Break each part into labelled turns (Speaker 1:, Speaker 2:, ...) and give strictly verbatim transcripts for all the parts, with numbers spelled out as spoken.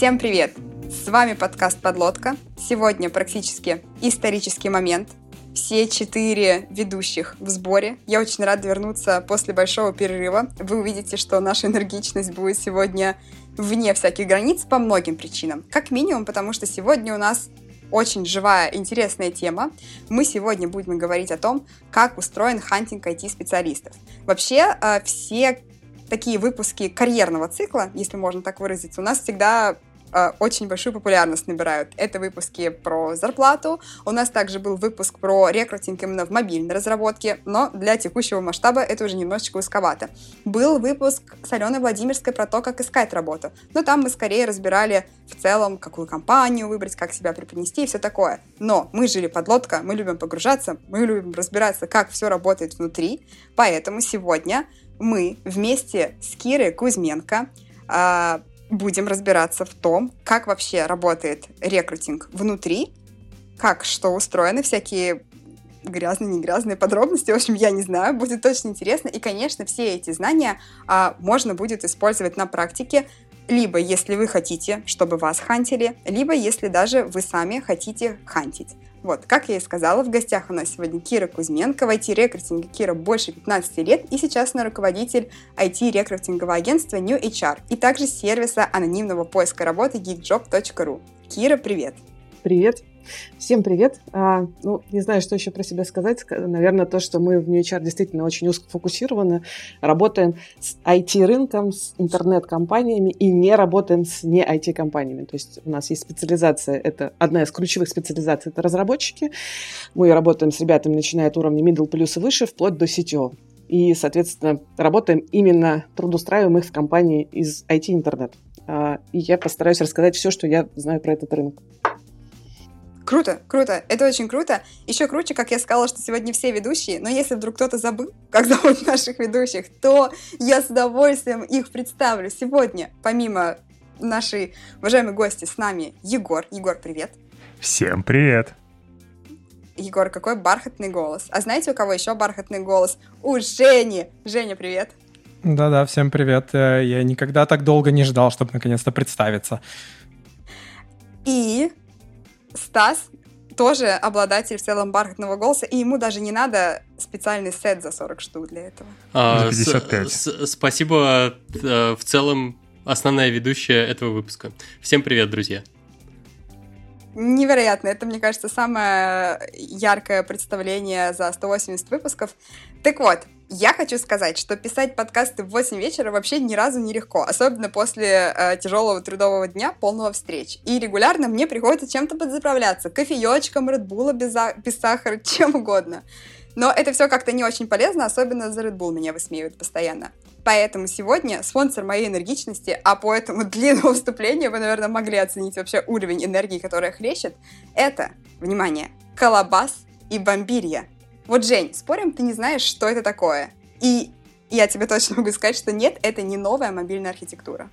Speaker 1: Всем привет! С вами подкаст «Подлодка». Сегодня практически исторический момент. Все четыре ведущих в сборе. Я очень рада вернуться после большого перерыва. Вы увидите, что наша энергичность будет сегодня вне всяких границ по многим причинам. Как минимум, потому что сегодня у нас очень живая, интересная тема. Мы сегодня будем говорить о том, как устроен хантинг ай ти-специалистов. Вообще, все такие выпуски карьерного цикла, если можно так выразиться, у нас всегда очень большую популярность набирают. Это выпуски про зарплату. У нас также был выпуск про рекрутинг именно в мобильной разработке, но для текущего масштаба это уже немножечко узковато. Был выпуск с Аленой Владимирской про то, как искать работу, но там мы скорее разбирали в целом, какую компанию выбрать, как себя преподнести и все такое. Но мы жили подлодка, мы любим погружаться, мы любим разбираться, как все работает внутри, поэтому сегодня мы вместе с Кирой Кузьменко будем разбираться в том, как вообще работает рекрутинг внутри, как что устроено, всякие грязные, не грязные подробности. В общем, я не знаю, будет очень интересно. И, конечно, все эти знания а, можно будет использовать на практике, либо если вы хотите, чтобы вас хантили, либо если даже вы сами хотите хантить. Вот, как я и сказала, в гостях у нас сегодня Кира Кузьменко. В ай ти-рекрутинге Кира больше пятнадцать лет, и сейчас она руководитель ай ти-рекрутингового агентства New эйч ар и также сервиса анонимного поиска работы гиг джоб точка ру. Кира, привет!
Speaker 2: Привет! Всем привет! А, ну, не знаю, что еще про себя сказать. Наверное, то, что мы в New эйч ар действительно очень узкофокусированы, работаем с ай ти-рынком, с интернет-компаниями и не работаем с не ай ти-компаниями. То есть у нас есть специализация, это одна из ключевых специализаций, это разработчики. Мы работаем с ребятами, начиная от уровня middle плюс и выше, вплоть до си ти о. И, соответственно, работаем именно, трудоустраиваем их в компании из ай ти-интернет. А, и я постараюсь рассказать все, что я знаю про этот рынок.
Speaker 1: Круто, круто, это очень круто. Еще круче, как я сказала, что сегодня все ведущие, но если вдруг кто-то забыл, как зовут наших ведущих, то я с удовольствием их представлю. Сегодня, помимо нашей уважаемой гости, с нами Егор. Егор, привет.
Speaker 3: Всем привет.
Speaker 1: Егор, какой бархатный голос. А знаете, у кого еще бархатный голос? У Жени. Женя, привет.
Speaker 3: Да-да, всем привет. Я никогда так долго не ждал, чтобы наконец-то представиться.
Speaker 1: И Стас тоже обладатель в целом бархатного голоса, и ему даже не надо специальный сет за сорок штук для этого.
Speaker 4: А, пятьдесят пять. С- с- спасибо, в целом основная ведущая этого выпуска. Всем привет, друзья.
Speaker 1: Невероятно, это, мне кажется, самое яркое представление за сто восемьдесят выпусков. Так вот, я хочу сказать, что писать подкасты в восемь вечера вообще ни разу не легко, особенно после э, тяжелого трудового дня, полного встреч. И регулярно мне приходится чем-то подзаправляться, кофеечком, редбула без, за... без сахара, чем угодно. Но это все как-то не очень полезно, особенно за Red Bull меня высмеивают постоянно. Поэтому сегодня спонсор моей энергичности, а по этому длинному вступлению вы, наверное, могли оценить вообще уровень энергии, которая хлещет, это, внимание, колобас и бомбирья. Вот, Жень, спорим, ты не знаешь, что это такое? И я тебе точно могу сказать, что нет, это не новая мобильная архитектура.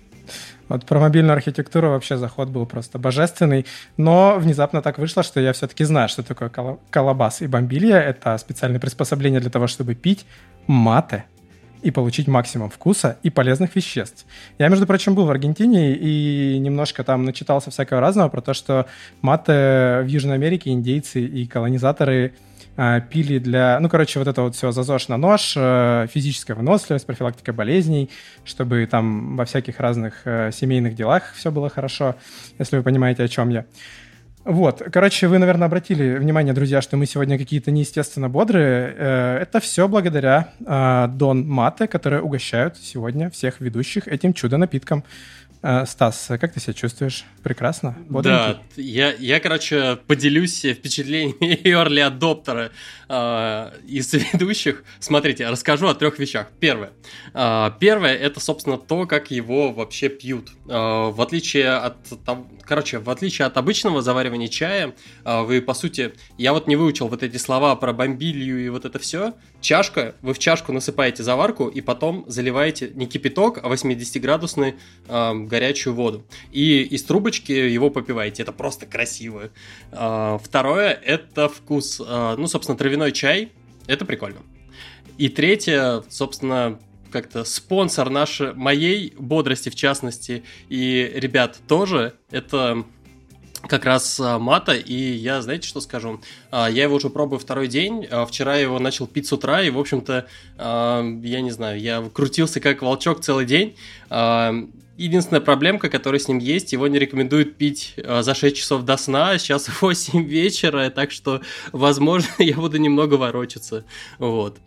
Speaker 3: Вот про мобильную архитектуру вообще заход был просто божественный, но внезапно так вышло, что я все-таки знаю, что такое колобас и бомбилья. Это специальные приспособления для того, чтобы пить мате и получить максимум вкуса и полезных веществ. Я, между прочим, был в Аргентине и немножко там начитался всякого разного про то, что мате в Южной Америке индейцы и колонизаторы а, пили для... Ну, короче, вот это вот все зазож на нож, физическая выносливость, профилактика болезней, чтобы там во всяких разных а, семейных делах все было хорошо, если вы понимаете, о чем я. Вот, короче, вы, наверное, обратили внимание, друзья, что мы сегодня какие-то неестественно бодрые. Это все благодаря Дон Мате, которые угощают сегодня всех ведущих этим чудо-напитком. Стас, как ты себя чувствуешь? Прекрасно? Бодренький?
Speaker 4: Да, я, я, короче, поделюсь впечатлениями эрли-адоптера э, из ведущих. Смотрите, расскажу о трех вещах. Первое. Э, первое, это, собственно, то, как его вообще пьют. Э, в отличие от, короче, в отличие от обычного заваривания чая, э, вы, по сути, я вот не выучил вот эти слова про бомбилью и вот это все. Чашка, вы в чашку насыпаете заварку и потом заливаете не кипяток, а восьмидесятиградусный э, горячую воду. И из трубочки его попиваете. Это просто красиво. Э, второе, это вкус. Э, ну, собственно, травяной чай. Это прикольно. И третье, собственно, как-то спонсор нашей, моей бодрости, в частности, и ребят тоже, это как раз Мата, и я, знаете, что скажу? Я его уже пробую второй день, вчера я его начал пить с утра, и, в общем-то, я не знаю, я крутился как волчок целый день. Единственная проблемка, которая с ним есть, его не рекомендуют пить за шесть часов до сна, сейчас восемь вечера, так что, возможно, я буду немного ворочаться, вот.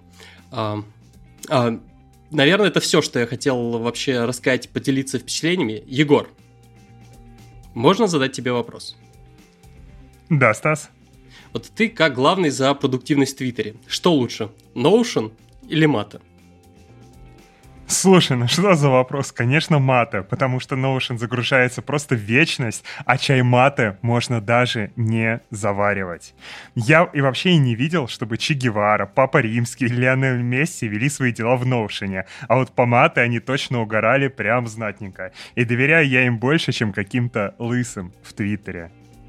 Speaker 4: Наверное, это все, что я хотел вообще рассказать, поделиться впечатлениями. Егор, можно задать тебе вопрос?
Speaker 5: Да, Стас.
Speaker 4: Вот ты как главный за продуктивность в Твиттере. Что лучше, Notion или Mata?
Speaker 5: Слушай, ну что за вопрос? Конечно, Mata, потому что Notion загружается просто в вечность, а чай Mate можно даже не заваривать. Я и вообще и не видел, чтобы Че Гевара, Папа Римский или Лионель Месси вели свои дела в Notion, а вот по Mate они точно угорали прям знатненько. И доверяю я им больше, чем каким-то лысым в Твиттере.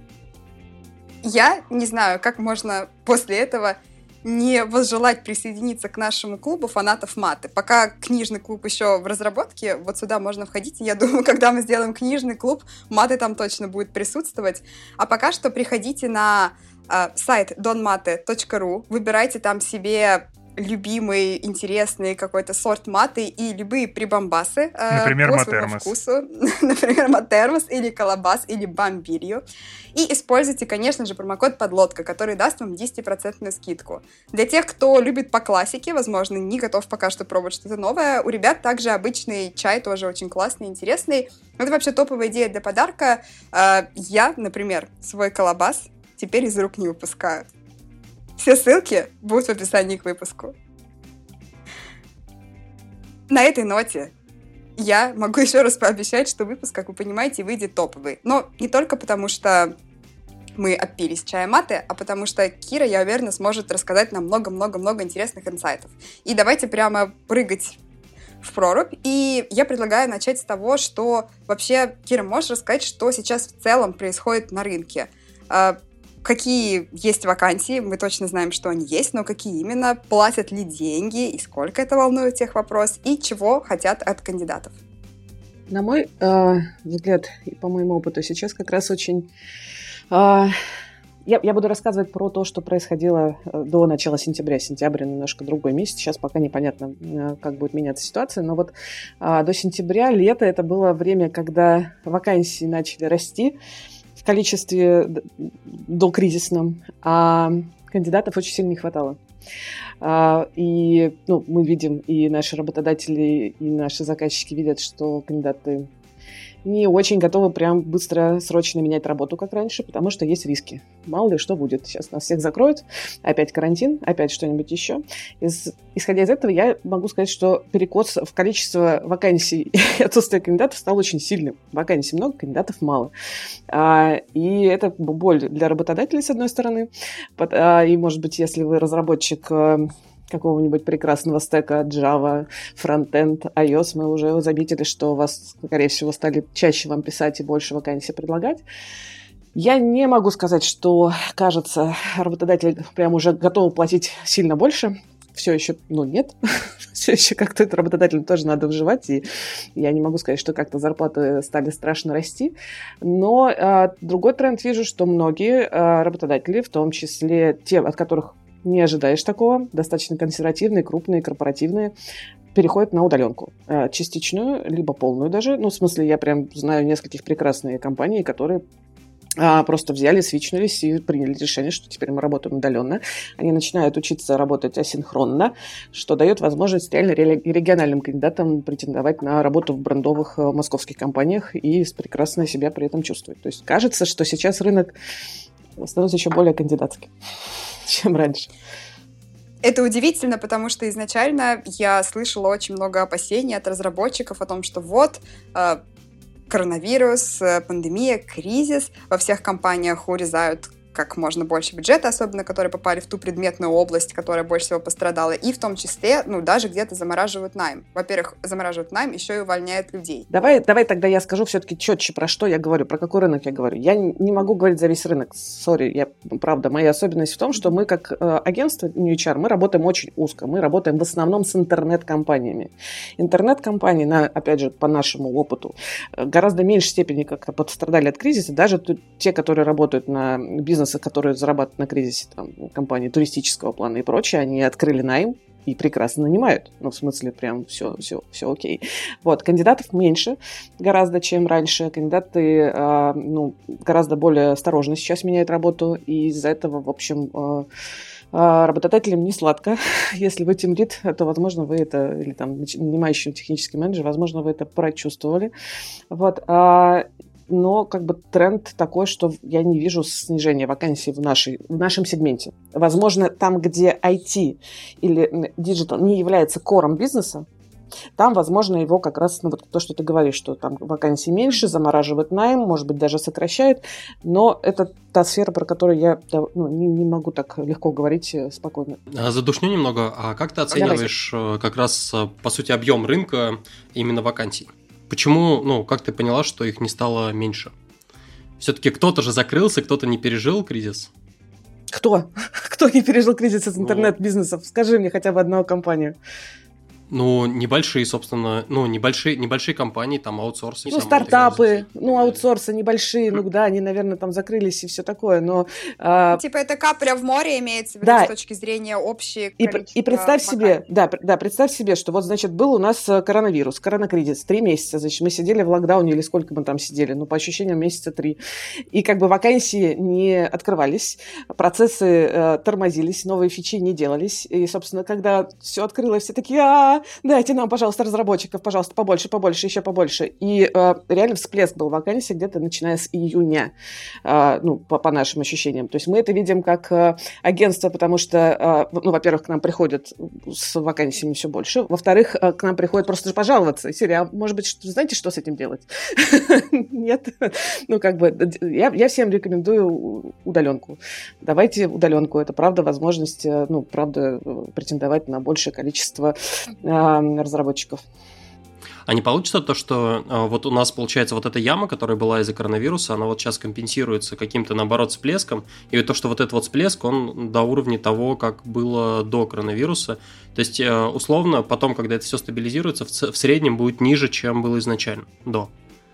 Speaker 1: Я не знаю, как можно после этого не возжелать присоединиться к нашему клубу фанатов Маты. Пока книжный клуб еще в разработке, вот сюда можно входить, и я думаю, когда мы сделаем книжный клуб, Маты там точно будет присутствовать. А пока что приходите на э, сайт дон мате точка ру, выбирайте там себе любимый, интересный какой-то сорт маты и любые прибамбасы э,
Speaker 5: Например,
Speaker 1: по
Speaker 5: матермос.
Speaker 1: своему вкусу. Например, матермос или колобас или бомбилью. И используйте, конечно же, промокод подлодка, который даст вам десятипроцентную скидку. Для тех, кто любит по классике, возможно, не готов пока что пробовать что-то новое, у ребят также обычный чай тоже очень классный, интересный. Это вообще топовая идея для подарка. Э, я, например, свой колобас теперь из рук не выпускаю. Все ссылки будут в описании к выпуску. На этой ноте я могу еще раз пообещать, что выпуск, как вы понимаете, выйдет топовый. Но не только потому, что мы опились чая Маты, а потому что Кира, я уверена, сможет рассказать нам много-много-много интересных инсайтов. И давайте прямо прыгать в прорубь. И я предлагаю начать с того, что вообще, Кира, можешь рассказать, что сейчас в целом происходит на рынке? Какие есть вакансии, мы точно знаем, что они есть, но какие именно, платят ли деньги, и сколько это волнует тех вопрос, и чего хотят от кандидатов?
Speaker 2: На мой э, взгляд, и по моему опыту, сейчас как раз очень... Э, я, я буду рассказывать про то, что происходило до начала сентября. Сентябрь немножко другой месяц, сейчас пока непонятно, э, как будет меняться ситуация, но вот э, до сентября, лето, это было время, когда вакансии начали расти, в количестве докризисном, а кандидатов очень сильно не хватало. И ну, мы видим, и наши работодатели, и наши заказчики видят, что кандидаты не очень готовы прям быстро, срочно менять работу, как раньше, потому что есть риски. Мало ли что будет. Сейчас нас всех закроют, опять карантин, опять что-нибудь еще. Из, исходя из этого, я могу сказать, что перекос в количество вакансий и отсутствие кандидатов стал очень сильным. Вакансий много, кандидатов мало. А, и это боль для работодателей, с одной стороны. А, и, может быть, если вы разработчик какого-нибудь прекрасного стека Java, Frontend, iOS, мы уже заметили, что вас, скорее всего, стали чаще вам писать и больше вакансий предлагать. Я не могу сказать, что, кажется, работодатели прям уже готовы платить сильно больше. Все еще, ну, нет. Все еще как-то это работодателям тоже надо выживать, и я не могу сказать, что как-то зарплаты стали страшно расти. Но а, другой тренд вижу, что многие а, работодатели, в том числе те, от которых не ожидаешь такого, достаточно консервативные, крупные, корпоративные, переходят на удаленку. Частичную, либо полную даже. Ну, в смысле, я прям знаю нескольких прекрасных компаний, которые а, просто взяли, свичнулись и приняли решение, что теперь мы работаем удаленно. Они начинают учиться работать асинхронно, что дает возможность реально региональным кандидатам претендовать на работу в брендовых московских компаниях и прекрасно себя при этом чувствовать. То есть кажется, что сейчас рынок становится еще более кандидатским, чем раньше.
Speaker 1: Это удивительно, потому что изначально я слышала очень много опасений от разработчиков о том, что вот коронавирус, пандемия, кризис, во всех компаниях урезают как можно больше бюджета, особенно которые попали в ту предметную область, которая больше всего пострадала, и в том числе, ну, даже где-то замораживают найм. Во-первых, замораживают найм, еще и увольняют людей.
Speaker 2: Давай, давай тогда я скажу все-таки четче, про что я говорю, про какой рынок я говорю. Я не могу говорить за весь рынок, сори, я, правда, моя особенность в том, что мы как э, агентство New эйч ар, мы работаем очень узко, мы работаем в основном с интернет-компаниями. Интернет-компании, на, опять же, по нашему опыту, гораздо меньшей степени как-то пострадали от кризиса, даже те, которые работают на бизнес, которые зарабатывают на кризисе, там, компании туристического плана и прочее, они открыли найм и прекрасно нанимают. Ну, в смысле, прям все, все, все окей. Вот, кандидатов меньше гораздо, чем раньше. Кандидаты, э, ну, гораздо более осторожно сейчас меняют работу, и из-за этого, в общем, э, работодателям не сладко. Если вы тимлид, то, возможно, вы это, или там, нанимающий технический менеджер, возможно, вы это прочувствовали. Вот, но как бы тренд такой, что я не вижу снижения вакансий в, нашей, в нашем сегменте. Возможно, там, где ай ти или диджитал не является кором бизнеса, там, возможно, его как раз, ну, вот то, что ты говоришь, что там вакансий меньше, замораживают найм, может быть, даже сокращают, но это та сфера, про которую я ну, не, не могу так легко говорить спокойно.
Speaker 4: Задушню немного. А как ты оцениваешь Давайте. как раз, по сути, объем рынка именно вакансий? Почему, ну, как ты поняла, что их не стало меньше? Все-таки кто-то же закрылся, кто-то не пережил кризис.
Speaker 2: Кто? Кто не пережил кризис из интернет-бизнесов? Скажи мне хотя бы одну компанию.
Speaker 4: Ну, небольшие, собственно, ну, небольшие, небольшие компании, там, аутсорсы.
Speaker 2: Ну, стартапы, ну, аутсорсы небольшие, ну, да, они, наверное, там закрылись и все такое, но... А...
Speaker 1: Типа это капля в море имеется в виду
Speaker 2: да.
Speaker 1: с точки зрения общей
Speaker 2: и, и представь себе, да, да, представь себе, что вот, значит, был у нас коронавирус, коронакризис, три месяца, значит, мы сидели в локдауне, или сколько мы там сидели, ну, по ощущениям, месяца три, и как бы вакансии не открывались, процессы э, тормозились, новые фичи не делались, и, собственно, когда все открылось, все такие, а дайте нам, пожалуйста, разработчиков, пожалуйста, побольше, побольше, еще побольше. И э, реально всплеск был вакансий где-то начиная с июня, э, ну, по, по нашим ощущениям. То есть мы это видим как э, агентство, потому что, э, ну, во-первых, к нам приходят с вакансиями все больше, во-вторых, э, к нам приходят просто пожаловаться. И серия, а может быть, что, знаете, что с этим делать? Нет. Ну, как бы, я всем рекомендую удаленку. Давайте удаленку. Это, правда, возможность, ну, правда, претендовать на большее количество разработчиков.
Speaker 4: А не получится то, что э, вот у нас получается вот эта яма, которая была из-за коронавируса, она вот сейчас компенсируется каким-то, наоборот, всплеском, и то, что вот этот вот всплеск, он до уровня того, как было до коронавируса. То есть, э, условно, потом, когда это все стабилизируется, в, в среднем будет ниже, чем было изначально, до.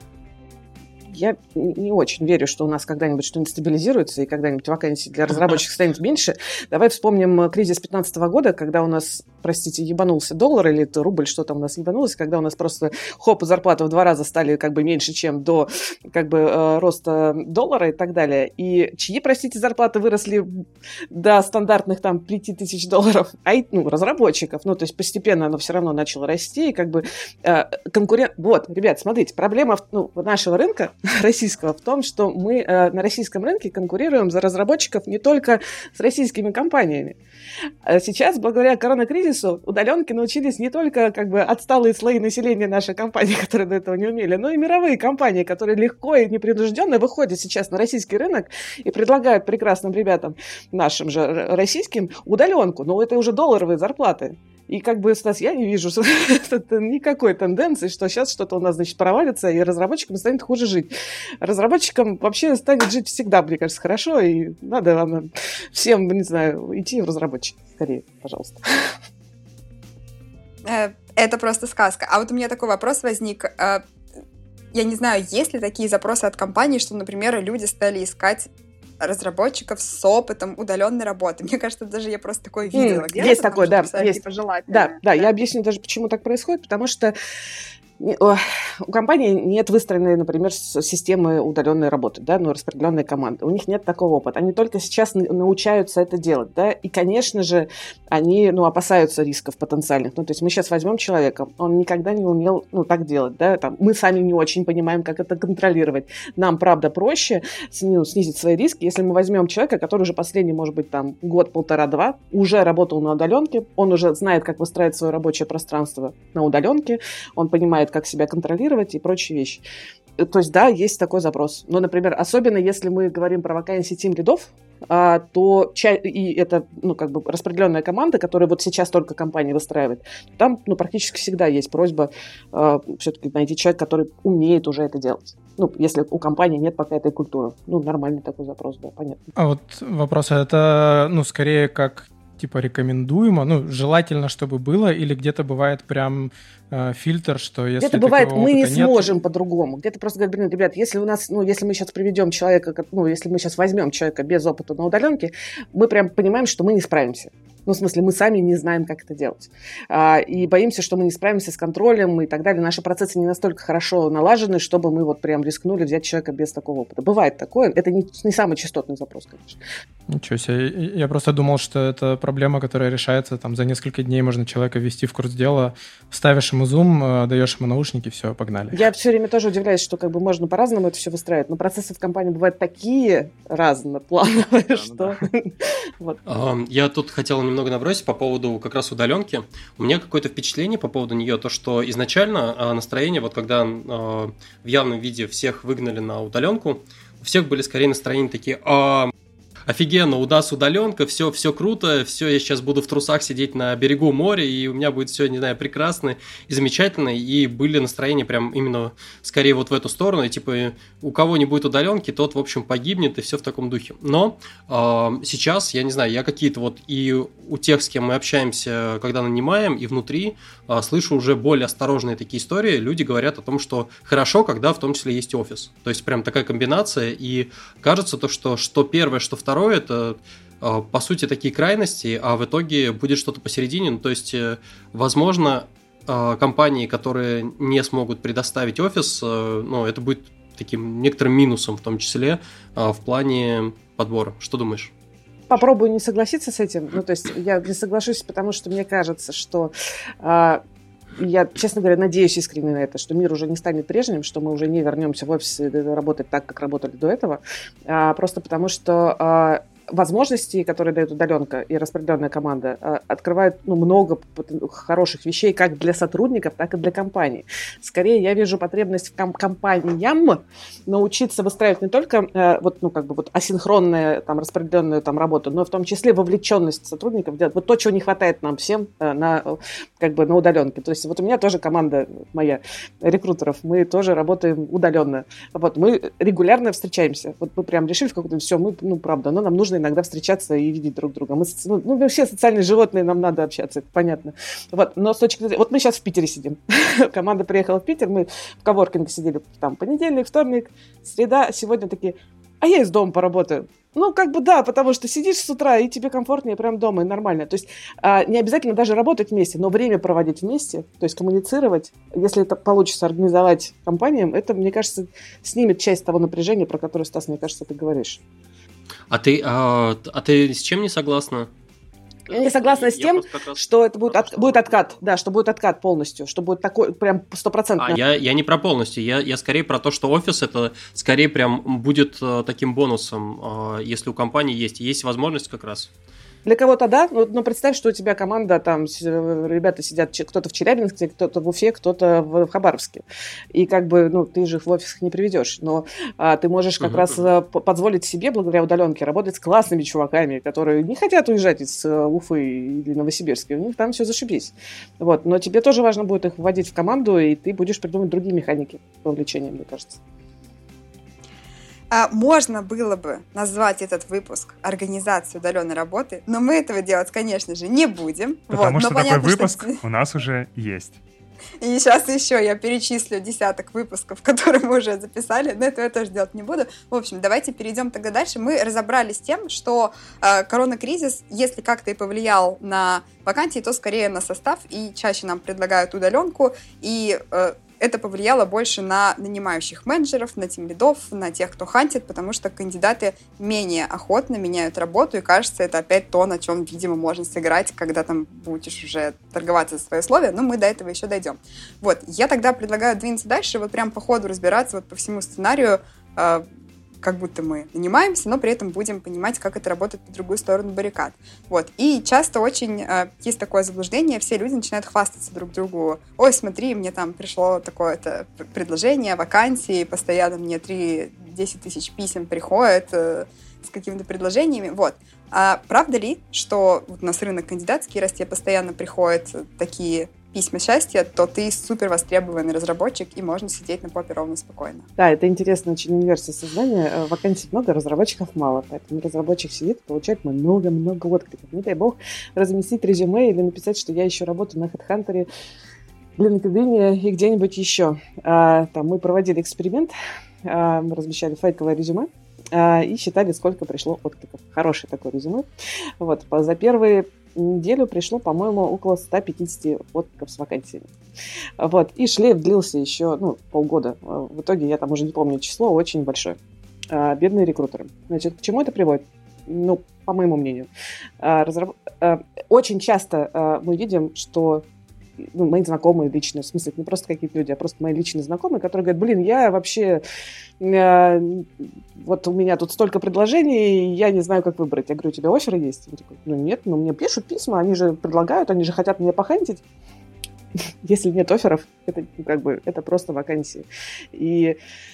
Speaker 2: Я не очень верю, что у нас когда-нибудь что-нибудь стабилизируется и когда-нибудь вакансий для разработчиков станет меньше. Давай вспомним кризис две тысячи пятнадцатого года, когда у нас, простите, ебанулся доллар или это рубль, что там у нас ебанулось, когда у нас просто хоп, зарплаты в два раза стали как бы меньше, чем до как бы э, роста доллара и так далее. И чьи, простите, зарплаты выросли до стандартных там пять тысяч долларов? А, ну, разработчиков. Ну, то есть постепенно оно все равно начало расти и как бы э, конкурент... Вот, ребят, смотрите, проблема ну, нашего рынка российского в том, что мы э, на российском рынке конкурируем за разработчиков не только с российскими компаниями. Сейчас, благодаря коронакризису, удаленки научились не только как бы отсталые слои населения нашей компании, которые до этого не умели, но и мировые компании, которые легко и непринужденно выходят сейчас на российский рынок и предлагают прекрасным ребятам, нашим же российским, удаленку. Но это уже долларовые зарплаты. И как бы, Стас, я не вижу никакой тенденции, что сейчас что-то у нас, значит, провалится, и разработчикам станет хуже жить. Разработчикам вообще станет жить всегда, мне кажется, хорошо, и надо ладно, всем, не знаю, идти в разработчик. Скорее, пожалуйста.
Speaker 1: Это просто сказка. А вот у меня такой вопрос возник. Я не знаю, есть ли такие запросы от компаний, что, например, люди стали искать разработчиков с опытом удаленной работы. Мне кажется, даже я просто такое видела.
Speaker 2: Mm, есть такое, да. Есть.
Speaker 1: Пожелать,
Speaker 2: да, да, да, я объясню даже, почему так происходит, потому что у компании нет выстроенной, например, системы удаленной работы, да, ну, распределенной команды. У них нет такого опыта. Они только сейчас научаются это делать, да, и, конечно же, они, ну, опасаются рисков потенциальных. Ну, то есть мы сейчас возьмем человека, он никогда не умел, ну, так делать, да, там, мы сами не очень понимаем, как это контролировать. Нам, правда, проще ну, снизить свои риски, если мы возьмем человека, который уже последний, может быть, там, год, полтора-два, уже работал на удаленке, он уже знает, как выстраивать свое рабочее пространство на удаленке, он понимает, знает, как себя контролировать и прочие вещи. То есть, да, есть такой запрос. Но, например, особенно если мы говорим про вакансии тим-лидов, а, то ча- и это, ну, как бы распределенная команда, которая вот сейчас только компания выстраивает, там, ну, практически всегда есть просьба а, все-таки найти человека, который умеет уже это делать. Ну, если у компании нет пока этой культуры. Ну, нормальный такой запрос, да, понятно.
Speaker 3: А вот вопрос, это, ну, скорее как типа рекомендуемо, ну, желательно, чтобы было, или где-то бывает прям э, фильтр, что если
Speaker 2: где-то бывает, мы не
Speaker 3: нет...
Speaker 2: сможем по-другому. Где-то просто говорят, блин, ребят, если у нас, ну, если мы сейчас приведем человека, ну, если мы сейчас возьмем человека без опыта на удаленке, мы прям понимаем, что мы не справимся. Ну, в смысле, мы сами не знаем, как это делать. А, и боимся, что мы не справимся с контролем и так далее. Наши процессы не настолько хорошо налажены, чтобы мы вот прям рискнули взять человека без такого опыта. Бывает такое. Это не, не самый частотный запрос, конечно.
Speaker 3: Ничего себе. Я просто думал, что это проблема, которая решается там за несколько дней. Можно человека ввести в курс дела, ставишь ему Zoom, даешь ему наушники, все, погнали.
Speaker 2: Я все время тоже удивляюсь, что как бы можно по-разному это все выстраивать, но процессы в компании бывают такие разноплановые, что...
Speaker 4: Я тут хотел немного немного набросить по поводу как раз удаленки. У меня какое-то впечатление по поводу нее, то, что изначально настроение, вот когда в явном виде всех выгнали на удаленку, у всех были скорее настроения такие: а, офигенно, у нас удаленка, все, все круто, все, я сейчас буду в трусах сидеть на берегу моря, и у меня будет все, не знаю, прекрасно и замечательно, и были настроения прям именно скорее вот в эту сторону, и типа у кого не будет удаленки, тот, в общем, погибнет, и все в таком духе. Но э, сейчас, я не знаю, я какие-то вот и у тех, с кем мы общаемся, когда нанимаем, и внутри э, слышу уже более осторожные такие истории, люди говорят о том, что хорошо, когда в том числе есть офис, то есть прям такая комбинация, и кажется то, что что первое, что второе, это, по сути, такие крайности, а в итоге будет что-то посередине. Ну, то есть, возможно, компании, которые не смогут предоставить офис, ну, это будет таким некоторым минусом, в том числе, в плане подбора. Что думаешь?
Speaker 2: Попробую не согласиться с этим. Ну, то есть, я не соглашусь, потому что мне кажется, что... Я, честно говоря, надеюсь искренне на это, что мир уже не станет прежним, что мы уже не вернемся в офис и работать так, как работали до этого. А, просто потому что а, возможности, которые дает удаленка и распределенная команда, а, открывают ну, много хороших вещей как для сотрудников, так и для компаний. Скорее, я вижу потребность в ком- компаниям научиться выстраивать не только а, вот, ну, как бы, вот, асинхронную там, распределенную там, работу, но в том числе вовлеченность сотрудников, делать вот то, чего не хватает нам всем а, на, как бы, на удаленке. То есть вот у меня тоже команда моя рекрутеров, мы тоже работаем удаленно. Вот, мы регулярно встречаемся. Вот мы прям решили в какой-то все, мы, ну, правда, но нам нужно иногда встречаться и видеть друг друга. Мы, ну, мы все социальные животные, нам надо общаться, это понятно. Вот, но с точки зрения... Вот мы сейчас в Питере сидим. Команда приехала в Питер, мы в коворкинге сидели там понедельник, вторник, среда. Сегодня такие, а я из дома поработаю. Ну, как бы да, потому что сидишь с утра, и тебе комфортнее прям дома, и нормально. То есть а, не обязательно даже работать вместе, но время проводить вместе, то есть коммуницировать. Если это получится организовать компаниям, это, мне кажется, снимет часть того напряжения, про которое, Стас, мне кажется, ты говоришь.
Speaker 4: А ты, а, а ты с чем не согласна?
Speaker 2: Я не согласна с тем, что это будет, от, будет откат, да, что будет откат полностью, что будет такой прям стопроцентно.
Speaker 4: А я, я не про полностью, я, я скорее про то, что офис это скорее прям будет э, таким бонусом, э, если у компании есть, есть возможность как раз.
Speaker 2: Для кого-то да, но, но представь, что у тебя команда, там ребята сидят, кто-то в Челябинске, кто-то в Уфе, кто-то в Хабаровске. И как бы, ну, ты же их в офисах не приведешь, но а, ты можешь как uh-huh. раз а, позволить себе, благодаря удаленке, работать с классными чуваками, которые не хотят уезжать из а, Уфы или Новосибирска, у них там все зашибись. Вот. Но тебе тоже важно будет их вводить в команду, и ты будешь придумывать другие механики вовлечения, мне кажется.
Speaker 1: А можно было бы назвать этот выпуск «Организация удаленной работы», но мы этого делать, конечно же, не будем.
Speaker 5: Потому
Speaker 1: вот,
Speaker 5: что
Speaker 1: но
Speaker 5: такой
Speaker 1: понятно,
Speaker 5: выпуск
Speaker 1: что...
Speaker 5: у нас уже есть.
Speaker 1: И сейчас еще я перечислю десяток выпусков, которые мы уже записали, но этого я тоже делать не буду. В общем, давайте перейдем тогда дальше. Мы разобрались с тем, что э, коронакризис, если как-то и повлиял на вакансии, то скорее на состав, и чаще нам предлагают удаленку, и... Э, это повлияло больше на нанимающих менеджеров, на тимлидов, на тех, кто хантит, потому что кандидаты менее охотно меняют работу, и кажется, это опять то, на чем, видимо, можно сыграть, когда там будешь уже торговаться за свои условия, но мы до этого еще дойдем. Вот, я тогда предлагаю двинуться дальше, вот прям по ходу разбираться вот по всему сценарию, как будто мы нанимаемся, но при этом будем понимать, как это работает по другую сторону баррикад. Вот. И часто очень э, есть такое заблуждение, все люди начинают хвастаться друг другу. Ой, смотри, мне там пришло такое-то предложение, вакансии, постоянно мне три-десять тысяч писем приходят э, с какими-то предложениями. Вот. А правда ли, что вот у нас рынок кандидатский, раз тебе постоянно приходят такие письма счастья, то ты супер востребованный разработчик, и можно сидеть на попе ровно спокойно.
Speaker 2: Да, это интересно, очень инверсия сознания. Вакансий много, разработчиков мало, поэтому разработчик сидит и получает много-много откликов. Не дай бог разместить резюме или написать, что я еще работаю на HeadHunter, LinkedIn и где-нибудь еще. А, там мы проводили эксперимент, а, мы размещали фейковое резюме а, и считали, сколько пришло откликов. Хорошее такое резюме. Вот, за первые неделю пришло, по-моему, около сто пятьдесят откликов с вакансиями. Вот. И шлейф длился еще ну, полгода. В итоге, я там уже не помню число, очень большое. А, бедные рекрутеры. Значит, к чему это приводит? Ну, по моему мнению. А, разраб... а, очень часто а, мы видим, что ну, мои знакомые личные, в смысле, не просто какие-то люди, а просто мои личные знакомые, которые говорят, блин, я вообще, э, вот у меня тут столько предложений, я не знаю, как выбрать. Я говорю, у тебя офферы есть? Он такой, ну нет, ну мне пишут письма, они же предлагают, они же хотят меня похантить. Если нет офферов, это как бы, это просто вакансии. И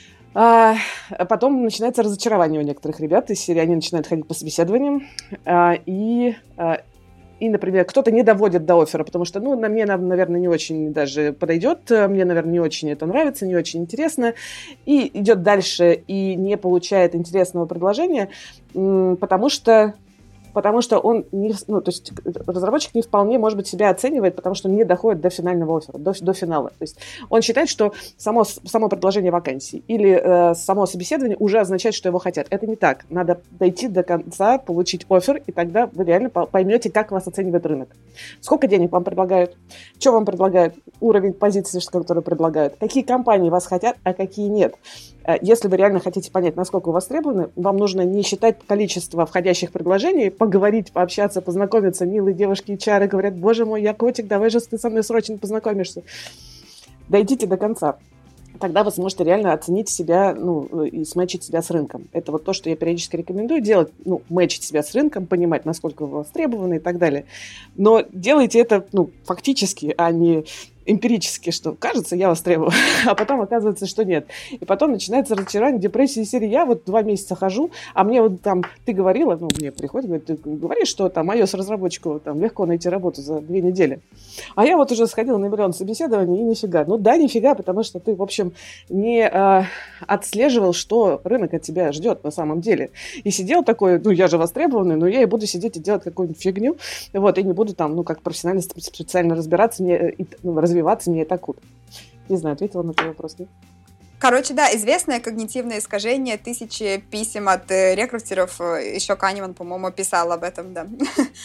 Speaker 2: а потом начинается разочарование у некоторых ребят из серии, они начинают ходить по собеседованиям, а, и... А, И, например, кто-то не доводит до оффера, потому что, ну, на мне, наверное, не очень даже подойдет, мне, наверное, не очень это нравится, не очень интересно, и идет дальше и не получает интересного предложения, потому что, потому что он, не, ну, то есть разработчик не вполне, может быть, себя оценивает, потому что он не доходит до финального оффера, до, до финала. То есть он считает, что само, само предложение вакансии или э, само собеседование уже означает, что его хотят. Это не так. Надо дойти до конца, получить оффер, и тогда вы реально поймете, как вас оценивает рынок. Сколько денег вам предлагают, что вам предлагают, уровень позиции, который предлагают, какие компании вас хотят, а какие нет. Если вы реально хотите понять, насколько вы востребованы, вам нужно не считать количество входящих предложений, поговорить, пообщаться, познакомиться. Милые девушки эйч ар говорят, боже мой, я котик, давай же ты со мной срочно познакомишься. Дойдите до конца. Тогда вы сможете реально оценить себя, ну, и сметчить себя с рынком. Это вот то, что я периодически рекомендую делать, ну, мэтчить себя с рынком, понимать, насколько вы востребованы и так далее. Но делайте это, ну, фактически, а не эмпирически, что кажется, я востребован, а потом оказывается, что нет. И потом начинается разочарование, депрессия из серии. Я вот два месяца хожу, а мне вот там, ты говорила, ну, мне приходит, говорит, ты говоришь, что там iOS-разработчику там легко найти работу за две недели. А я вот уже сходила на миллион собеседований, и нифига. Ну да, нифига, потому что ты, в общем, не э, отслеживал, что рынок от тебя ждет на самом деле. И сидел такой, ну, я же востребованный, но я и буду сидеть и делать какую-нибудь фигню, вот, и не буду там, ну, как профессионально специально разбираться, мне, и, ну, развиваться мне и так вот. Не знаю, ответила на твой вопрос, нет?
Speaker 1: Короче, да, известное когнитивное искажение, тысячи писем от рекрутеров, еще Канеман, по-моему, писал об этом, да.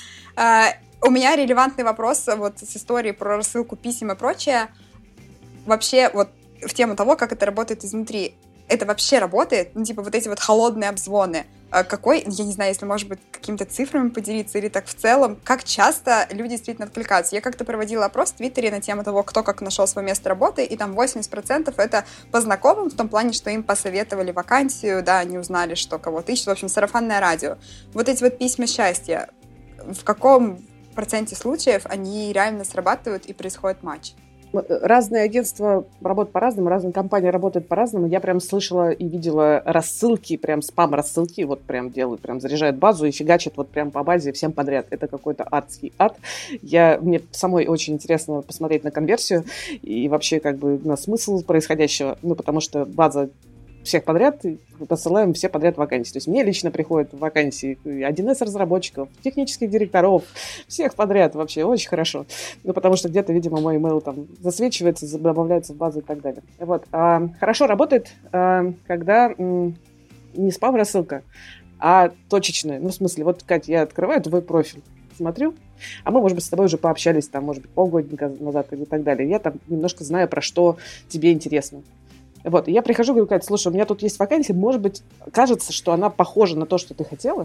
Speaker 1: У меня релевантный вопрос вот с историей про рассылку писем и прочее. Вообще, вот в тему того, как это работает изнутри. Это вообще работает? Ну, типа, вот эти вот холодные обзвоны. Какой, я не знаю, если, может быть, какими-то цифрами поделиться или так в целом, как часто люди действительно откликаются? Я как-то проводила опрос в Твиттере на тему того, кто как нашел свое место работы, и там восемьдесят процентов это по знакомым, в том плане, что им посоветовали вакансию, да, они узнали, что кого-то ищут, в общем, сарафанное радио. Вот эти вот письма счастья, в каком проценте случаев они реально срабатывают и происходит матч?
Speaker 2: Разные агентства работают по-разному, разные компании работают по-разному. Я прям слышала и видела рассылки, прям спам-рассылки, вот прям делают, прям заряжают базу и фигачат вот прям по базе всем подряд. Это какой-то адский ад. Я, мне самой очень интересно посмотреть на конверсию и вообще как бы на смысл происходящего, ну потому что база всех подряд, посылаем все подряд вакансии. То есть мне лично приходят вакансии один эс-разработчиков, технических директоров, всех подряд вообще, очень хорошо. Ну, потому что где-то, видимо, мой email там засвечивается, добавляется в базу и так далее. Вот. А, хорошо работает, а, когда м, не спам-рассылка, а точечная. Ну, в смысле, вот, Катя, я открываю твой профиль, смотрю, а мы, может быть, с тобой уже пообщались, там, может быть, полгода назад и так далее. Я там немножко знаю, про что тебе интересно. Вот, и я прихожу, говорю, Катя, слушай, у меня тут есть вакансия, может быть, кажется, что она похожа на то, что ты хотела,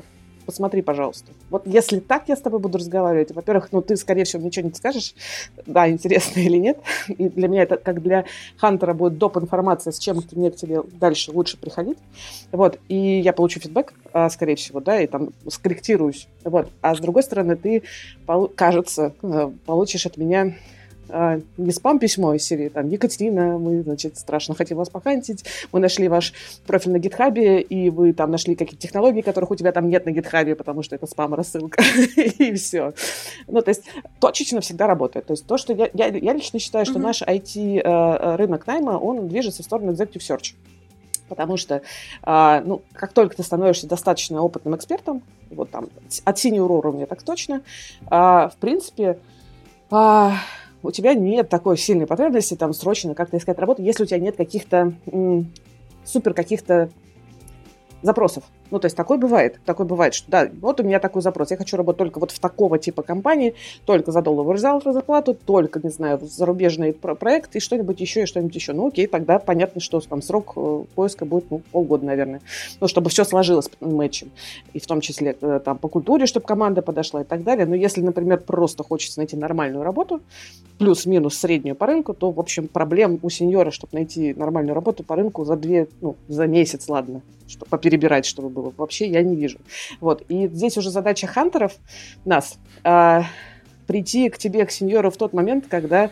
Speaker 2: посмотри, пожалуйста. Вот если так я с тобой буду разговаривать, во-первых, ну, ты, скорее всего, ничего не скажешь, да, интересно или нет. И для меня это, как для хантера, будет доп. Информация, с чем мне к тебе дальше лучше приходить. Вот, и я получу фидбэк, скорее всего, да, и там скорректируюсь. Вот. А с другой стороны, ты, кажется, получишь от меня не спам-письмо из серии, там, Екатерина, мы, значит, страшно хотим вас похантить, мы нашли ваш профиль на гитхабе, и вы там нашли какие-то технологии, которых у тебя там нет на гитхабе, потому что это спам-рассылка, и все. Ну, то есть, точечно всегда работает. То есть, то, что я, я, я лично считаю, что mm-hmm. наш ай ти-рынок найма, он движется в сторону executive search. Потому что, ну, как только ты становишься достаточно опытным экспертом, вот там, от senior уровня так точно, в принципе, у тебя нет такой сильной потребности там срочно как-то искать работу, если у тебя нет каких-то м, супер каких-то запросов. Ну, то есть такое бывает. Такое бывает, что да, вот у меня такой запрос. Я хочу работать только вот в такого типа компании, только за долларовую зарплату, только, не знаю, зарубежный про- проект и что-нибудь еще, и что-нибудь еще. Ну, окей, тогда понятно, что там срок э, поиска будет, ну, полгода, наверное. Ну, чтобы все сложилось матчем. И в том числе э, там по культуре, чтобы команда подошла и так далее. Но если, например, просто хочется найти нормальную работу, плюс-минус среднюю по рынку, то, в общем, проблем у сеньора, чтобы найти нормальную работу по рынку за две, ну, за месяц, ладно, чтобы поперебирать, чтобы было, вообще я не вижу. Вот. И здесь уже задача хантеров, нас, а, прийти к тебе, к сеньору в тот момент, когда,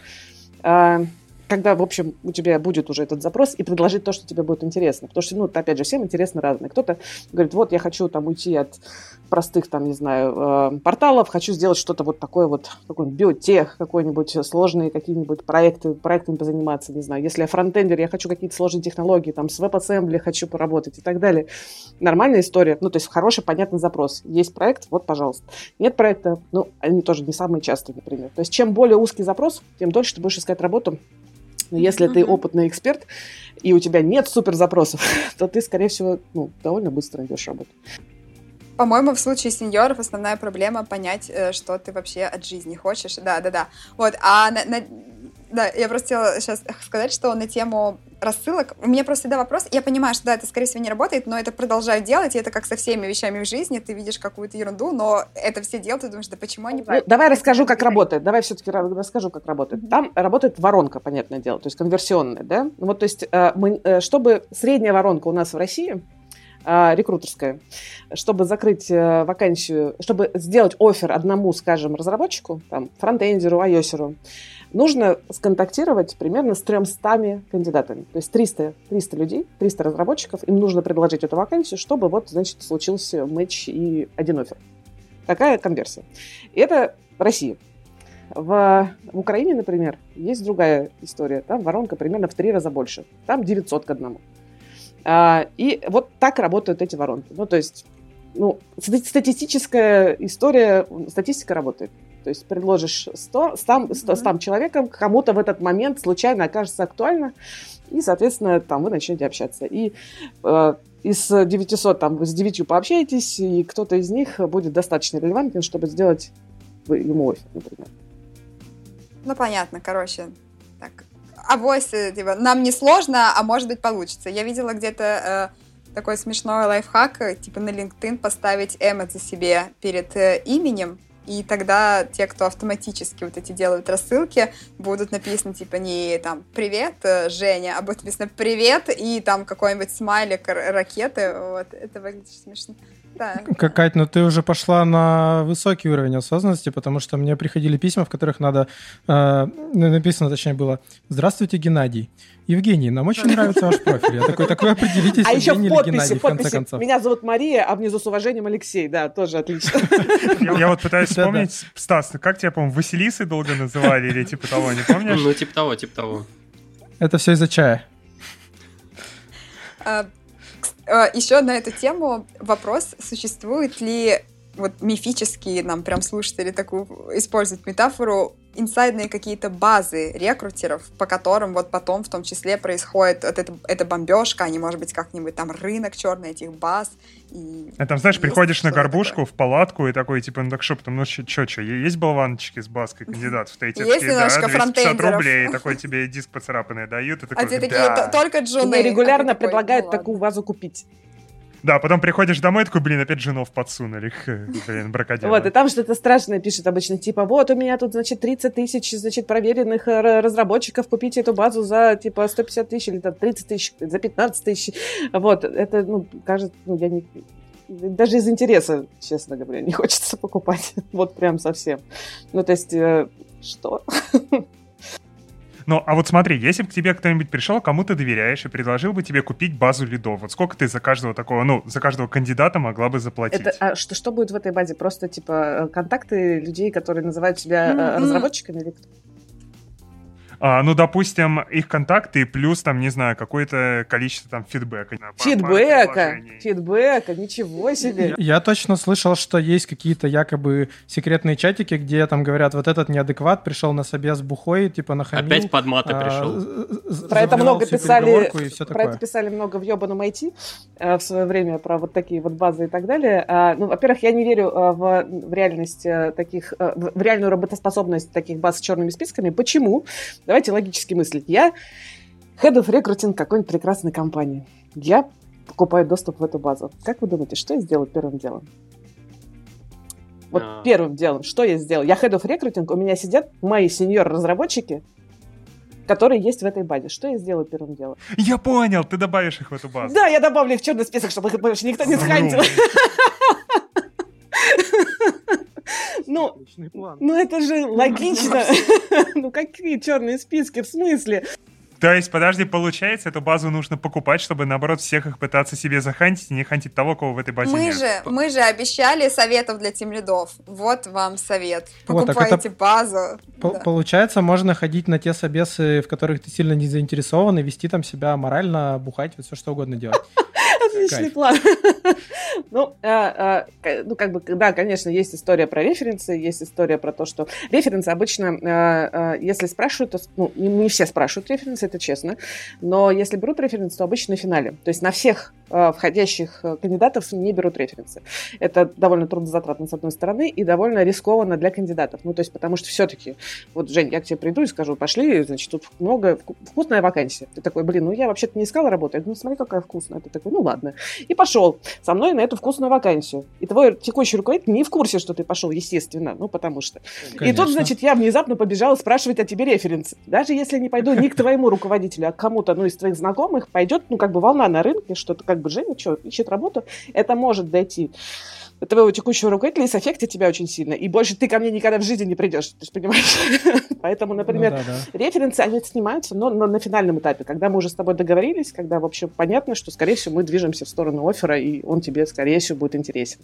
Speaker 2: а, когда, в общем, у тебя будет уже этот запрос, и предложить то, что тебе будет интересно. Потому что, ну, опять же, всем интересно разное. Кто-то говорит, вот, я хочу там уйти от простых, там, не знаю, э, порталов, хочу сделать что-то вот такое вот, какой-нибудь биотех, какой-нибудь сложные какие-нибудь проекты, проектами позаниматься, не знаю. Если я фронтендер, я хочу какие-то сложные технологии, там, с веб-ассембли хочу поработать и так далее. Нормальная история, ну, то есть хороший, понятный запрос. Есть проект, вот, пожалуйста. Нет проекта, ну, они тоже не самые частые, например. То есть чем более узкий запрос, тем дольше ты будешь искать работу. Но если mm-hmm. ты опытный эксперт, и у тебя нет суперзапросов, то ты, скорее всего, ну, довольно быстро найдешь работу.
Speaker 1: По-моему, в случае сеньоров основная проблема понять, что ты вообще от жизни хочешь. Да-да-да. Вот, а на, на... Да, я просто хотела сейчас сказать, что на тему рассылок, у меня просто всегда вопрос, я понимаю, что да, это, скорее всего, не работает, но это продолжают делать, и это как со всеми вещами в жизни, ты видишь какую-то ерунду, но это все делают, ты думаешь, да почему они...
Speaker 2: Ну, давай расскажу, как работает, давай все-таки расскажу, как работает. Mm-hmm. Там работает воронка, понятное дело, то есть конверсионная, да? Вот, то есть, мы, чтобы средняя воронка у нас в России, рекрутерская, чтобы закрыть вакансию, чтобы сделать оффер одному, скажем, разработчику, там, фронтендеру, айосеру, нужно сконтактировать примерно с тремстами кандидатами. То есть триста, триста людей, триста разработчиков, им нужно предложить эту вакансию, чтобы вот, значит, случился матч и один оффер. Такая конверсия. И это Россия. В, в Украине, например, есть другая история. Там воронка примерно в три раза больше. Там девятьсот к одному. А, и вот так работают эти воронки. Ну, то есть, ну, статистическая история, статистика работает. То есть предложишь сто, сто, сто, сто человекам, кому-то в этот момент случайно окажется актуально, и, соответственно, там вы начнете общаться. И э, из девятисот, там, с девятью пообщаетесь, и кто-то из них будет достаточно релевантен, чтобы сделать ему оффер, например.
Speaker 1: Ну, понятно, короче, так. Авось, типа, нам не сложно, а может быть получится. Я видела где-то э, такой смешной лайфхак, типа на LinkedIn поставить эмодзи себе перед э, именем, и тогда те, кто автоматически вот эти делают рассылки, будут написаны, типа, не там «Привет, Женя», а будет написано «Привет», и там какой-нибудь смайлик ракеты. Вот, это выглядит смешно. Да.
Speaker 3: Кать, ну ты уже пошла на высокий уровень осознанности, потому что мне приходили письма, в которых надо э, написано, точнее, было «Здравствуйте, Геннадий. Евгений, нам очень нравится ваш профиль». Я такой, так вы определитесь,
Speaker 2: а
Speaker 3: Евгений
Speaker 2: или
Speaker 3: Геннадий, в конце концов.
Speaker 2: Меня зовут Мария, а внизу с уважением Алексей. Да, тоже отлично.
Speaker 5: Я вот пытаюсь вспомнить, Стас, как тебя, по-моему, Василисой долго называли или типа того, не помнишь?
Speaker 4: Ну, типа того, типа того.
Speaker 3: Это все из-за чая.
Speaker 1: Еще на эту тему вопрос, существует ли вот мифические, нам прям слушатели такую используют метафору, инсайдные какие-то базы рекрутеров, по которым вот потом в том числе происходит вот эта, эта бомбежка, а не, может быть, как-нибудь там рынок черный этих баз. И
Speaker 5: а там, знаешь, приходишь на горбушку такое в палатку и такой, типа, ну так что, потом, ну что, что, есть болваночки с базкой кандидатов? Есть
Speaker 1: немножко
Speaker 5: фронтендеров. двести пятьдесят рублей, такой тебе диск поцарапанный дают, и такой,
Speaker 1: а те такие, только джуны.
Speaker 2: Тебе регулярно предлагают такую базу купить.
Speaker 5: Да, потом приходишь домой, такой, блин, опять женов подсунули, блин, бракодяга.
Speaker 2: Вот, и там что-то страшное пишет обычно, типа, вот у меня тут, значит, тридцать тысяч, значит, проверенных разработчиков, купите эту базу за, типа, сто пятьдесят тысяч или там тридцать тысяч, за пятнадцать тысяч. Вот, это, ну, кажется, ну, я не... Даже из интереса, честно говоря, не хочется покупать. Вот прям совсем. Ну, то есть, э, что?
Speaker 5: Ну, а вот смотри, если бы к тебе кто-нибудь пришел, кому ты доверяешь, и предложил бы тебе купить базу лидов, вот сколько ты за каждого такого, ну, за каждого кандидата могла бы заплатить?
Speaker 2: Это, а что, что будет в этой базе? Просто, типа, контакты людей, которые называют себя mm-hmm. разработчиками или кто?
Speaker 5: А, ну, допустим, их контакты плюс, там, не знаю, какое-то количество там фидбэка.
Speaker 2: Фидбэка? Фидбэка? Ничего себе!
Speaker 3: Я точно слышал, что есть какие-то якобы секретные чатики, где там говорят, вот этот неадекват пришел на собес бухой, типа нахамил.
Speaker 4: Опять под маты пришел.
Speaker 3: А,
Speaker 2: про это много писали, про это писали много в ёбаном ай ти э, в свое время, про вот такие вот базы и так далее. А, ну, во-первых, я не верю э, в, в реальность э, таких, э, в реальную работоспособность таких баз с черными списками. Почему? Давайте логически мыслить. Я head of recruiting какой-нибудь прекрасной компании. Я покупаю доступ в эту базу. Как вы думаете, что я сделаю первым делом? Вот а... первым делом, что я сделаю? Я head of recruiting, у меня сидят мои сеньор-разработчики, которые есть в этой базе. Что я сделаю первым делом?
Speaker 5: Я понял, ты добавишь их в эту базу.
Speaker 2: Да, я добавлю их в черный список, чтобы их больше никто не схантил. Ну, ну, это же логично. Ну, какие черные списки, в смысле?
Speaker 5: То есть, подожди, получается, эту базу нужно покупать, чтобы, наоборот, всех их пытаться себе захантить и не хантить того, кого в этой базе
Speaker 1: мы
Speaker 5: нет.
Speaker 1: Же, мы же обещали советов для тимлидов. Вот вам совет. Покупайте вот, это, базу.
Speaker 3: По- да. Получается, можно ходить на те собесы, в которых ты сильно не заинтересован, и вести там себя морально, бухать, вот все что угодно делать.
Speaker 2: Отличный план. Ну, а, а, ну, как бы, да, конечно, есть история про референсы, есть история про то, что референсы обычно, а, а, если спрашивают, то, ну, не, не все спрашивают референсы, это честно, но если берут референсы, то обычно на финале. То есть на всех а, входящих кандидатов не берут референсы. Это довольно трудозатратно, с одной стороны, и довольно рискованно для кандидатов. Ну, то есть, потому что все-таки, вот, Жень, я к тебе приду и скажу, пошли, значит, тут много, вкусная вакансия. Ты такой, блин, ну, я вообще-то не искала работу. Я говорю, ну, смотри, какая вкусная. Ты такой, ну, ладно. И пошел со мной на эту вкусную вакансию. И твой текущий руководитель не в курсе, что ты пошел, естественно, ну, потому что. Конечно. И тут, значит, я внезапно побежала спрашивать о тебе референсы. Даже если не пойду не к твоему руководителю, а к кому-то, ну, из твоих знакомых, пойдет, ну, как бы волна на рынке, что как бы Женя, что, ищет работу, это может дойти до твоего текущего руководителя и сэффектит тебя очень сильно. И больше ты ко мне никогда в жизни не придешь, ты же понимаешь? Поэтому, например, ну, да, да. референсы, они снимаются, но, но на финальном этапе, когда мы уже с тобой договорились, когда, в общем, понятно, что, скорее всего, мы движемся в сторону оффера, и он тебе, скорее всего, будет интересен.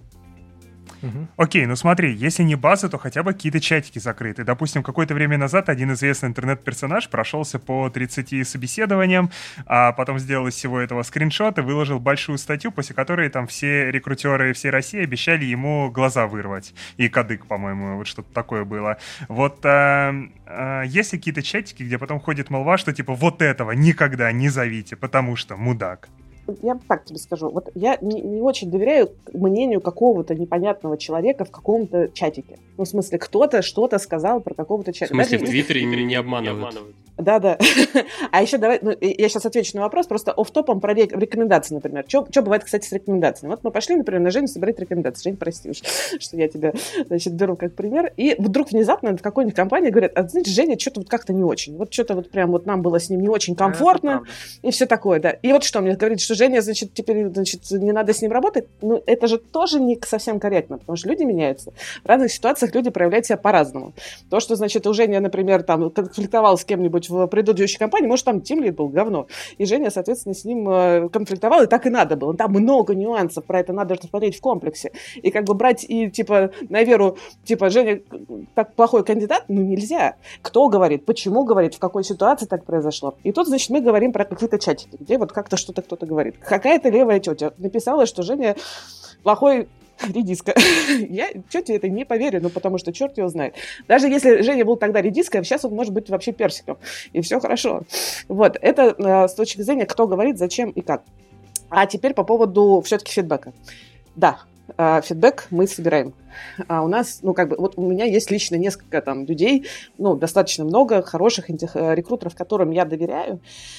Speaker 5: Угу. Окей, ну смотри, если не базы, то хотя бы какие-то чатики закрыты. Допустим, какое-то время назад один известный интернет-персонаж прошелся по тридцати собеседованиям, а потом сделал из всего этого скриншот и выложил большую статью, после которой там все рекрутеры всей России обещали ему глаза вырвать. И кадык, по-моему, вот что-то такое было. Вот а, а, есть какие-то чатики, где потом ходит молва, что типа вот этого никогда не зовите, потому что мудак.
Speaker 2: Я так тебе скажу, вот я не, не очень доверяю мнению какого-то непонятного человека в каком-то чатике. Ну, в смысле, кто-то что-то сказал про какого-то чатика.
Speaker 4: В смысле, Даже в Твиттере не, не обманывают.
Speaker 2: Да-да. А еще давай, ну, я сейчас отвечу на вопрос, просто офф-топом про рек- рекомендации, например. Что бывает, кстати, с рекомендациями? Вот мы пошли, например, на Женю собрать рекомендации. Жень, прости уж, что я тебя, значит, беру как пример. И вдруг внезапно в какой-нибудь компании говорят, а, знаете, Женя что-то вот как-то не очень. Вот что-то вот прям вот нам было с ним не очень комфортно. И все такое, да. И вот что, мне говорит, что Женя, значит, теперь, значит, не надо с ним работать. Ну, это же тоже не совсем корректно, потому что люди меняются. В разных ситуациях люди проявляют себя по-разному. То, что, значит, у Жени, например, там, конфликтовал с кем-нибудь в предыдущей компании, может, там тимлид был говно. И Женя, соответственно, с ним э, конфликтовал, и так и надо было. Там много нюансов, про это надо смотреть в комплексе. И как бы брать и, типа, на веру, типа, Женя так плохой кандидат, ну, нельзя. Кто говорит, почему говорит, в какой ситуации так произошло. И тут, значит, мы говорим про какие-то чатики, где вот как-то что-то кто-то говорит. Какая-то левая тетя написала, что Женя плохой редиска. Я тете это не поверю, ну, потому что черт его знает. Даже если Женя был тогда редиской, сейчас он может быть вообще персиком. И все хорошо. Вот. Это э, с точки зрения, кто говорит, зачем и как. А теперь по поводу все-таки фидбэка. Да, э, фидбэк мы собираем. А у нас, ну, как бы, вот у меня есть лично несколько там людей, ну, достаточно много хороших рекрутеров, которым я доверяю.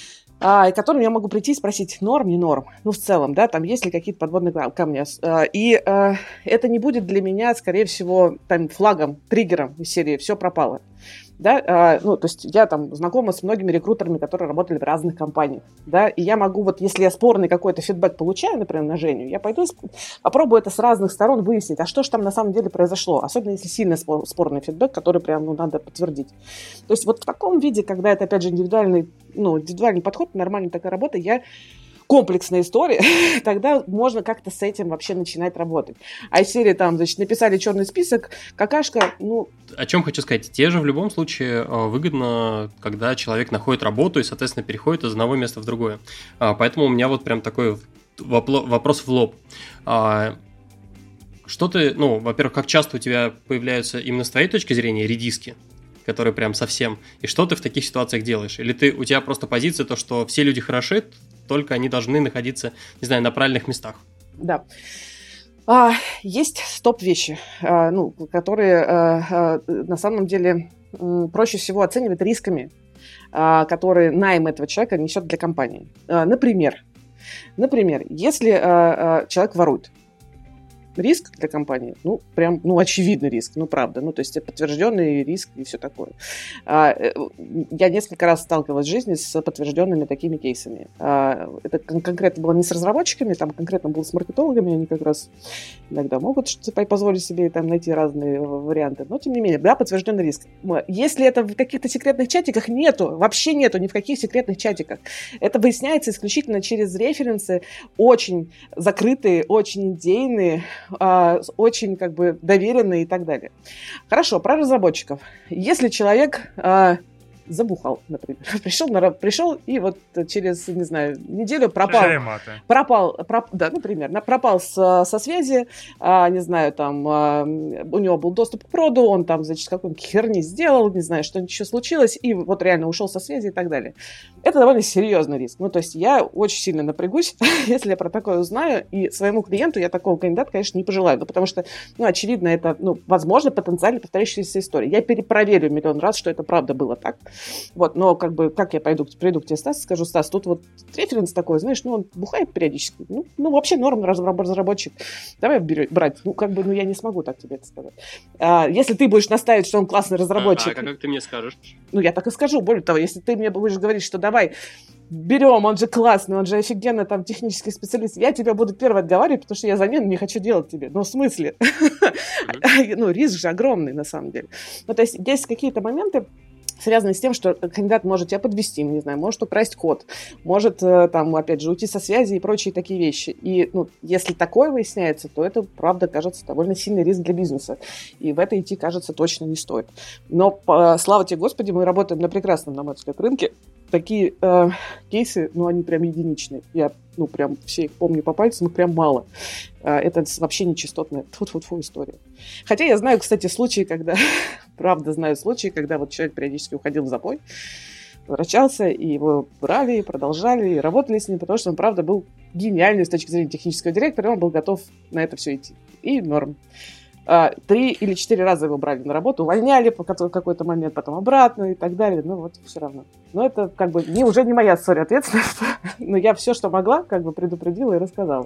Speaker 2: а, к которым я могу прийти и спросить, норм, не норм, ну, в целом, да, там есть ли какие-то подводные камни. А, и а, это не будет для меня, скорее всего, там, флагом, триггером из серии «все пропало». Да, а, ну, то есть я там знакома с многими рекрутерами, которые работали в разных компаниях, да, и я могу, вот если я спорный какой-то фидбэк получаю, например, на Женю, я пойду попробую это с разных сторон выяснить, а что же там на самом деле произошло, особенно если сильно спор, спорный фидбэк, который прям, ну, надо подтвердить. То есть вот в таком виде, когда это, опять же, индивидуальный, ну, индивидуальный подход, нормальная такая работа, я комплексная история, тогда можно как-то с этим вообще начинать работать. А из серии там, значит, написали черный список, какашка, ну...
Speaker 4: О чем хочу сказать? Те же в любом случае выгодно, когда человек находит работу и, соответственно, переходит из одного места в другое. Поэтому у меня вот прям такой вопрос в лоб. Что ты, ну, во-первых, как часто у тебя появляются именно с твоей точки зрения редиски, которые прям совсем, и что ты в таких ситуациях делаешь? Или ты, у тебя просто позиция то, что все люди хороши, только они должны находиться, не знаю, на правильных местах?
Speaker 2: Да. А, есть стоп-вещи, а, ну, которые а, а, на самом деле м, проще всего оценивать рисками, а, которые найм этого человека несет для компании. А, например, например, если а, а, человек ворует, риск для компании, ну, прям, ну, очевидный риск, ну, правда, ну, то есть подтвержденный риск и все такое. А, я несколько раз сталкивалась в жизни с подтвержденными такими кейсами. А, это кон- конкретно было не с разработчиками, там конкретно было с маркетологами, они как раз иногда могут что-то позволить себе там найти разные варианты, но, тем не менее, да, подтвержденный риск. Если это в каких-то секретных чатиках, нету, вообще нету ни в каких секретных чатиках. Это выясняется исключительно через референсы, очень закрытые, очень идейные, очень как бы доверенные и так далее. Хорошо, про разработчиков. Если человек а, забухал, например, пришел, на, пришел и вот через, не знаю, неделю пропал. Пропал, проп, да, например, пропал с, со связи, а, не знаю, там, а, у него был доступ к проду, он там, значит, какой-нибудь херни сделал, не знаю, что-нибудь еще случилось, и вот реально ушел со связи и так далее. Это довольно серьезный риск. Ну, то есть я очень сильно напрягусь, если я про такое узнаю, и своему клиенту я такого кандидата, конечно, не пожелаю, ну, потому что, ну, очевидно, это, ну, возможно, потенциально повторяющаяся история. Я перепроверю миллион раз, что это правда было так. Вот, но как бы, как я пойду, приду к тебе, Стас, скажу, Стас, тут вот референс такой, знаешь, ну, он бухает периодически, ну, ну вообще норм разработчик, давай берем, брать, ну, как бы, ну, я не смогу так тебе это сказать. А, если ты будешь настаивать, что он классный разработчик...
Speaker 4: А, а как ты мне скажешь?
Speaker 2: Ну, я так и скажу, более того, если ты мне будешь говорить, что давай, берем, он же классный, он же офигенно там технический специалист, я тебя буду первой отговаривать, потому что я замену не хочу делать тебе. Ну, в смысле? Ну, риск же огромный, на самом деле. Ну, то есть, есть какие-то моменты, связанные с тем, что кандидат может тебя подвести, не знаю, может украсть код, может, там, опять же, уйти со связи и прочие такие вещи. И, ну, если такое выясняется, то это, правда, кажется довольно сильный риск для бизнеса. И в это идти, кажется, точно не стоит. Но, по, слава тебе, Господи, мы работаем на прекрасном, на мой взгляд, рынке. Такие э, кейсы, ну, они прям единичные. Я, ну, прям все их помню по пальцам, их прям мало. Э, это вообще нечастотная тьфу-тьфу-тьфу история. Хотя я знаю, кстати, случаи, когда, правда, знаю случаи, когда вот человек периодически уходил в запой, возвращался, и его брали, и продолжали, и работали с ним, потому что он, правда, был гениальный с точки зрения технического директора, и он был готов на это все идти. И норм. Три или четыре раза его брали на работу, увольняли в какой-то момент, потом обратно и так далее. Ну вот, все равно. Но это как бы не, уже не моя, сори, ответственность. Но я все, что могла, как бы предупредила и рассказала.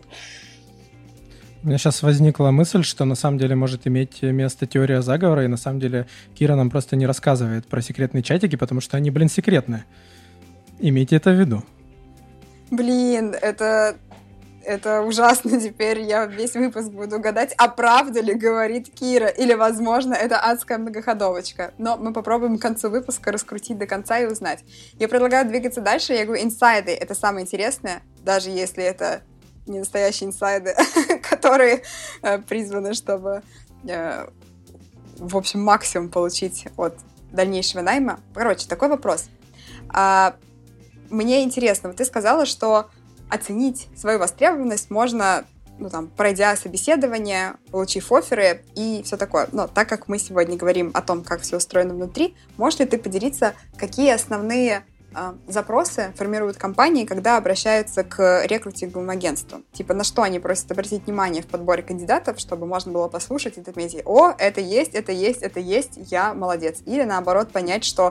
Speaker 3: У меня сейчас возникла мысль, что на самом деле может иметь место теория заговора, и на самом деле Кира нам просто не рассказывает про секретные чатики, потому что они, блин, секретные. Имейте это в виду.
Speaker 1: Блин, это... Это ужасно теперь, я весь выпуск буду гадать, а правда ли говорит Кира, или, возможно, это адская многоходовочка. Но мы попробуем к концу выпуска раскрутить до конца и узнать. Я предлагаю двигаться дальше, я говорю, инсайды — это самое интересное, даже если это не настоящие инсайды, которые э, призваны, чтобы, э, в общем, максимум получить от дальнейшего найма. Короче, такой вопрос. А, мне интересно, вот ты сказала, что оценить свою востребованность можно, ну, там, пройдя собеседование, получив офферы и все такое. Но так как мы сегодня говорим о том, как все устроено внутри, можешь ли ты поделиться, какие основные э, запросы формируют компании, когда обращаются к рекрутинговым агентствам? Типа, на что они просят обратить внимание в подборе кандидатов, чтобы можно было послушать и отметить: о, это есть, это есть, это есть, я молодец. Или наоборот, понять, что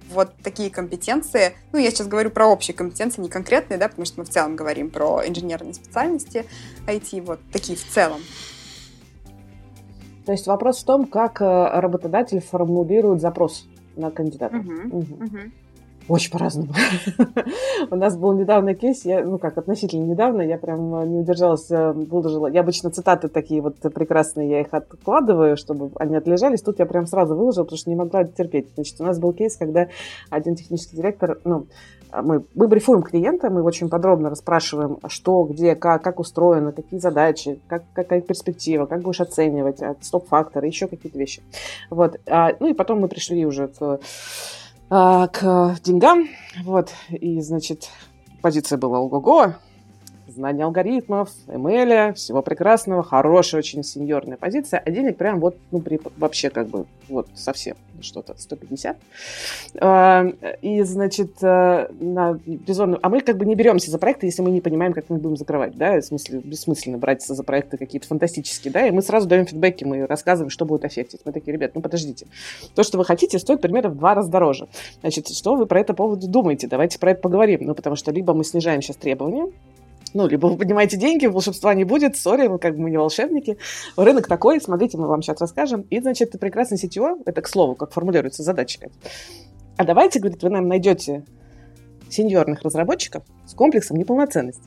Speaker 1: вот такие компетенции, ну, я сейчас говорю про общие компетенции, не конкретные, да, потому что мы в целом говорим про инженерные специальности ай ти, вот такие в целом.
Speaker 2: То есть вопрос в том, как работодатель формулирует запрос на кандидата.
Speaker 1: Угу,
Speaker 2: угу.
Speaker 1: Угу.
Speaker 2: Очень по-разному. У нас был недавно кейс, я, ну как, относительно недавно, я прям не удержалась, выложила. Я обычно цитаты такие вот прекрасные, я их откладываю, чтобы они отлежались. Тут я прям сразу выложила, потому что не могла терпеть. Значит, у нас был кейс, когда один технический директор, ну, мы, мы брифуем клиента, мы очень подробно расспрашиваем, что, где, как, как устроено, какие задачи, как, какая перспектива, как будешь оценивать, стоп-факторы, еще какие-то вещи. Вот. А, ну и потом мы пришли уже к... к деньгам, вот, и, значит, позиция была ого-го, знание алгоритмов, эм эл, всего прекрасного, хорошая, очень сеньорная позиция, а денег прям вот, ну, при, вообще как бы, вот, совсем что-то, сто пятьдесят. И, значит, на резонную... А мы как бы не беремся за проекты, если мы не понимаем, как мы будем закрывать, да, в смысле, бессмысленно браться за проекты какие-то фантастические, да, и мы сразу даем фидбэки, мы рассказываем, что будет аффектить. Мы такие, ребят, ну, подождите, то, что вы хотите, стоит примерно в два раза дороже. Значит, что вы про это поводу думаете? Давайте про это поговорим. Ну, потому что либо мы снижаем сейчас требования, ну, либо вы поднимаете деньги, волшебства не будет, сори, мы как бы мы не волшебники. Рынок такой, смотрите, мы вам сейчас расскажем. И, значит, прекрасный си ти о, это, к слову, как формулируется задача. А давайте, говорит, вы нам найдете сеньорных разработчиков с комплексом неполноценности.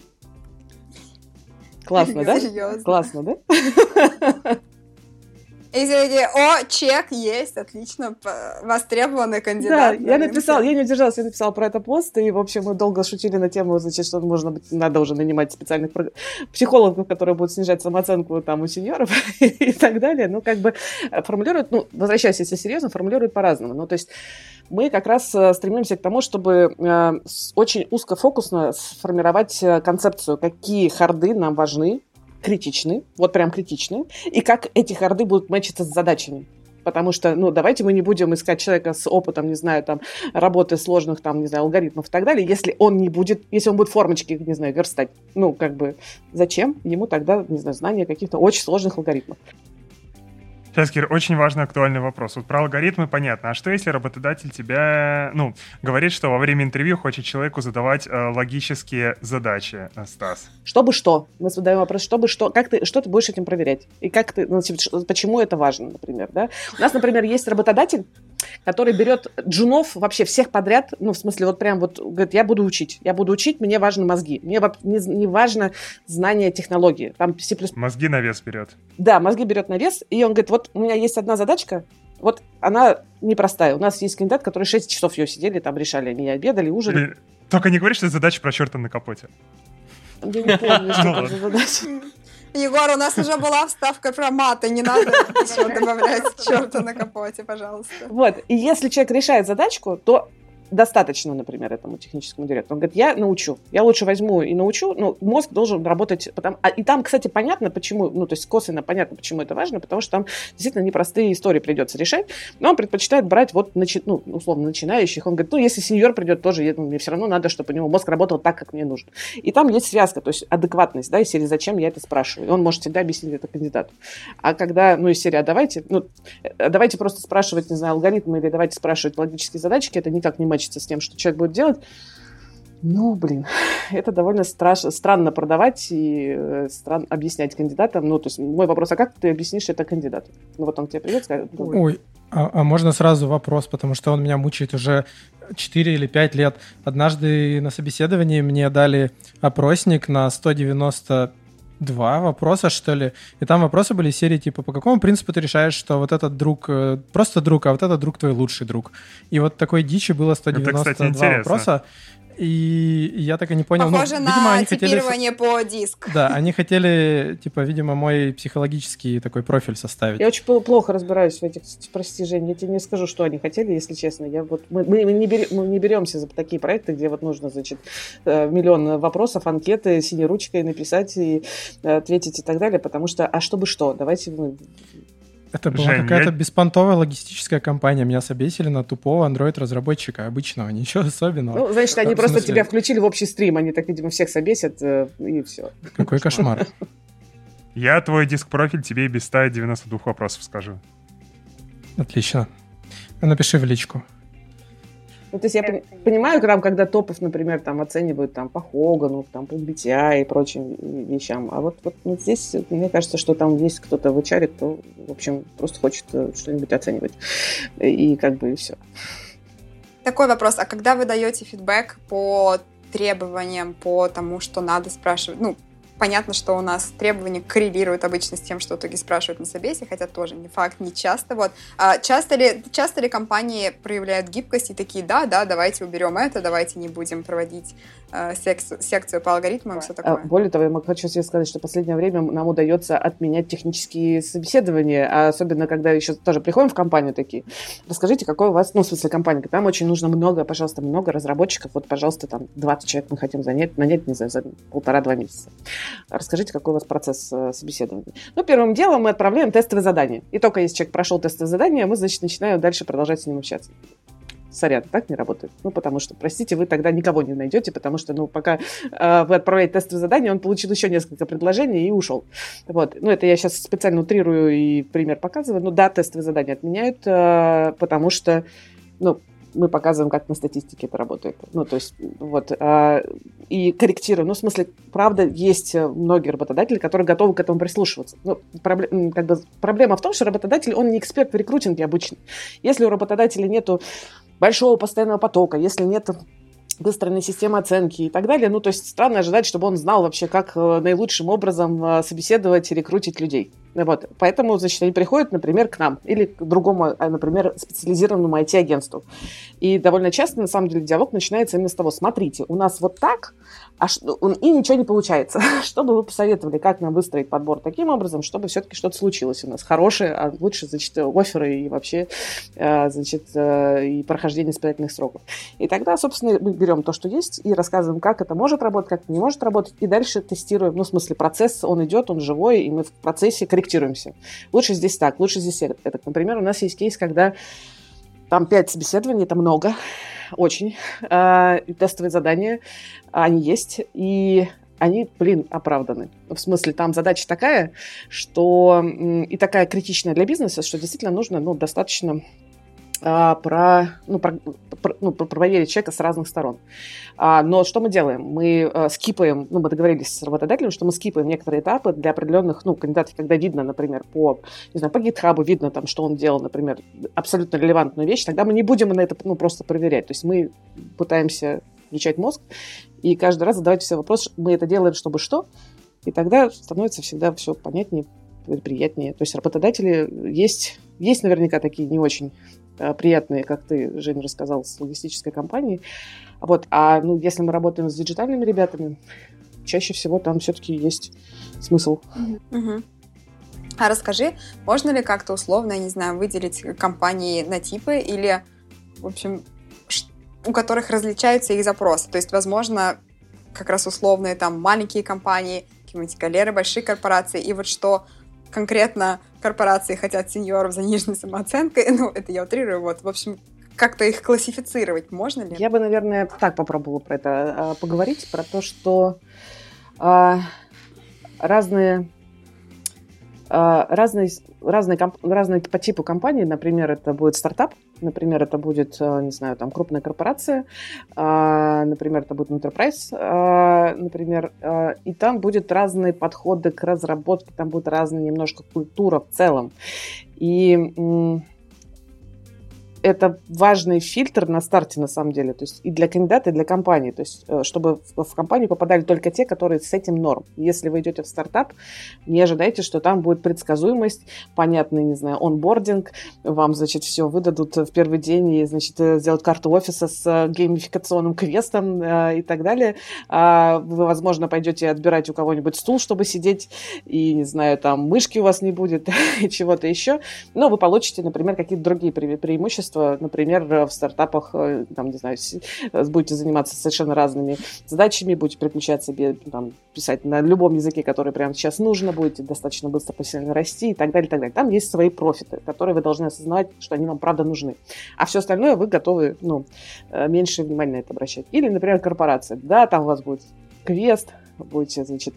Speaker 2: Классно, да?
Speaker 1: Серьезно?
Speaker 2: Классно, да?
Speaker 1: И все такие, о, чек есть, отлично, востребованный кандидат.
Speaker 2: Да, я написала, я не удержалась, я написала про это пост, и, в общем, мы долго шутили на тему, значит, что, может быть, надо уже нанимать специальных психологов, которые будут снижать самооценку там у сеньоров и так далее. Ну, как бы формулируют, ну, возвращаясь, если серьезно, формулируют по-разному. Ну, то есть мы как раз стремимся к тому, чтобы очень узкофокусно сформировать концепцию, какие харды нам важны, критичны, вот прям критичны, и как эти харды будут мэчиться с задачами. Потому что, ну, давайте мы не будем искать человека с опытом, не знаю, там, работы сложных, там, не знаю, алгоритмов и так далее, если он не будет, если он будет формочки, не знаю, верстать. Ну, как бы, зачем ему тогда, не знаю, знание каких-то очень сложных алгоритмов?
Speaker 5: Сейчас, Кир, очень важный актуальный вопрос. Вот про алгоритмы понятно. А что, если работодатель тебя, ну, говорит, что во время интервью хочет человеку задавать э, логические задачи, Стас?
Speaker 2: Чтобы что? Мы задаем вопрос, чтобы что? Как ты, что ты будешь этим проверять? И как ты, ну, почему это важно, например, да? У нас, например, есть работодатель, который берет джунов вообще всех подряд, ну, в смысле, вот прям вот, говорит, я буду учить, я буду учить, мне важны мозги, мне не, не важно знание технологии. Там C++...
Speaker 5: Мозги на вес берет.
Speaker 2: Да, мозги берет на вес, и он говорит, вот у меня есть одна задачка, вот она непростая. У нас есть кандидат, который шесть часов ее сидели, там решали, они обедали, ужинали.
Speaker 5: Или... Только не говори, что это задача про черта на капоте.
Speaker 2: Я не помню, что там за задача.
Speaker 1: Егор, у нас уже была вставка про маты, не надо добавлять черта на капоте, пожалуйста.
Speaker 2: Вот, и если человек решает задачку, то достаточно, например, этому техническому директору. Он говорит, я научу, я лучше возьму и научу, но мозг должен работать. Потому... А, и там, кстати, понятно, почему, ну, то есть косвенно понятно, почему это важно, потому что там действительно непростые истории придется решать, но он предпочитает брать вот, начи... ну, условно, начинающих. Он говорит, ну, если сеньор придет, тоже ну, мне все равно надо, чтобы у него мозг работал так, как мне нужно. И там есть связка, то есть адекватность, да, из серии «Зачем я это спрашиваю?» И он может всегда объяснить это кандидату. А когда, ну, из серии «А давайте», ну, давайте просто спрашивать, не знаю, алгоритмы или давайте спрашивать логические задачки, это никак не матчится с тем, что человек будет делать. Ну, блин, это довольно страш... странно продавать и э, странно объяснять кандидатам. Ну, то есть мой вопрос, а как ты объяснишь это кандидату? Ну, вот он к тебе придет, скажет...
Speaker 3: Ой, а, а можно сразу вопрос, потому что он меня мучает уже четыре или пять лет. Однажды на собеседовании мне дали опросник на сто девяносто два вопроса, что ли. И там вопросы были из серии типа, по какому принципу ты решаешь, что вот этот друг э, просто друг, а вот этот друг твой лучший друг. И вот такой дичи было сто девяносто два
Speaker 5: это, кстати,
Speaker 3: вопроса. И я так и не понял.
Speaker 1: Похоже
Speaker 3: ну,
Speaker 1: на
Speaker 3: видимо, они
Speaker 1: типирование
Speaker 3: хотели...
Speaker 1: по диск.
Speaker 3: Да, они хотели, типа, видимо, мой психологический такой профиль составить.
Speaker 2: Я очень плохо разбираюсь в этих, прости, Жень, я тебе не скажу, что они хотели, если честно. Я вот, мы, мы, не берем, мы не беремся за такие проекты, где вот нужно, значит, миллион вопросов, анкеты, синей ручкой написать и ответить и так далее, потому что, а чтобы что? Давайте мы...
Speaker 3: Это была
Speaker 5: Жень,
Speaker 3: какая-то
Speaker 5: я...
Speaker 3: беспонтовая логистическая компания. Меня собесили на тупого Android-разработчика обычного. Ничего особенного.
Speaker 2: Ну, значит, они
Speaker 3: в
Speaker 2: просто
Speaker 3: смысле...
Speaker 2: тебя включили в общий стрим. Они так, видимо, всех собесят, и все.
Speaker 3: Какой кошмар.
Speaker 5: Я твой диск-профиль тебе и без ста девяноста двух вопросов скажу.
Speaker 3: Отлично. Напиши в личку.
Speaker 2: Ну, то есть я понимаю, когда, когда топов, например, там оценивают там, по Хогану, там, по би ти ай и прочим вещам. А вот, вот, вот здесь, мне кажется, что там есть кто-то в эйч ар, кто, в общем, просто хочет что-нибудь оценивать. И как бы и все.
Speaker 1: Такой вопрос. А когда вы даете фидбэк по требованиям, по тому, что надо спрашивать? Ну, понятно, что у нас требования коррелируют обычно с тем, что в итоге спрашивают на собесе, хотя тоже не факт, не часто. Вот. А часто ли, часто ли компании проявляют гибкость и такие, да, да, давайте уберем это, давайте не будем проводить э, секцию, секцию по алгоритмам и все такое?
Speaker 2: Более того, я хочу себе сказать, что в последнее время нам удается отменять технические собеседования, а особенно когда еще тоже приходим в компанию такие. Расскажите, какой у вас, ну, в смысле компания, там очень нужно много, пожалуйста, много разработчиков, вот, пожалуйста, там двадцать человек мы хотим занять, нанять, не знаю, за полтора-два месяца. Расскажите, какой у вас процесс э, собеседования. Ну, первым делом мы отправляем тестовые задания. И только если человек прошел тестовые задания, мы, значит, начинаем дальше продолжать с ним общаться. Сорян, так не работает. Ну, потому что, простите, вы тогда никого не найдете, потому что, ну, пока э, вы отправляете тестовые задания, он получил еще несколько предложений и ушел. Вот. Ну, это я сейчас специально утрирую и пример показываю. Ну, да, тестовые задания отменяют, э, потому что, ну, мы показываем, как на статистике это работает. Ну, то есть, вот, а, и корректируем. Ну, в смысле, правда, есть многие работодатели, которые готовы к этому прислушиваться. Ну, проблем, как бы, проблема в том, что работодатель, он не эксперт в рекрутинге обычно. Если у работодателя нету большого постоянного потока, если нет выстроенной системы оценки и так далее, ну, то есть странно ожидать, чтобы он знал вообще, как наилучшим образом собеседовать и рекрутить людей. Вот. Поэтому, значит, они приходят, например, к нам или к другому, например, специализированному ай ти-агентству. И довольно часто, на самом деле, диалог начинается именно с того: смотрите, у нас вот так, а что, и ничего не получается. Что бы вы посоветовали, как нам выстроить подбор таким образом, чтобы все-таки что-то случилось у нас хорошее, а лучше, значит, офферы и вообще, значит, и прохождение испытательных сроков. И тогда, собственно, мы берем то, что есть, и рассказываем, как это может работать, как это не может работать, и дальше тестируем. Ну, в смысле, процесс, он идет, он живой, и мы в процессе корректируемся. Лучше здесь так, лучше здесь это. Например, у нас есть кейс, когда там пять собеседований, это много, очень. И тестовые задания, они есть, и они, блин, оправданы. В смысле, там задача такая, что и такая критичная для бизнеса, что действительно нужно, ну, достаточно а, про, ну, про, про, ну, проверить человека с разных сторон. А, но что мы делаем? Мы а, скипаем, ну, мы договорились с работодателем, что мы скипаем некоторые этапы для определенных, ну, кандидатов, когда видно, например, по, не знаю, по GitHub видно, там, что он делал, например, абсолютно релевантную вещь, тогда мы не будем на это, ну, просто проверять. То есть мы пытаемся включать мозг и каждый раз задавать себе вопрос, мы это делаем, чтобы что, и тогда становится всегда все понятнее, приятнее. То есть работодатели есть, есть наверняка такие не очень приятные, как ты, Женя, рассказал, с логистической компанией. Вот. А ну, если мы работаем с диджитальными ребятами, чаще всего там все-таки есть смысл.
Speaker 1: Угу. А расскажи, можно ли как-то условно, я не знаю, выделить компании на типы или, в общем, у которых различаются их запросы? То есть, возможно, как раз условные там маленькие компании, какие-нибудь галеры, большие корпорации, и вот что конкретно корпорации хотят сеньоров за нижней самооценкой, ну, это я утрирую, вот, в общем, как-то их классифицировать можно ли?
Speaker 2: Я бы, наверное, так попробовала про это а, поговорить, про то, что а, разные, а, разные, разные, комп, разные по типу компании, например, это будет стартап, например, это будет, не знаю, там, крупная корпорация, например, это будет enterprise, например, и там будут разные подходы к разработке, там будет разная немножко культура в целом. И это важный фильтр на старте, на самом деле, то есть и для кандидата, и для компании, то есть чтобы в компанию попадали только те, которые с этим норм. Если вы идете в стартап, не ожидайте, что там будет предсказуемость, понятный, не знаю, онбординг, вам, значит, все выдадут в первый день и, значит, сделать карту офиса с геймификационным квестом и так далее. Вы, возможно, пойдете отбирать у кого-нибудь стул, чтобы сидеть, и, не знаю, там мышки у вас не будет, и чего-то еще, но вы получите, например, какие-то другие преимущества. Например, в стартапах, там, не знаю, будете заниматься совершенно разными задачами, будете переключать себе, там, писать на любом языке, который прямо сейчас нужно, будете достаточно быстро профессионально расти и так далее, и так далее. Там есть свои профиты, которые вы должны осознавать, что они вам правда нужны. А все остальное вы готовы, ну, меньше внимания на это обращать. Или, например, корпорация. Да, там у вас будет квест, будете, значит,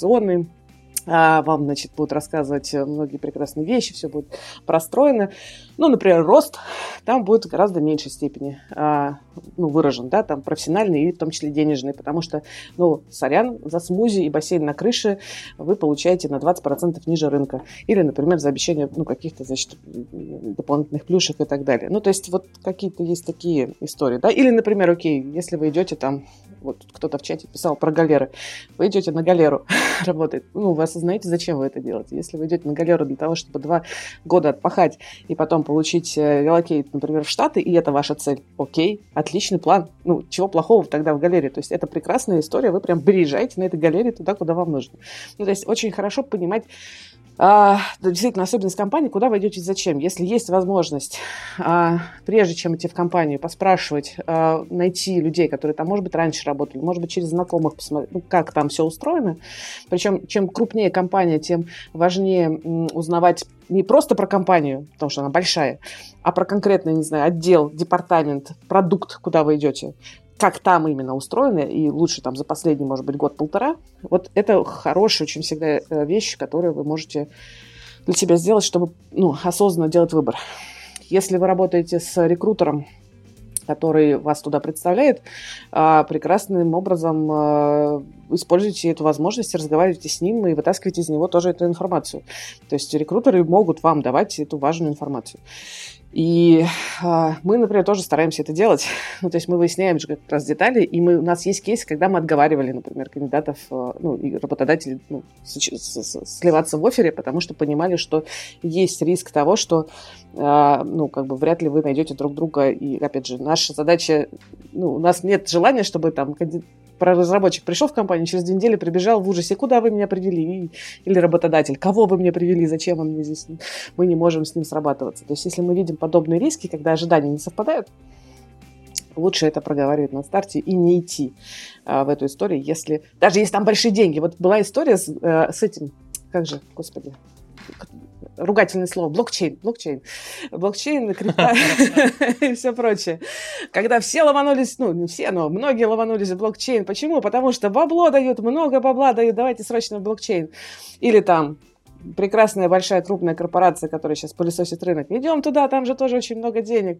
Speaker 2: геймификационный, вам, значит, будут рассказывать многие прекрасные вещи, все будет простроено. Ну, например, рост там будет в гораздо меньшей степени а, ну, выражен, да, там профессиональный и в том числе денежный, потому что, ну, сорян, за смузи и бассейн на крыше вы получаете на двадцать процентов ниже рынка. Или, например, за обещание, ну, каких-то, значит, дополнительных плюшек и так далее. Ну, то есть вот какие-то есть такие истории, да. Или, например, окей, если вы идете там, вот кто-то в чате писал про галеры, вы идете на галеру работать, ну, вы осознаете, зачем вы это делаете. Если вы идете на галеру для того, чтобы два года отпахать и потом получить релокейт, например, в Штаты, и это ваша цель, окей, отличный план. Ну, чего плохого тогда в галерее? То есть это прекрасная история, вы прям приезжаете на этой галерее туда, куда вам нужно. Ну, то есть очень хорошо понимать, а, действительно, особенность компании, куда вы идете и зачем. Если есть возможность, а, прежде чем идти в компанию, поспрашивать, а, найти людей, которые там, может быть, раньше работали, может быть, через знакомых посмотреть, ну, как там все устроено. Причем, чем крупнее компания, тем важнее м, узнавать не просто про компанию, потому что она большая, а про конкретный, не знаю, отдел, департамент, продукт, куда вы идете. Как там именно устроено, и лучше там за последний, может быть, год-полтора. Вот это хорошая очень всегда вещь, которую вы можете для себя сделать, чтобы, ну, осознанно делать выбор. Если вы работаете с рекрутером, который вас туда представляет, прекрасным образом используйте эту возможность, разговаривайте с ним и вытаскивайте из него тоже эту информацию. То есть рекрутеры могут вам давать эту важную информацию. И э, мы, например, тоже стараемся это делать. Ну, то есть мы выясняем же как раз детали, и мы, у нас есть кейс, когда мы отговаривали, например, кандидатов, э, ну, и работодателей, ну, с, с, с, сливаться в оффере, потому что понимали, что есть риск того, что, э, ну, как бы вряд ли вы найдете друг друга. И, опять же, наша задача, ну, у нас нет желания, чтобы там кандидат, про разработчик пришел в компанию, через две недели прибежал в ужасе, куда вы меня привели, или работодатель, кого вы мне привели, зачем он мне здесь, мы не можем с ним срабатываться. То есть если мы видим подобные риски, когда ожидания не совпадают, лучше это проговаривать на старте и не идти а, в эту историю, если, даже если там большие деньги. Вот была история с, а, с этим, как же, господи, ругательное слово, блокчейн, блокчейн, блокчейн, крипта и все прочее. Когда все ломанулись, ну, не все, но многие ломанулись в блокчейн. Почему? Потому что бабло дают, много бабла дают, давайте срочно в блокчейн. Или там прекрасная большая крупная корпорация, которая сейчас пылесосит рынок. Идем туда, там же тоже очень много денег.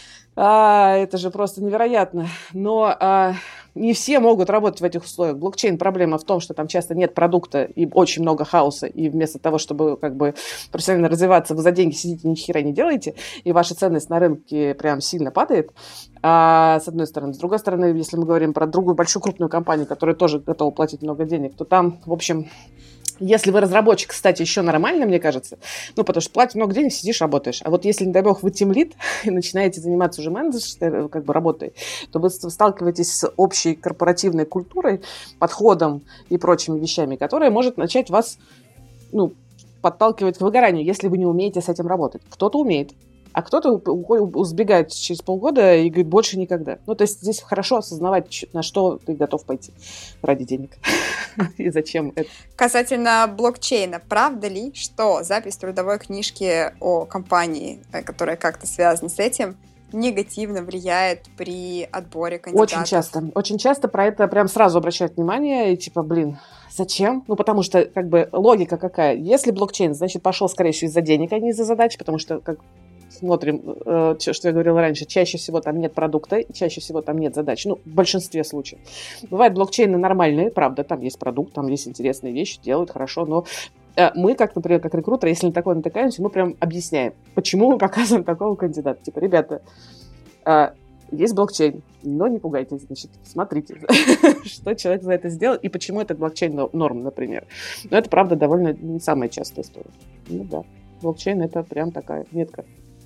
Speaker 2: А, это же просто невероятно. Но а, не все могут работать в этих условиях. Блокчейн, проблема в том, что там часто нет продукта и очень много хаоса. И вместо того, чтобы как бы профессионально развиваться, вы за деньги сидите, ни хера не делаете, и ваша ценность на рынке прям сильно падает. А, с одной стороны. С другой стороны, если мы говорим про другую большую крупную компанию, которая тоже готова платить много денег, то там, в общем... Если вы разработчик, кстати, еще нормально, мне кажется, ну, потому что платишь много денег, сидишь, работаешь. А вот если, не дай бог, вы тимлид и начинаете заниматься уже менеджерской как бы работой, то вы сталкиваетесь с общей корпоративной культурой, подходом и прочими вещами, которая может начать вас, ну, подталкивать к выгоранию, если вы не умеете с этим работать. Кто-то умеет. А кто-то сбегает через полгода и говорит, больше никогда. Ну, то есть здесь хорошо осознавать, на что ты готов пойти ради денег. И зачем это.
Speaker 1: Касательно блокчейна, правда ли, что запись трудовой книжки о компании, которая как-то связана с этим, негативно влияет при отборе кандидатов?
Speaker 2: Очень часто. Очень часто про это прям сразу обращают внимание. И типа, блин, зачем? Ну, потому что, как бы, логика какая? Если блокчейн, значит, пошел, скорее всего, из-за денег, а не из-за задач, потому что, как смотрим, э, что я говорила раньше, чаще всего там нет продукта, чаще всего там нет задач, ну, в большинстве случаев. Бывают блокчейны нормальные, правда, там есть продукт, там есть интересные вещи, делают хорошо, но э, мы, как, например, как рекрутеры, если на такое натыкаемся, мы прям объясняем, почему мы показываем такого кандидата. Типа, ребята, э, есть блокчейн, но не пугайтесь, значит, смотрите, что человек за это сделал и почему этот блокчейн норм, например. Но это, правда, довольно не самая частая история. Ну да, блокчейн — это прям такая метка.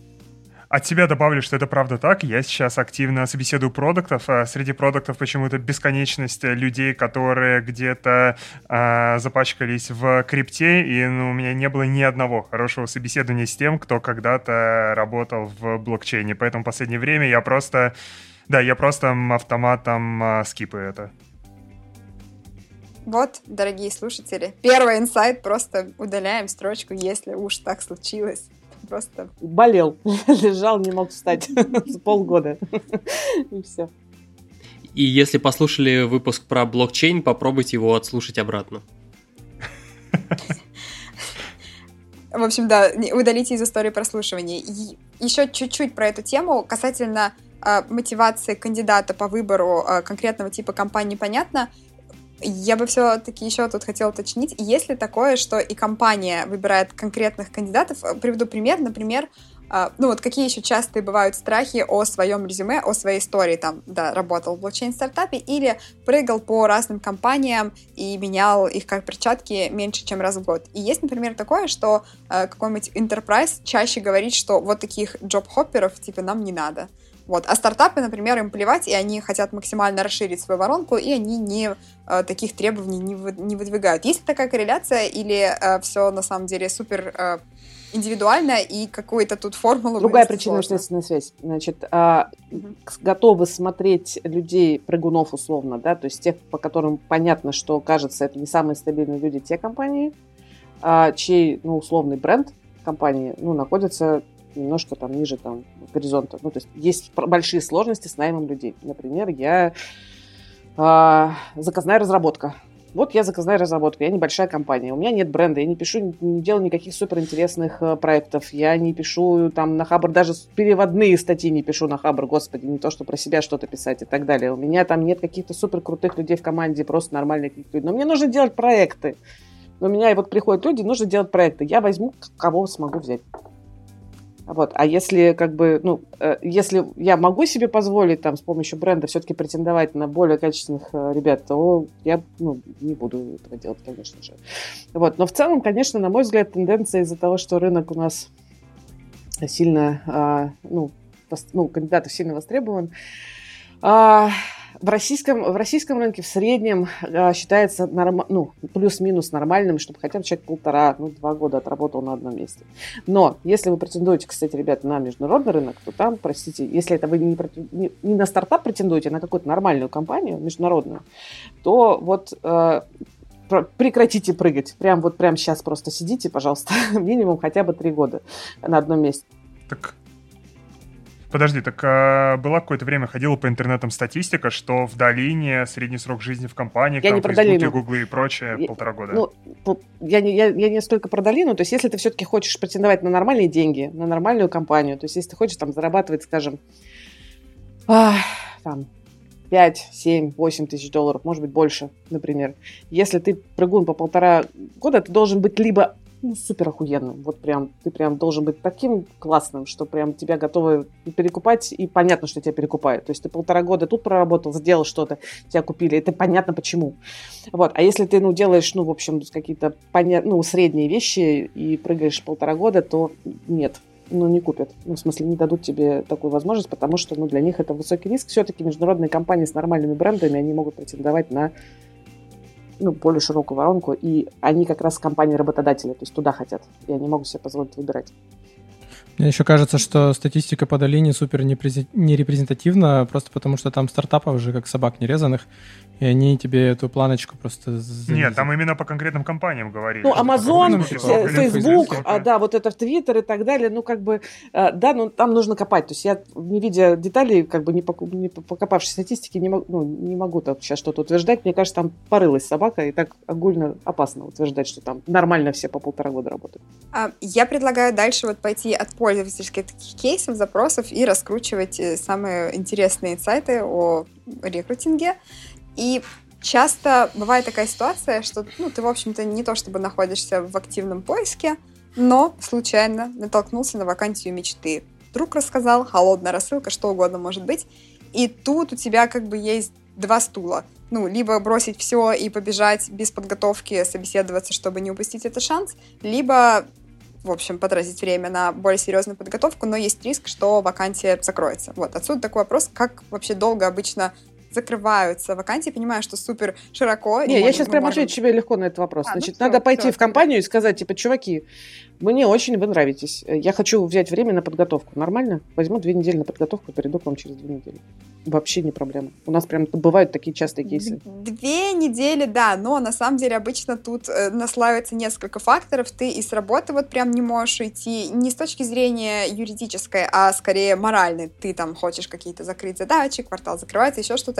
Speaker 5: От себя добавлю, что это правда так. Я сейчас активно собеседую продуктов. Среди продуктов почему-то бесконечность людей, которые где-то а, запачкались в крипте, и ну, у меня не было ни одного хорошего собеседования с тем, кто когда-то работал в блокчейне. Поэтому в последнее время я просто, да, я просто автоматом а, скипаю это.
Speaker 1: Вот, дорогие слушатели, первый инсайт, просто удаляем строчку, если уж так случилось. Просто
Speaker 2: болел, лежал, не мог встать полгода. И все.
Speaker 4: И если послушали выпуск про блокчейн, попробуйте его отслушать обратно.
Speaker 1: В общем, да, удалите из истории прослушивания. И еще чуть-чуть про эту тему касательно э, мотивации кандидата по выбору э, конкретного типа компании, понятно. Я бы все-таки еще тут хотела уточнить, есть ли такое, что и компания выбирает конкретных кандидатов? Приведу пример, например, ну вот какие еще частые бывают страхи о своем резюме, о своей истории, там, да, работал в блокчейн-стартапе или прыгал по разным компаниям и менял их как перчатки меньше, чем раз в год. И есть, например, такое, что э, какой-нибудь enterprise чаще говорит, что вот таких джоб-хопперов, типа, нам не надо. Вот. А стартапы, например, им плевать, и они хотят максимально расширить свою воронку, и они не, э, таких требований не, вы, не выдвигают. Есть ли такая корреляция, или э, все на самом деле супер э, индивидуально, и какую-то тут формулу...
Speaker 2: Другая причинно-следственная связь. Значит, а, угу. готовы смотреть людей, прыгунов условно, да, то есть тех, по которым понятно, что, кажется, это не самые стабильные люди, те компании, а, чей, ну, условный бренд компании, ну, находится немножко там ниже там горизонта. Ну, то есть есть большие сложности с наймом людей. Например, я а, заказная разработка. Вот я заказная разработка, я небольшая компания, у меня нет бренда, я не пишу, не делаю никаких суперинтересных э, проектов, я не пишу там на Хабр, даже переводные статьи не пишу на Хабр, господи, не то, что про себя что-то писать и так далее. У меня там нет каких-то суперкрутых людей в команде, просто нормальных людей. Но мне нужно делать проекты. У меня вот приходят люди, нужно делать проекты. Я возьму, кого смогу взять. Вот. А если как бы, ну, э, если я могу себе позволить там с помощью бренда все-таки претендовать на более качественных э, ребят, то я, ну, не буду этого делать, конечно же. Вот. Но в целом, конечно, на мой взгляд, тенденция из-за того, что рынок у нас сильно, э, ну, пос, ну, кандидатов сильно востребован, э, В российском, в российском рынке в среднем э, считается норм, ну, плюс-минус нормальным, чтобы хотя бы человек полтора, ну, два года отработал на одном месте. Но если вы претендуете, кстати, ребята, на международный рынок, то там, простите, если это вы не, не, не на стартап претендуете, а на какую-то нормальную компанию, международную, то вот э, прекратите прыгать. Прям вот прямо сейчас просто сидите, пожалуйста, минимум хотя бы три года на одном месте.
Speaker 5: Так... Подожди, так а, была какое-то время, ходила по интернетам статистика, что в долине средний срок жизни в компаниях,
Speaker 2: я
Speaker 5: там,
Speaker 2: не
Speaker 5: в Фейсбуке,
Speaker 2: долину.
Speaker 5: Гугле и прочее, я, полтора года.
Speaker 2: Ну, я не, я, я не столько про долину, то есть если ты все-таки хочешь претендовать на нормальные деньги, на нормальную компанию, то есть если ты хочешь там зарабатывать, скажем, ах, там, пять, семь, восемь тысяч долларов, может быть, больше, например. Если ты прыгун по полтора года, ты должен быть либо ну, супер охуенным. Вот прям, ты прям должен быть таким классным, что прям тебя готовы перекупать, и понятно, что тебя перекупают. То есть ты полтора года тут проработал, сделал что-то, тебя купили, это понятно почему. Вот. А если ты, ну, делаешь, ну, в общем, какие-то поня... ну, средние вещи и прыгаешь полтора года, то нет, ну, не купят. Ну, в смысле, не дадут тебе такую возможность, потому что, ну, для них это высокий риск. Все-таки международные компании с нормальными брендами, они могут претендовать на ну, более широкую воронку, и они как раз компании-работодатели, то есть туда хотят, и они могут себе позволить выбирать.
Speaker 3: Мне еще кажется, что статистика по долине супер нерепрезентативна, просто потому что там стартапов уже как собак нерезанных, и они тебе эту планочку просто занизят.
Speaker 5: Нет, там именно по конкретным компаниям говорили.
Speaker 2: Ну, Amazon,
Speaker 5: Facebook,
Speaker 2: Facebook, а, да, вот это в Twitter и так далее, ну, как бы, да, ну, там нужно копать. То есть я, не видя деталей, как бы не, покуп, не покопавшись в статистике, не, мог, ну, не могу так сейчас что-то утверждать. Мне кажется, там порылась собака, и так огульно опасно утверждать, что там нормально все по полтора года работают.
Speaker 1: Я предлагаю дальше вот пойти от пользовательских таких кейсов, запросов и раскручивать самые интересные инсайты о рекрутинге. И часто бывает такая ситуация, что ну, ты, в общем-то, не то чтобы находишься в активном поиске, но случайно натолкнулся на вакансию мечты. Друг рассказал, холодная рассылка, что угодно может быть. И тут у тебя как бы есть два стула. Ну, либо бросить все и побежать без подготовки, собеседоваться, чтобы не упустить этот шанс, либо, в общем, потратить время на более серьезную подготовку, но есть риск, что вакансия закроется. Вот, отсюда такой вопрос, как вообще долго обычно закрываются вакансии, понимаю, что супер широко.
Speaker 2: Не, я сейчас прямо можем... отвечу тебе легко на этот вопрос. А, Значит, ну, надо все, пойти все, в компанию все. И сказать, типа, чуваки, мне очень вы нравитесь, я хочу взять время на подготовку. Нормально? Возьму две недели на подготовку, перейду к вам через две недели. Вообще не проблема. У нас прям бывают такие частые кейсы.
Speaker 1: Две недели, да, но на самом деле обычно тут э, наслаивается несколько факторов. Ты и с работы вот прям не можешь идти не с точки зрения юридической, а скорее моральной. Ты там хочешь какие-то закрыть задачи, квартал закрывается, еще что-то.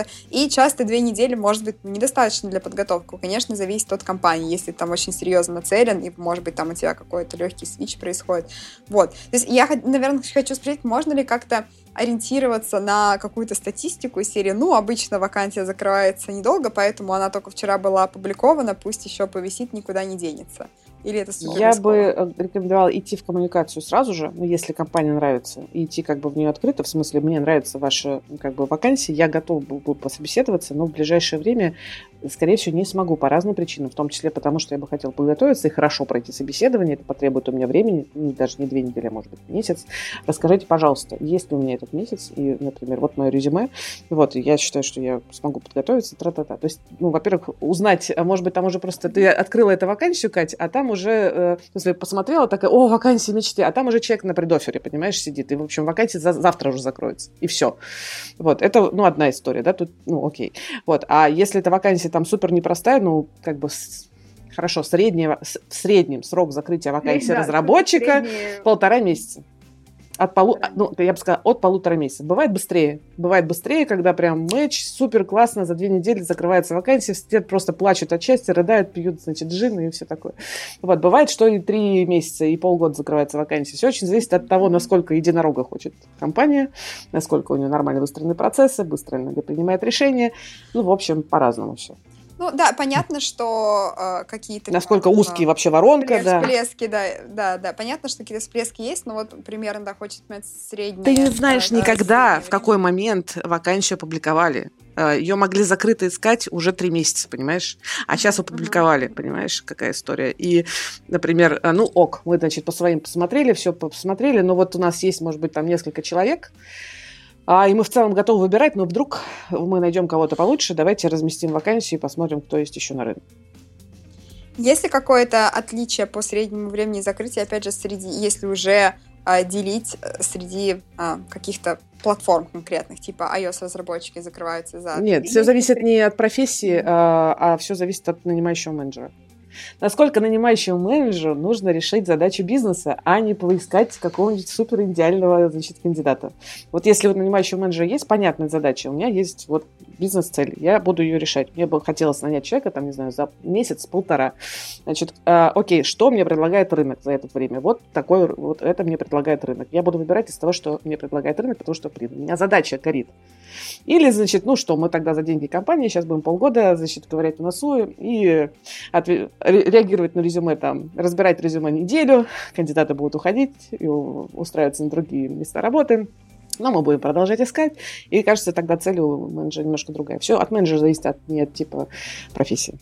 Speaker 1: что-то. И часто две недели может быть недостаточно для подготовки. Конечно, зависит от компании. Если ты там очень серьезно нацелен, и, может быть, там у тебя какой-то легкий свич происходит. Вот. То есть я, наверное, хочу спросить, можно ли как-то ориентироваться на какую-то статистику из серии, ну, обычно вакансия закрывается недолго, поэтому она только вчера была опубликована, пусть еще повисит, никуда не денется. Или это супер
Speaker 2: Я
Speaker 1: рискованно?
Speaker 2: бы рекомендовала идти в коммуникацию сразу же, ну, если компания нравится, и идти как бы в нее открыто, в смысле, мне нравится ваша как бы вакансия, я готов был бы пособеседоваться, но в ближайшее время, скорее всего, не смогу по разным причинам, в том числе потому, что я бы хотела подготовиться и хорошо пройти собеседование, это потребует у меня времени, даже не две недели, а может быть месяц. Расскажите, пожалуйста, есть ли у меня этот месяц, и, например, вот мое резюме, вот, я считаю, что я смогу подготовиться, тра-та-та. То есть, ну, во-первых, узнать, может быть, там уже просто ты открыла эту вакансию, Кать, а там уже, в смысле, посмотрела, такая, о, вакансия мечты, а там уже человек на предофере, понимаешь, сидит, и, в общем, вакансия за- завтра уже закроется, и все. Вот, это, ну, одна история, да, тут, ну, окей. Вот, а если эта вакансия там супер непростая, ну, как бы, с... хорошо, среднего, в среднем срок закрытия вакансии
Speaker 1: Да,
Speaker 2: разработчика
Speaker 1: средние-
Speaker 2: полтора месяца. От полу... ну, я бы сказала, от полутора месяцев. Бывает быстрее. Бывает быстрее, когда прям матч, супер классно, за две недели закрывается вакансия, все просто плачут от счастья, рыдают, пьют, значит, джин и все такое. Вот. Бывает, что и три месяца, и полгода закрывается вакансия. Все очень зависит от того, насколько единорога хочет компания, насколько у нее нормально выстроены процессы, быстро ли принимает решения. Ну, в общем, по-разному все.
Speaker 1: Ну да, понятно, что э, какие-то...
Speaker 2: Насколько
Speaker 1: там,
Speaker 2: узкие
Speaker 1: э,
Speaker 2: вообще воронка,
Speaker 1: всплес-
Speaker 2: да.
Speaker 1: Всплески, да, да, да. Понятно, что какие-то всплески есть, но вот примерно, да, хочется понять среднее.
Speaker 2: Ты не знаешь
Speaker 1: да,
Speaker 2: никогда,
Speaker 1: среднее
Speaker 2: в какой
Speaker 1: время.
Speaker 2: момент вакансию опубликовали. Ее могли закрыто искать уже три месяца, понимаешь? А сейчас опубликовали, понимаешь, какая история. И, например, ну ок, мы, значит, по своим посмотрели, все посмотрели, но вот у нас есть, может быть, там несколько человек, а, и мы в целом готовы выбирать, но вдруг мы найдем кого-то получше, давайте разместим вакансию и посмотрим, кто есть еще на рынке.
Speaker 1: Есть ли какое-то отличие по среднему времени закрытия, опять же, среди, если уже а, делить среди а, каких-то платформ конкретных, типа iOS-разработчики закрываются за...
Speaker 2: Нет, все зависит не от профессии, а, а все зависит от нанимающего менеджера. Насколько нанимающему менеджеру нужно решить задачу бизнеса, а не поискать какого-нибудь супер идеального, значит, кандидата. Вот если у нанимающего менеджера есть понятная задача, у меня есть вот бизнес-цель, я буду ее решать. Мне бы хотелось нанять человека, там, не знаю, за месяц-полтора. Значит, э, окей, что мне предлагает рынок за это время? Вот такой, вот это мне предлагает рынок. Я буду выбирать из того, что мне предлагает рынок, потому что, блин, у меня задача горит. Или, значит, ну что, мы тогда за деньги компании сейчас будем полгода, значит, ковырять в носу и отве- реагировать на резюме, там, разбирать резюме неделю, кандидаты будут уходить и устраиваться на другие места работы. Но мы будем продолжать искать. И, кажется, тогда цель у менеджера немножко другая. Все от менеджера зависит, от, не от типа профессии.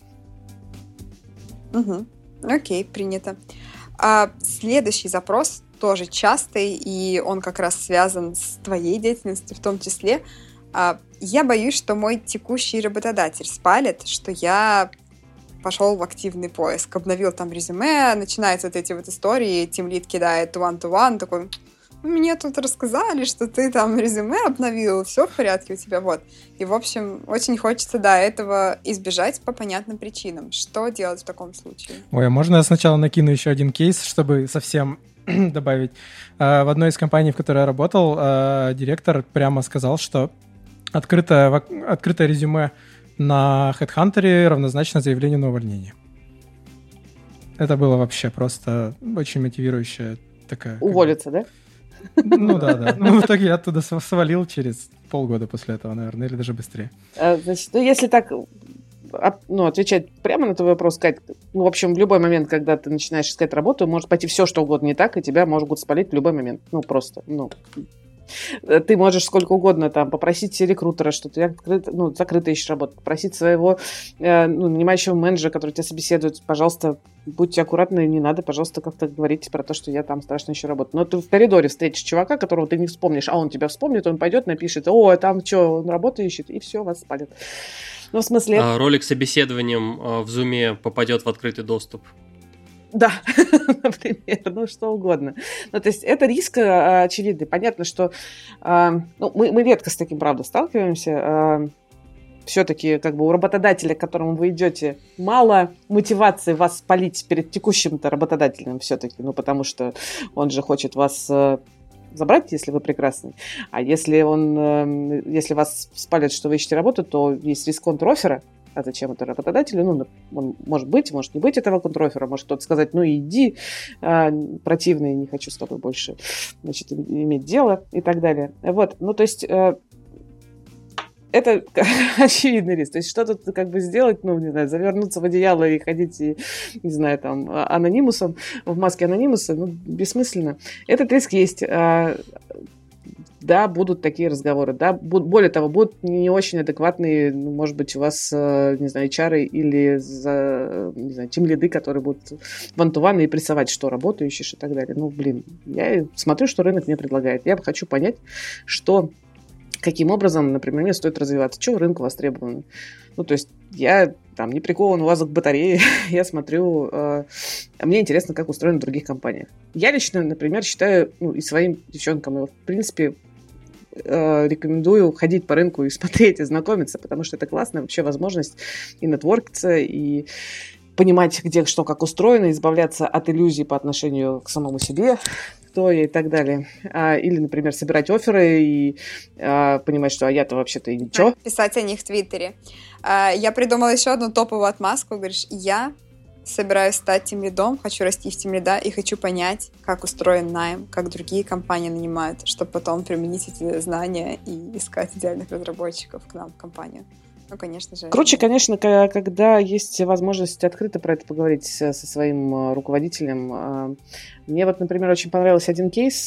Speaker 1: Угу. Окей, принято. А, следующий запрос тоже частый, и он как раз связан с твоей деятельностью в том числе. А, я боюсь, что мой текущий работодатель спалит, что я пошел в активный поиск, обновил там резюме, начинаются вот эти вот истории, тимлид кидает one-to-one, такой, мне тут рассказали, что ты там резюме обновил, все в порядке у тебя, вот. И, в общем, очень хочется, да, этого избежать по понятным причинам. Что делать в таком случае?
Speaker 3: Ой, а можно я сначала накину еще один кейс, чтобы совсем добавить? В одной из компаний, в которой я работал, директор прямо сказал, что открытое, открытое резюме на HeadHunter равнозначно заявлению на увольнение. Это было вообще просто очень мотивирующая такая...
Speaker 2: Уволиться, да?
Speaker 3: Ну да, да. Ну, в итоге я оттуда свалил через полгода после этого, наверное, или даже быстрее.
Speaker 2: Значит, ну, если так, ну, отвечать прямо на твой вопрос, Кать, ну, в общем, в любой момент, когда ты начинаешь искать работу, может пойти все, что угодно не так, и тебя могут спалить в любой момент. Ну, просто, ну... Ты можешь сколько угодно там попросить рекрутера, что ты открыт, ну, закрыто ищешь работу, попросить своего э, ну, нанимающего менеджера, который тебя собеседует, пожалуйста, будьте аккуратны, не надо, пожалуйста, как-то говорите про то, что я там страшно ищу работу. Но ты в коридоре встретишь чувака, которого ты не вспомнишь, а он тебя вспомнит, он пойдет, напишет, о, там что, он работу ищет, и все, вас спалят. Ну, в смысле...
Speaker 4: А ролик с собеседованием в Zoom попадет в открытый доступ.
Speaker 2: Да, например, ну что угодно. Ну, то есть это риск очевидный. Понятно, что э, ну, мы, мы редко с таким, правда, сталкиваемся. Э, все-таки как бы у работодателя, к которому вы идете, мало мотивации вас спалить перед текущим-то работодателем все-таки, ну, потому что он же хочет вас... Э, забрать, если вы прекрасный. А если он, если вас спалят, что вы ищете работу, то есть риск контроффера. А зачем это работодателю? Ну, он может быть, может не быть этого контроффера, может кто-то сказать, ну иди, а, противный, не хочу с тобой больше, значит, иметь дело и так далее. Вот, ну то есть э, это очевидный риск. То есть что тут как бы сделать, ну не знаю, завернуться в одеяло и ходить, и, не знаю, там, анонимусом, в маске анонимуса, ну бессмысленно. Этот риск есть. А, да, будут такие разговоры, да, будут, более того, будут не очень адекватные, ну, может быть, у вас, не знаю, эйч ар или, за, не знаю, тимлиды, которые будут ван-ту-ван и прессовать, что работу ищешь и так далее. Ну, блин, я смотрю, что рынок мне предлагает. Я хочу понять, что, каким образом, например, мне стоит развиваться, что рынку востребовано. Ну, то есть я там не прикован у вас к батарее, я смотрю, э, мне интересно, как устроено в других компаниях. Я лично, например, считаю, ну, и своим девчонкам, и, в принципе, рекомендую ходить по рынку и смотреть, и знакомиться, потому что это классная вообще возможность и нетворкиться, и понимать, где что как устроено, избавляться от иллюзий по отношению к самому себе, кто я и так далее. Или, например, собирать офферы и а, понимать, что а я-то вообще-то и ничего.
Speaker 1: Писать о них в Твиттере. А, я придумала еще одну топовую отмазку. Говоришь, я собираюсь стать тимлидом, хочу расти в тимлида и хочу понять, как устроен найм, как другие компании нанимают, чтобы потом применить эти знания и искать идеальных разработчиков к нам в компанию. Ну, конечно же.
Speaker 2: Круче, конечно, когда есть возможность открыто про это поговорить со своим руководителем. Мне вот, например, очень понравился один кейс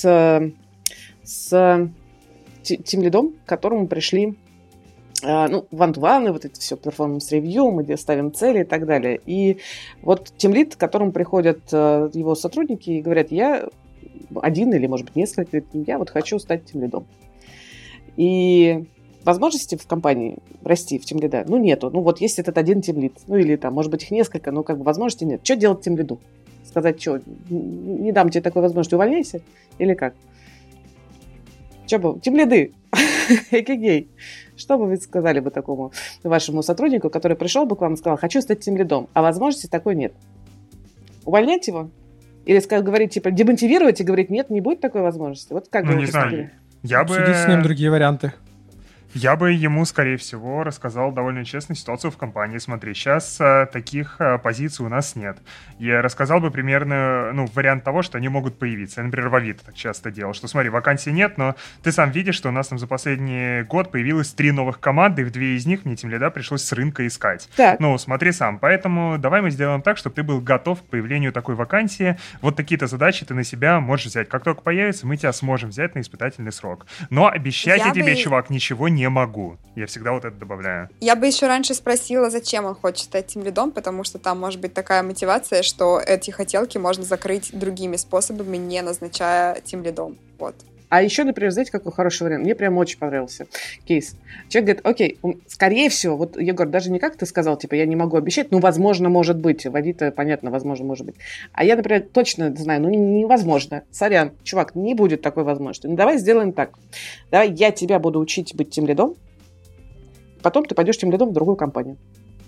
Speaker 2: с тимлидом, к которому пришли ну, ван-ту-ваны, вот это все, перформанс-ревью, мы ставим цели и так далее. И вот тимлид, к которому приходят его сотрудники и говорят, я один или, может быть, несколько, я вот хочу стать тимлидом. И возможности в компании расти в тимлида, ну, нету. Ну, вот есть этот один тимлид, ну, или там, может быть, их несколько, но как бы возможности нет. Что делать тимлиду? Сказать, что, не дам тебе такой возможности, увольняйся? Или как? Что бы, тимлиды, экигей. Что бы вы сказали бы такому вашему сотруднику, который пришел бы к вам и сказал, хочу стать тимлидом, а возможности такой нет? Увольнять его? Или говорить, типа, демотивировать и говорить, нет, не будет такой возможности? Вот как
Speaker 5: ну,
Speaker 2: бы
Speaker 5: не
Speaker 2: вы
Speaker 5: знаю, я бы...
Speaker 3: Обсудить с ним другие варианты.
Speaker 5: Я бы ему, скорее всего, рассказал довольно честно ситуацию в компании. Смотри, сейчас а, таких а, позиций у нас нет. Я рассказал бы примерно, ну, вариант того, что они могут появиться. Я, например, в Авито так часто делал, что, смотри, вакансий нет, но ты сам видишь, что у нас там за последний год появилось три новых команды, и в две из них мне тимлида пришлось с рынка искать. Так. Ну, смотри сам. Поэтому давай мы сделаем так, чтобы ты был готов к появлению такой вакансии. Вот такие-то задачи ты на себя можешь взять. Как только появится, мы тебя сможем взять на испытательный срок. Но обещать я, я тебе, бы... чувак, ничего не могу. Я всегда вот это добавляю.
Speaker 1: Я бы еще раньше спросила, зачем он хочет стать тимлидом, потому что там может быть такая мотивация, что эти хотелки можно закрыть другими способами, не назначая тимлидом. Вот.
Speaker 2: А еще, например, знаете, какой хороший вариант? Мне прям очень понравился кейс. Человек говорит, окей, скорее всего, вот, Егор, даже не как ты сказал, типа, я не могу обещать, ну, возможно, может быть. В Авито, понятно, возможно, может быть. А я, например, точно знаю, ну, невозможно. Сорян, чувак, не будет такой возможности. Ну, давай сделаем так. Давай я тебя буду учить быть тимлидом, потом ты пойдешь тимлидом в другую компанию.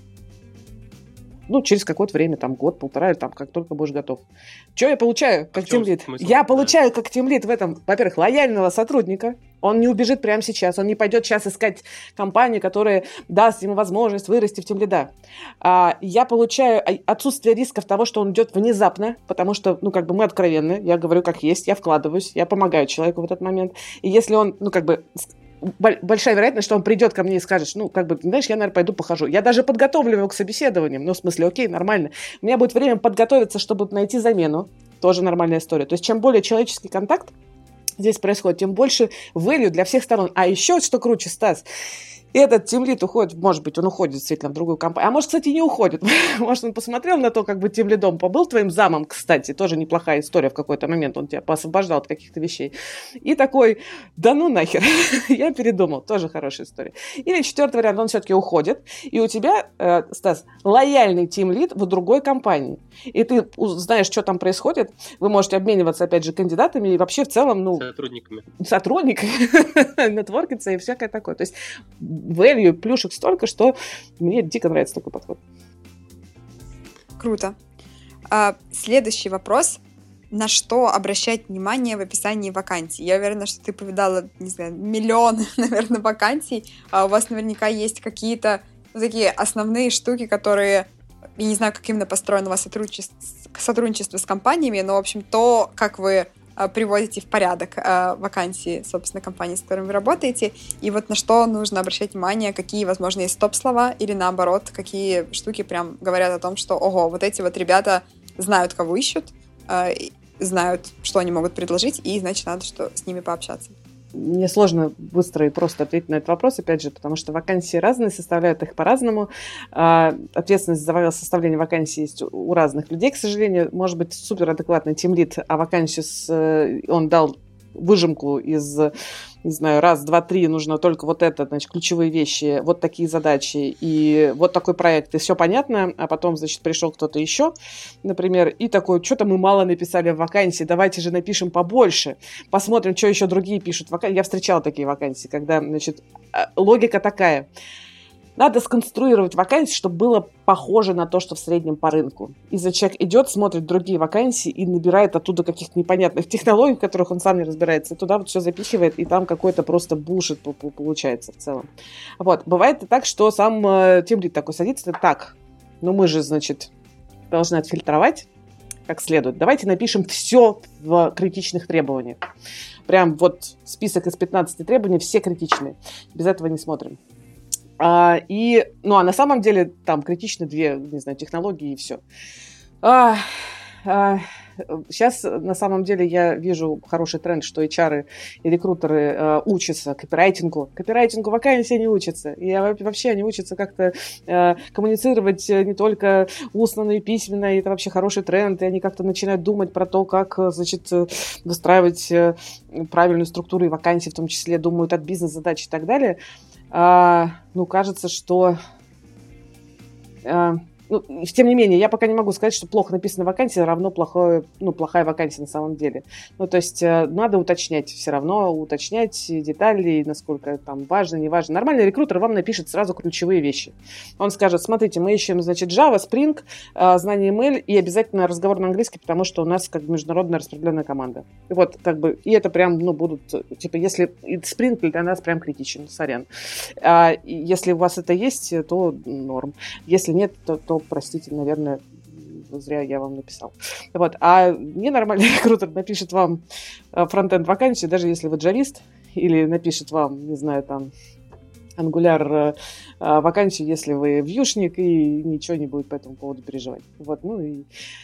Speaker 2: Ну, через какое-то время, там, год, полтора, или там, как только будешь готов. Что я получаю как тимлид? Я получаю как тимлид в этом, во-первых, лояльного сотрудника. Он не убежит прямо сейчас, он не пойдет сейчас искать компанию, которая даст ему возможность вырасти в тимлида. А, я получаю отсутствие рисков того, что он идет внезапно, потому что, ну, как бы мы откровенны, я говорю как есть, я вкладываюсь, я помогаю человеку в этот момент. И если он, ну, как бы... большая вероятность, что он придет ко мне и скажет, ну, как бы, знаешь, я, наверное, пойду похожу. Я даже подготовлю его к собеседованиям. Ну, в смысле, окей, нормально. У меня будет время подготовиться, чтобы найти замену. Тоже нормальная история. То есть, чем более человеческий контакт здесь происходит, тем больше value для всех сторон. А еще, что круче, Стас, этот тимлид уходит, может быть, он уходит действительно в другую компанию. А может, кстати, не уходит. Может, он посмотрел на то, как бы тимлидом побыл твоим замом, кстати. Тоже неплохая история в какой-то момент. Он тебя поосвобождал от каких-то вещей. И такой, да ну нахер. Я передумал. Тоже хорошая история. Или четвертый вариант. Он все-таки уходит. И у тебя, э, Стас, лояльный тимлид в другой компании. И ты знаешь, что там происходит. Вы можете обмениваться, опять же, кандидатами. И вообще в целом, ну...
Speaker 4: Сотрудниками.
Speaker 2: Сотрудниками. Нетворкиться и всякое такое. То есть value, плюшек столько, что мне дико нравится такой подход.
Speaker 1: Круто. А, следующий вопрос. на что обращать внимание в описании вакансий? Я уверена, что ты повидала, не знаю, миллион, наверное, вакансий, а у вас наверняка есть какие-то ну, такие основные штуки, которые, я не знаю, как именно построено у вас сотрудничество, сотрудничество с компаниями, но, в общем, то, как вы приводите в порядок э, вакансии, собственно, компании, с которыми вы работаете, и вот на что нужно обращать внимание, какие, возможно, есть стоп-слова, или наоборот, какие штуки прям говорят о том, что, ого, вот эти вот ребята знают, кого ищут, э, знают, что они могут предложить, и, значит, надо что с ними пообщаться.
Speaker 2: Мне сложно быстро и просто ответить на этот вопрос, опять же, потому что вакансии разные, составляют их по-разному. Ответственность за составление вакансий есть у разных людей, к сожалению. Может быть, суперадекватный тимлид, а вакансию с... он дал выжимку из, не знаю, раз, два, три, нужно только вот это, значит, ключевые вещи, вот такие задачи, и вот такой проект, и все понятно, а потом, значит, пришел кто-то еще, например, и такой, что-то мы мало написали в вакансии, давайте же напишем побольше, посмотрим, что еще другие пишут. Я встречала такие вакансии, когда, значит, логика такая. Надо сконструировать вакансии, чтобы было похоже на то, что в среднем по рынку. И за человек идет, смотрит другие вакансии и набирает оттуда каких-то непонятных технологий, в которых он сам не разбирается. И туда вот все запихивает, и там какой-то просто булшит получается в целом. Вот. Бывает и так, что сам э, тимлид такой садится, так, ну мы же, значит, должны отфильтровать как следует. Давайте напишем все в критичных требованиях. Прям вот список из пятнадцати требований, все критичные. Без этого не смотрим. А, и, ну, а на самом деле там критичны две, не знаю, технологии и все. А, а, сейчас, на самом деле, я вижу хороший тренд, что эйч ар и рекрутеры а, учатся копирайтингу. Копирайтингу вакансии не учатся. И вообще они учатся как-то а, коммуницировать не только устно, но и письменно. И это вообще хороший тренд. И они как-то начинают думать про то, как, значит, выстраивать правильную структуру и вакансии, в том числе думают от бизнес-задач и так далее. А, ну, кажется, что... А, ну, тем не менее, я пока не могу сказать, что плохо написана вакансия равно плохое, ну, плохая вакансия на самом деле. Ну, то есть надо уточнять все равно, уточнять детали, насколько там важно, не важно. Нормальный рекрутер вам напишет сразу ключевые вещи. Он скажет, смотрите, мы ищем, значит, Java, Spring, знание эм эл и обязательно разговор на английский, потому что у нас как бы международная распределенная команда. И вот, как бы, и это прям, ну, будут, типа, если Spring для нас прям критичен, сорян. А если у вас это есть, то норм. Если нет, то, то простите, наверное, зря я вам написал. Вот. А ненормальный рекрутер напишет вам фронтенд вакансию, даже если вы джавист, или напишет вам, не знаю, там, Angular вакансию, если вы вьюшник, и ничего не будет по этому поводу переживать. Вот, ну и...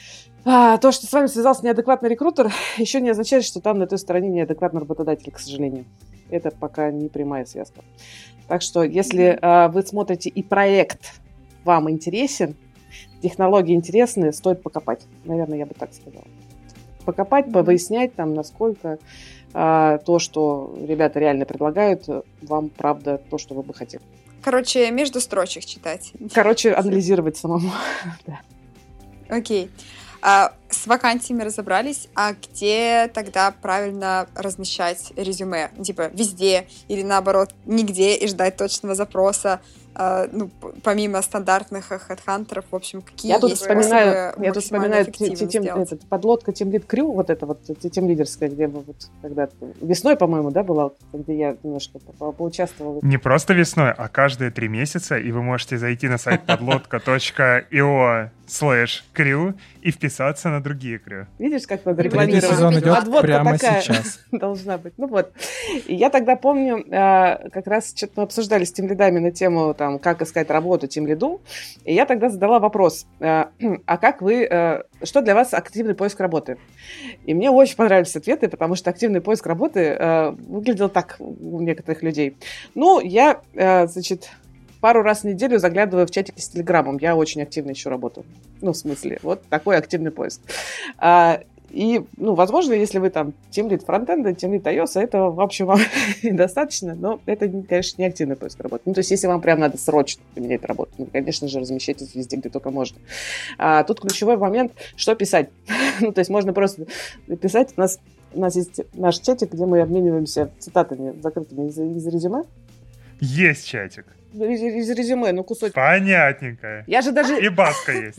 Speaker 2: А, то, что с вами связался неадекватный рекрутер, еще не означает, что там на той стороне неадекватный работодатель, к сожалению. Это пока не прямая связка. Так что, если а, вы смотрите и проект вам интересен, технологии интересные, стоит покопать. Наверное, я бы так сказала. Покопать, повыяснять, там, насколько а, то, что ребята реально предлагают, вам правда то, что вы бы хотели.
Speaker 1: Короче, между строчек читать.
Speaker 2: Короче, анализировать самому. Да.
Speaker 1: Окей. А, с вакансиями разобрались, а где тогда правильно размещать резюме? Типа везде или наоборот нигде и ждать точного запроса? Uh, ну, помимо стандартных хедхантеров, в общем, какие
Speaker 2: я тут
Speaker 1: есть
Speaker 2: вспоминаю,
Speaker 1: способы
Speaker 2: я тут вспоминаю
Speaker 1: эффективно
Speaker 2: тем,
Speaker 1: сделать?
Speaker 2: Этот, подлодка Тимлид Крю, вот это вот тимлидерская, где мы вот когда весной, по-моему, да, была, где я немножко по- поучаствовала.
Speaker 5: Не просто весной, а каждые три месяца, и вы можете зайти на сайт подлодка точка io слэш крю и вписаться на другие крю.
Speaker 2: Видишь, как надо
Speaker 3: Третий
Speaker 2: рекламировать?
Speaker 3: сезон идет
Speaker 2: Подводка
Speaker 3: прямо
Speaker 2: такая
Speaker 3: сейчас.
Speaker 2: должна быть. Ну вот. И я тогда помню, как раз что-то мы обсуждали с тимлидами на тему, там, как искать работу тимлиду, и я тогда задала вопрос, а как вы, что для вас активный поиск работы? И мне очень понравились ответы, потому что активный поиск работы выглядел так у некоторых людей. Ну, я, значит, пару раз в неделю заглядываю в чатики с Телеграмом. Я очень активно ищу работу. Ну, в смысле, вот такой активный поиск. А, и, ну, возможно, если вы там тимлид фронтенда, тимлид iOS, это, в общем, вам достаточно, но это, конечно, не активный поиск работы. Ну, то есть, если вам прям надо срочно поменять работу, ну, конечно же, размещайтесь везде, где только можно. А, тут ключевой момент, что писать. Ну, то есть, можно просто писать. У нас, у нас есть наш чатик, где мы обмениваемся цитатами закрытыми из, из резюме.
Speaker 5: Есть чатик.
Speaker 2: из резюме, ну кусочек.
Speaker 5: Понятненько.
Speaker 2: Я же даже...
Speaker 5: И баска есть.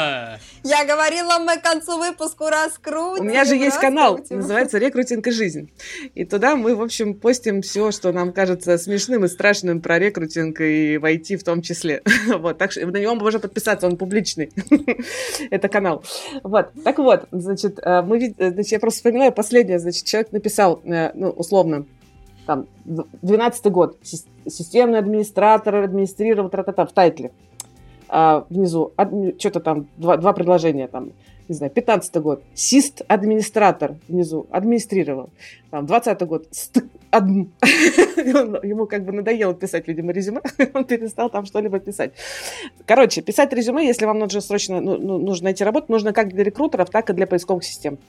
Speaker 1: Я говорила, мы к концу выпуска раскрутим.
Speaker 2: У меня же есть канал, называется «Рекрутинг и жизнь». И туда мы, в общем, постим все, что нам кажется смешным и страшным про рекрутинг и в ай ти в том числе. Вот, так что на него можно подписаться, он публичный. Это канал. Вот, так вот, значит, мы, значит, я просто вспоминаю последнее, значит, человек написал, ну, условно, там, двенадцатый год, системный администратор, администрировал, тра-та-та, в тайтле. А внизу, адми... что-то там, два, два предложения, там, не знаю, пятнадцатый год, сист-администратор внизу, администрировал. Там, двадцатый год, ст-адм. Ему как бы надоело писать, видимо, резюме, он перестал там что-либо писать. Короче, писать резюме, если вам нужно срочно, ну, нужно найти работу, нужно как для рекрутеров, так и для поисковых систем.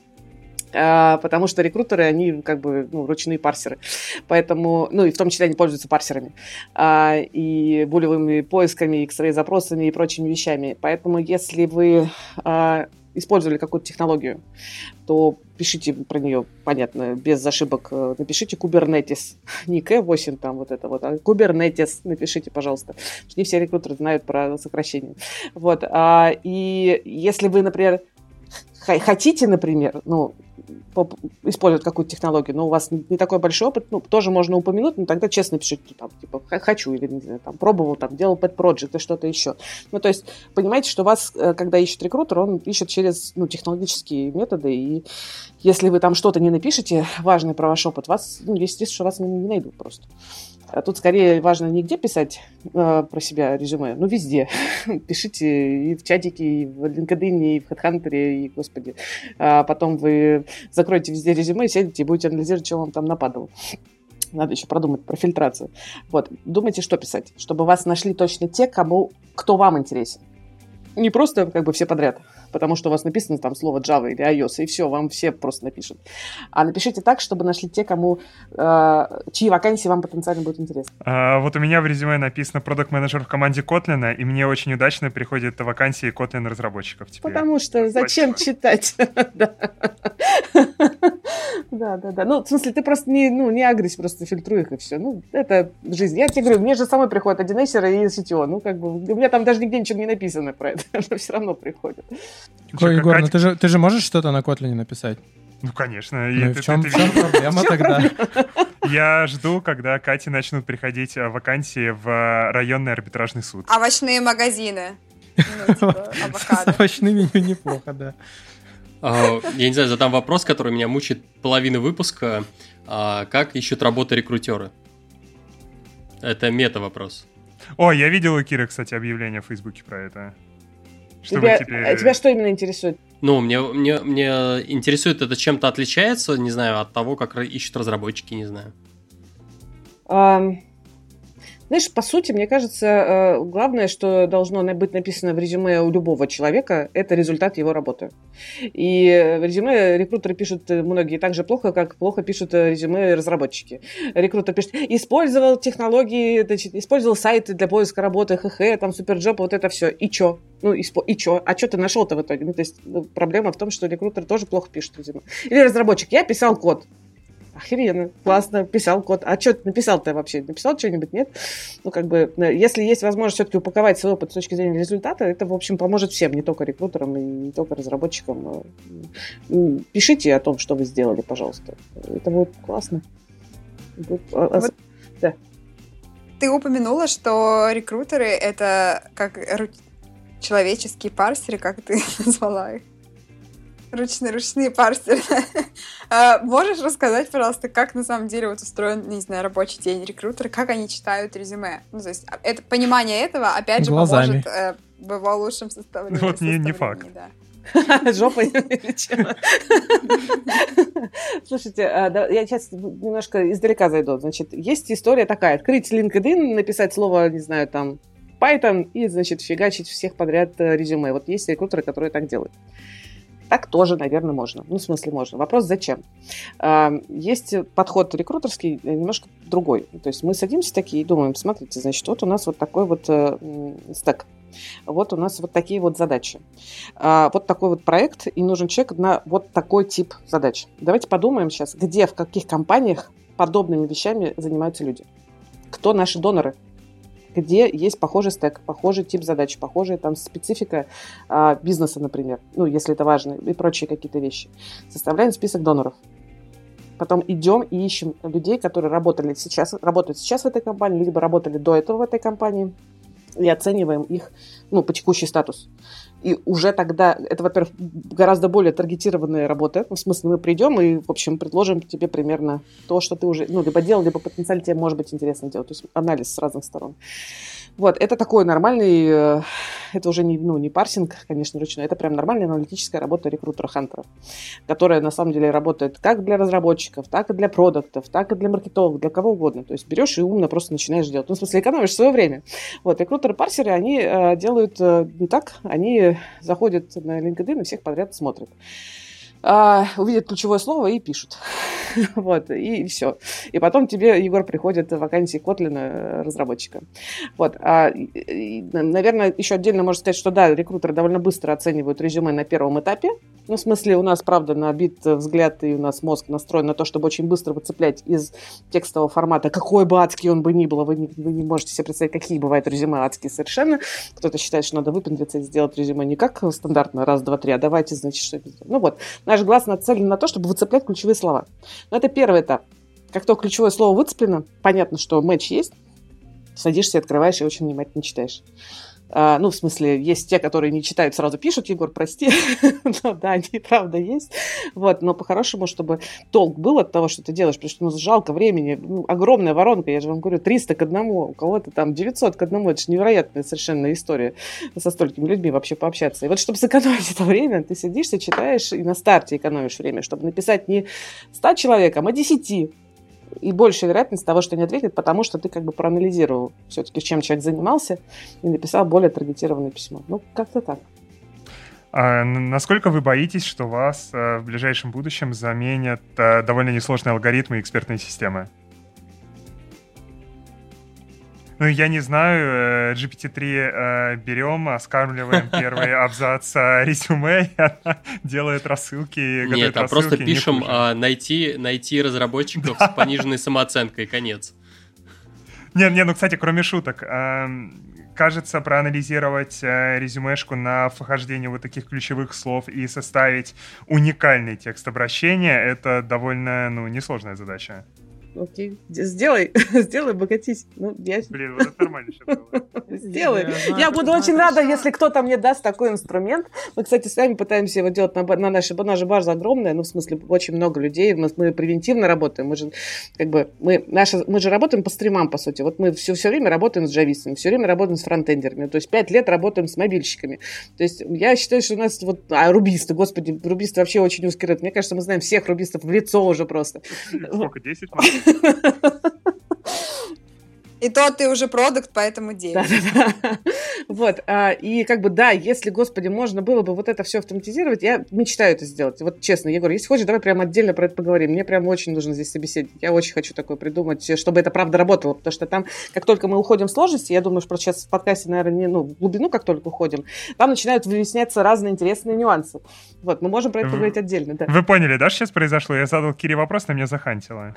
Speaker 2: А, потому что рекрутеры, они как бы, ну, ручные парсеры. Поэтому, ну, и в том числе они пользуются парсерами. А, и булевыми поисками, икс-рей-запросами и прочими вещами. Поэтому, если вы а, использовали какую-то технологию, то пишите про нее, понятно, без ошибок. Напишите Kubernetes. Не кей восемь там вот это вот, а Kubernetes напишите, пожалуйста. Потому что не все рекрутеры знают про сокращение. Вот. А, и если вы, например, хотите, например, ну, использовать какую-то технологию, но у вас не такой большой опыт, ну, тоже можно упомянуть, но тогда честно пишите, там, типа, хочу, или, не знаю, там, пробовал, там, делал pet project и что-то еще. Ну, то есть, понимаете, что вас, когда ищет рекрутер, он ищет через, ну, технологические методы, и если вы там что-то не напишете важное про ваш опыт, вас, ну, есть риск, что вас не, не найдут просто. А тут скорее важно не где писать э, про себя резюме, но везде. Пишите и в чатике, и в LinkedIn, и в HeadHunter, и, господи. А потом вы закроете везде резюме, сядете и будете анализировать, что вам там нападало. Надо еще продумать про фильтрацию. Вот. Думайте, что писать, чтобы вас нашли точно те, кому, кто вам интересен. Не просто как бы все подряд, потому что у вас написано там слово Java или iOS, и все, вам все просто напишут. А напишите так, чтобы нашли те, кому, э, чьи вакансии вам потенциально будут интересны.
Speaker 5: А, вот у меня в резюме написано продакт-менеджер в команде Kotlin, и мне очень удачно приходят вакансии Kotlin-разработчиков теперь.
Speaker 2: Потому что зачем читать? Да, да, да. Ну, в смысле, ты просто не, ну, не агрись, просто фильтруй их, и все. Ну, это жизнь. Я тебе говорю, мне же самой приходят один эсер и си ти о. Ну, как бы, у меня там даже нигде ничего не написано про это, но все равно приходят.
Speaker 3: Ой, Егор, Катя... ну ты же, ты же можешь что-то на Kotlin написать?
Speaker 5: Ну, конечно.
Speaker 3: Ну, и в чем, в чем проблема тогда?
Speaker 5: Я жду, когда Кате начнут приходить вакансии в районный арбитражный суд.
Speaker 1: Овощные магазины. Ну, типа,
Speaker 3: с овощными неплохо, да.
Speaker 4: Я не знаю, задам вопрос, который меня мучает половину выпуска. Как ищут работу рекрутеры? Это мета-вопрос.
Speaker 5: О, я видел у Киры, кстати, объявление в Фейсбуке про это.
Speaker 2: Тебя, теперь... тебя что именно интересует?
Speaker 4: Ну, мне, мне, мне интересует, это чем-то отличается, не знаю, от того, как ищут разработчики, не знаю.
Speaker 2: Um... Знаешь, по сути, мне кажется, главное, что должно быть написано в резюме у любого человека, это результат его работы. И в резюме рекрутеры пишут многие так же плохо, как плохо пишут резюме разработчики. Рекрутер пишет, использовал технологии, значит, использовал сайты для поиска работы, хх, там, суперджоп, вот это все. И чё? Ну, и, и чё? А чё ты нашел-то в итоге? Ну, то есть ну, проблема в том, что рекрутер тоже плохо пишет резюме. Или разработчик, я писал код. Охеренно, классно, писал код. А что ты написал-то вообще? Написал что-нибудь, нет? Ну, как бы, если есть возможность все-таки упаковать свой опыт с точки зрения результата, это, в общем, поможет всем, не только рекрутерам и не только разработчикам. Пишите о том, что вы сделали, пожалуйста. Это будет классно. Будет...
Speaker 1: Вот
Speaker 2: да.
Speaker 1: Ты упомянула, что рекрутеры — это как человеческие парсеры, как ты назвала их. Ручные, ручные парсеры. Можешь рассказать, пожалуйста, как на самом деле вот устроен, не знаю, рабочий день рекрутера, как они читают резюме? Ну, то есть это, понимание этого, опять же,
Speaker 3: глазами.
Speaker 1: Поможет э, в его лучшем составлении.
Speaker 5: Вот не, не факт.
Speaker 1: Да.
Speaker 2: Жопой или чем? Слушайте, я сейчас немножко издалека зайду. Значит, есть история такая. Открыть LinkedIn, написать слово, не знаю, там, Python и, значит, фигачить всех подряд резюме. Вот есть рекрутеры, которые так делают. Так тоже, наверное, можно. Ну, в смысле, можно. Вопрос, зачем? Есть подход рекрутерский немножко другой. То есть мы садимся такие и думаем, смотрите, значит, вот у нас вот такой вот стэк. Вот у нас вот такие вот задачи. Вот такой вот проект, и нужен человек на вот такой тип задач. Давайте подумаем сейчас, где, в каких компаниях подобными вещами занимаются люди. Кто наши доноры? где есть похожий стек, похожий тип задач, похожая там специфика а, бизнеса, например, ну, если это важно, и прочие какие-то вещи. Составляем список доноров. Потом идем и ищем людей, которые работали сейчас, работают сейчас в этой компании, либо работали до этого в этой компании, и оцениваем их, ну, по текущий статус. И уже тогда, это, во-первых, гораздо более таргетированная работа. Ну, в смысле, мы придем и, в общем, предложим тебе примерно то, что ты уже, ну, либо делал, либо потенциально тебе может быть интересно делать. То есть анализ с разных сторон. Вот, это такой нормальный, это уже не, ну, не парсинг, конечно, ручной, это прям нормальная аналитическая работа рекрутера-хантеров, которая на самом деле работает как для разработчиков, так и для продуктов, так и для маркетологов, для кого угодно. То есть берешь и умно просто начинаешь делать. Ну, в смысле, экономишь свое время. Вот, рекрутеры-парсеры, они э, делают э, не так, они заходят на LinkedIn и всех подряд смотрят. А, увидят ключевое слово и пишут. Вот, и, и все. И потом тебе, Егор, приходит вакансии Kotlin разработчика. Вот. А, и, наверное, еще отдельно можно сказать, что да, рекрутеры довольно быстро оценивают резюме на первом этапе. Ну, в смысле, у нас, правда, набит взгляд, и у нас мозг настроен на то, чтобы очень быстро выцеплять из текстового формата, какой бы адский он бы ни был, вы не, вы не можете себе представить, какие бывают резюме адские совершенно. Кто-то считает, что надо выпендриться и сделать резюме не как стандартно, раз, два, три, а давайте, значит, что это. Ну вот, наш глаз нацелен на то, чтобы выцеплять ключевые слова. Но это первый этап. Как только ключевое слово выцеплено, понятно, что матч есть, садишься, открываешь и очень внимательно читаешь. А, ну, в смысле, есть те, которые не читают, сразу пишут, Егор, прости. Но да, они правда есть. Вот, но по-хорошему, чтобы толк был от того, что ты делаешь, потому что ну, жалко времени. Ну, огромная воронка, я же вам говорю, триста к одному, у кого-то там девятьсот к одному. Это же невероятная совершенно история со столькими людьми вообще пообщаться. И вот, чтобы сэкономить это время, ты сидишься, читаешь и на старте экономишь время, чтобы написать не ста человекам, а десяти. И большая вероятность того, что не ответит, потому что ты как бы проанализировал все-таки, чем человек занимался, и написал более таргетированное письмо. Ну, как-то так.
Speaker 5: А насколько вы боитесь, что вас в ближайшем будущем заменят довольно несложные алгоритмы и экспертные системы? Ну, я не знаю, джи пи ти три э, берем, оскармливаем первый абзац резюме, и она делает рассылки, готовит
Speaker 4: Нет, а
Speaker 5: рассылки.
Speaker 4: просто пишем а, найти, найти разработчиков с пониженной самооценкой, конец.
Speaker 5: Не, не, ну, кстати, кроме шуток, э, кажется, проанализировать э, резюмешку на вхождение вот таких ключевых слов и составить уникальный текст обращения, это довольно, ну, несложная задача.
Speaker 2: Окей, сделай, сделай, богатись. Ну, я...
Speaker 5: Блин, вот это нормально сейчас было.
Speaker 2: Сделай. Я буду очень рада, если кто-то мне даст такой инструмент. Мы, кстати, сами пытаемся его делать на, на нашей, наша база огромная, ну, в смысле, очень много людей. Мы, мы превентивно работаем. Мы же, как бы, мы, наша, мы же работаем по стримам, по сути. Вот мы все, все время работаем с джавистами, все время работаем с фронтендерами. То есть пять лет работаем с мобильщиками. То есть я считаю, что у нас вот... А, рубисты, господи, рубисты вообще очень узкий рынок. Мне кажется, мы знаем всех рубистов в лицо уже просто.
Speaker 5: Сколько, десять?
Speaker 1: И то ты уже продукт, поэтому девять.
Speaker 2: Да-да-да. Вот. А, и как бы, да, если, господи, можно было бы вот это все автоматизировать, я мечтаю это сделать. Вот честно, Егор, если хочешь, давай прямо отдельно про это поговорим. Мне прям очень нужен здесь собеседник. Я очень хочу такое придумать, чтобы это правда работало. Потому что там, как только мы уходим в сложности, я думаю, что сейчас в подкасте, наверное, не, ну, в глубину, как только уходим, там начинают выясняться разные интересные нюансы. Вот, мы можем про это поговорить отдельно. Да.
Speaker 5: Вы поняли, да, что сейчас произошло? Я задал Кире вопрос, на меня захантило.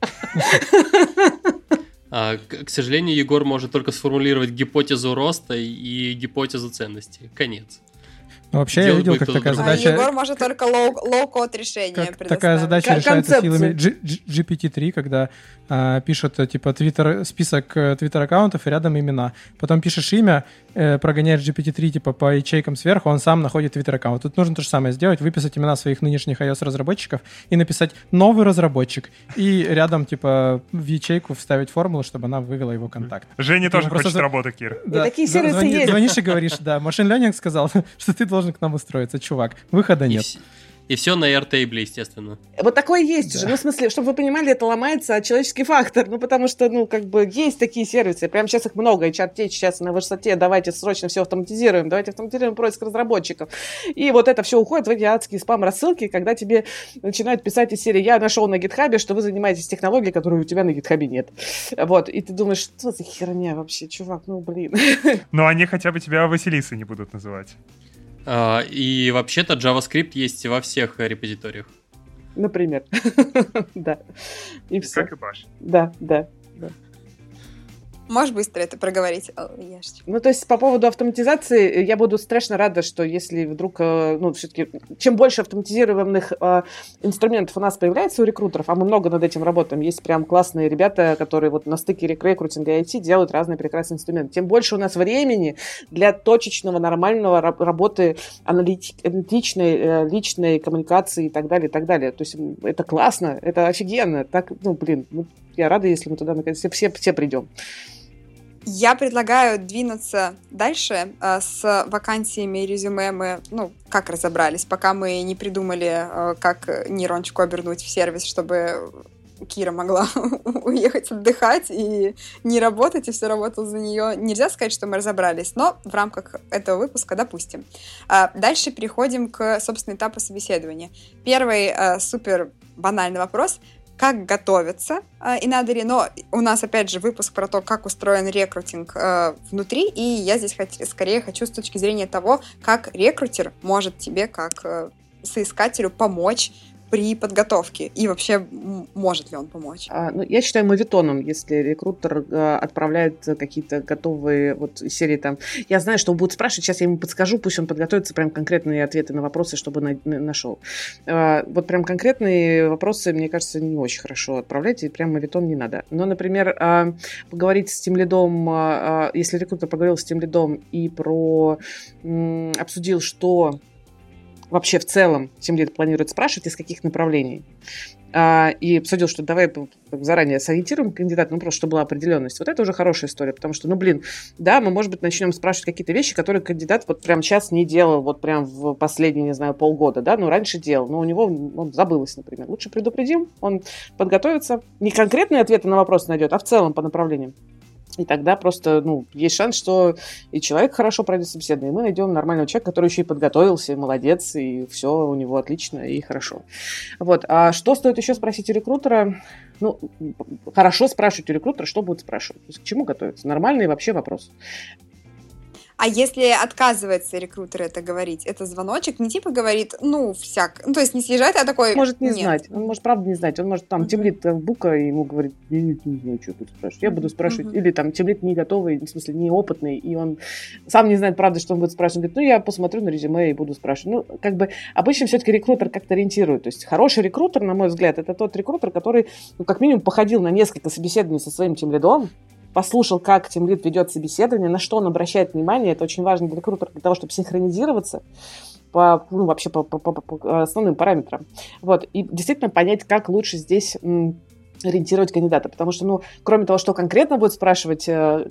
Speaker 4: А, к, к сожалению, Егор может только сформулировать гипотезу роста и гипотезу ценности. Конец.
Speaker 3: Ну, вообще,
Speaker 4: Делать
Speaker 3: я видел,
Speaker 4: будет
Speaker 3: как
Speaker 4: кто-то
Speaker 3: такая
Speaker 4: другой.
Speaker 3: задача...
Speaker 1: А Егор может только лоу- лоу-код решения
Speaker 3: Как
Speaker 1: предоставить.
Speaker 3: такая задача
Speaker 2: Кон-
Speaker 3: решается
Speaker 2: концепцию.
Speaker 3: силами G- G- джи пи ти три, когда а, пишут, типа, твиттер, список твиттер-аккаунтов и рядом имена. Потом пишешь имя, э, прогоняешь джи пи ти три, типа, по ячейкам сверху, он сам находит твиттер-аккаунт. Тут нужно то же самое сделать, выписать имена своих нынешних iOS-разработчиков и написать «новый разработчик». И рядом, типа, в ячейку вставить формулу, чтобы она вывела его контакт.
Speaker 5: Женя тоже
Speaker 3: просто
Speaker 5: хочет
Speaker 3: за-
Speaker 5: работу, Кир.
Speaker 2: И такие сервисы
Speaker 3: звони-
Speaker 2: есть.
Speaker 3: Звонишь и говоришь, да, Machine Learning сказал, что ты должен к нам устроиться, чувак. Выхода
Speaker 4: И,
Speaker 3: нет.
Speaker 4: вс- и все на Airtable, естественно.
Speaker 2: Вот такое есть уже. Ну, в смысле, чтобы вы понимали, это ломается человеческий фактор. Ну, потому что, ну, как бы, есть такие сервисы. Прямо сейчас их много. эйч ар-Tech сейчас на высоте. Давайте срочно все автоматизируем. Давайте автоматизируем поиск разработчиков. И вот это все уходит в эти адские спам-рассылки, когда тебе начинают писать из серии «Я нашел на гитхабе, что вы занимаетесь технологией, которой у тебя на гитхабе нет». Вот. И ты думаешь, что за херня вообще, чувак? Ну, блин.
Speaker 5: Но они хотя бы тебя Василисой не будут называть.
Speaker 4: А, и вообще-то JavaScript есть во всех репозиториях.
Speaker 2: Например. Да. И все.
Speaker 5: Как и Баш.
Speaker 2: Да, да, да.
Speaker 1: Можешь быстро это проговорить, Яшечка?
Speaker 2: Ну, то есть по поводу автоматизации я буду страшно рада, что если вдруг, ну, все-таки, чем больше автоматизированных э, инструментов у нас появляется у рекрутеров, а мы много над этим работаем, есть прям классные ребята, которые вот на стыке рекрутинга и ай ти делают разные прекрасные инструменты, тем больше у нас времени для точечного, нормального работы аналитичной, э, личной коммуникации и так далее, и так далее. То есть это классно, это офигенно. Так, ну, блин, ну, я рада, если мы туда наконец-то все, все придем.
Speaker 1: Я предлагаю двинуться дальше. С вакансиями и резюме мы, ну, как разобрались, пока мы не придумали, как нейрончику обернуть в сервис, чтобы Кира могла уехать отдыхать и не работать, и все работало за нее. Нельзя сказать, что мы разобрались, но в рамках этого выпуска допустим. Дальше переходим к, собственно, этапу собеседования. Первый супер банальный вопрос — как готовиться э, и надо ли, но у нас, опять же, выпуск про то, как устроен рекрутинг э, внутри, и я здесь хот- скорее хочу с точки зрения того, как рекрутер может тебе, как э, соискателю, помочь при подготовке, и вообще м- может ли он помочь?
Speaker 2: А, ну, я считаю моветоном, если рекрутер а, отправляет какие-то готовые вот серии там. Я знаю, что он будет спрашивать, сейчас я ему подскажу, пусть он подготовится прям конкретные ответы на вопросы, чтобы на, на, нашел. А, вот прям конкретные вопросы, мне кажется, не очень хорошо отправлять, и прям моветон не надо. Но, например, а, поговорить с тимлидом, а, если рекрутер поговорил с тимлидом и про м, обсудил, что вообще в целом тимлид планирует спрашивать, из каких направлений, а, и обсудил, что давай заранее сориентируем кандидата, ну, просто чтобы была определенность. Вот это уже хорошая история, потому что, ну, блин, да, мы, может быть, начнем спрашивать какие-то вещи, которые кандидат вот прямо сейчас не делал, вот прям в последние, не знаю, полгода, да, ну, раньше делал, но у него, он забылось, например. Лучше предупредим, он подготовится, не конкретные ответы на вопросы найдет, а в целом по направлениям. И тогда просто, ну, есть шанс, что и человек хорошо пройдет собеседование, и мы найдем нормального человека, который еще и подготовился, и молодец, и все у него отлично, и хорошо. Вот. А что стоит еще спросить у рекрутера? Ну, хорошо спрашивать у рекрутера, что будет спрашивать. То есть к чему готовиться? Нормальный вообще вопрос.
Speaker 1: А если отказывается рекрутер это говорить, это звоночек, не типа говорит, ну, всяк, ну, то есть не съезжает, а такой...
Speaker 2: Может не
Speaker 1: нет.
Speaker 2: знать, он может правда не знать, он может там, uh-huh. тимлид бука, и ему говорит, я не, не знаю, что тут спрашивать, я буду спрашивать, uh-huh. или там тимлид не готовый, в смысле неопытный, и он сам не знает правда, что он будет спрашивать, он говорит, ну, я посмотрю на резюме и буду спрашивать. Ну, как бы обычно все-таки рекрутер как-то ориентирует, то есть хороший рекрутер, на мой взгляд, это тот рекрутер, который, ну, как минимум походил на несколько собеседований со своим тимлидом, послушал, как тимлид ведет собеседование, на что он обращает внимание. Это очень важно для рекрутера, для того, чтобы синхронизироваться по, ну, вообще по, по, по, по основным параметрам. Вот. И действительно понять, как лучше здесь м, ориентировать кандидата. Потому что, ну, кроме того, что конкретно будет спрашивать э, э,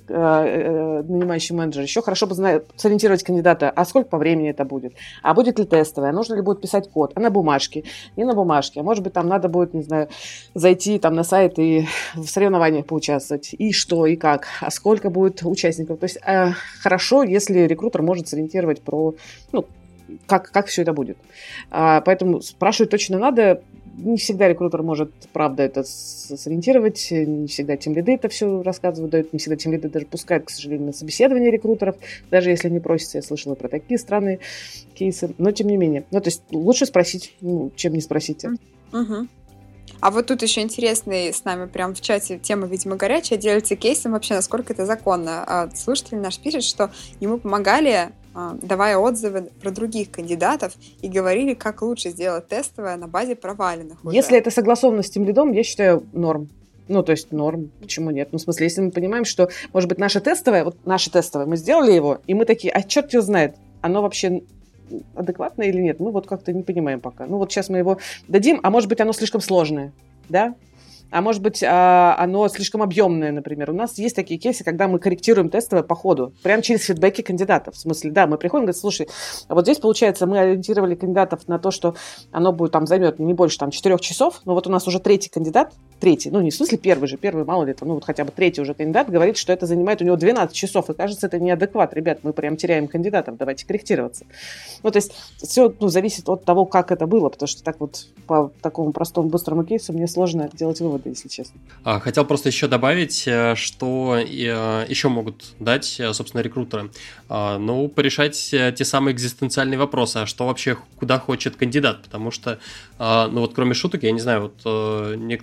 Speaker 2: э, нанимающий менеджер, еще хорошо бы знать, сориентировать кандидата, а сколько по времени это будет, а будет ли тестовое, а нужно ли будет писать код, а на бумажке, не на бумажке, а может быть, там надо будет, не знаю, зайти там на сайт и в соревнованиях поучаствовать, и что, и как, а сколько будет участников. То есть э, хорошо, если рекрутер может сориентировать про, ну, как, как все это будет. А, поэтому спрашивать точно надо. Не всегда рекрутер может, правда, это сориентировать, не всегда тимлиды это все рассказывают, дают, не всегда тимлиды даже пускают, к сожалению, на собеседование рекрутеров, даже если не просится. Я слышала про такие странные кейсы, но тем не менее. Ну, то есть лучше спросить, ну, чем не спросить.
Speaker 1: Угу. А вот тут еще интересный с нами прям в чате тема, видимо, горячая, делится кейсом вообще, насколько это законно. Слушатель наш пишет, что ему помогали, давая отзывы про других кандидатов, и говорили, как лучше сделать тестовое на базе проваленных уже.
Speaker 2: Если это согласовано с тимлидом, я считаю, норм. Ну, то есть норм, почему нет? Ну, в смысле, если мы понимаем, что, может быть, наше тестовое, вот наше тестовое, мы сделали его, и мы такие, а черт его знает, оно вообще адекватно или нет? Мы вот как-то не понимаем пока. Ну, вот сейчас мы его дадим, а может быть, оно слишком сложное, да? А может быть, оно слишком объемное, например. У нас есть такие кейсы, когда мы корректируем тестовое по ходу, прямо через фидбэки кандидатов. В смысле, да, мы приходим и говорим, слушай, вот здесь, получается, мы ориентировали кандидатов на то, что оно будет там займет не больше там четырех часов, но вот у нас уже третий кандидат, третий, ну не в смысле первый же, первый, мало ли, ну вот хотя бы третий уже кандидат говорит, что это занимает у него двенадцать часов, и кажется, это неадекват. Ребят, мы прям теряем кандидатов, давайте корректироваться. Ну, то есть все, ну, зависит от того, как это было, потому что так вот по такому простому, быстрому кейсу мне сложно делать выводы, если честно.
Speaker 4: Хотел просто еще добавить, что еще могут дать, собственно, рекрутеры. Ну, порешать те самые экзистенциальные вопросы, а что вообще, куда хочет кандидат, потому что, ну вот кроме шуток, я не знаю, вот некоторые ребята,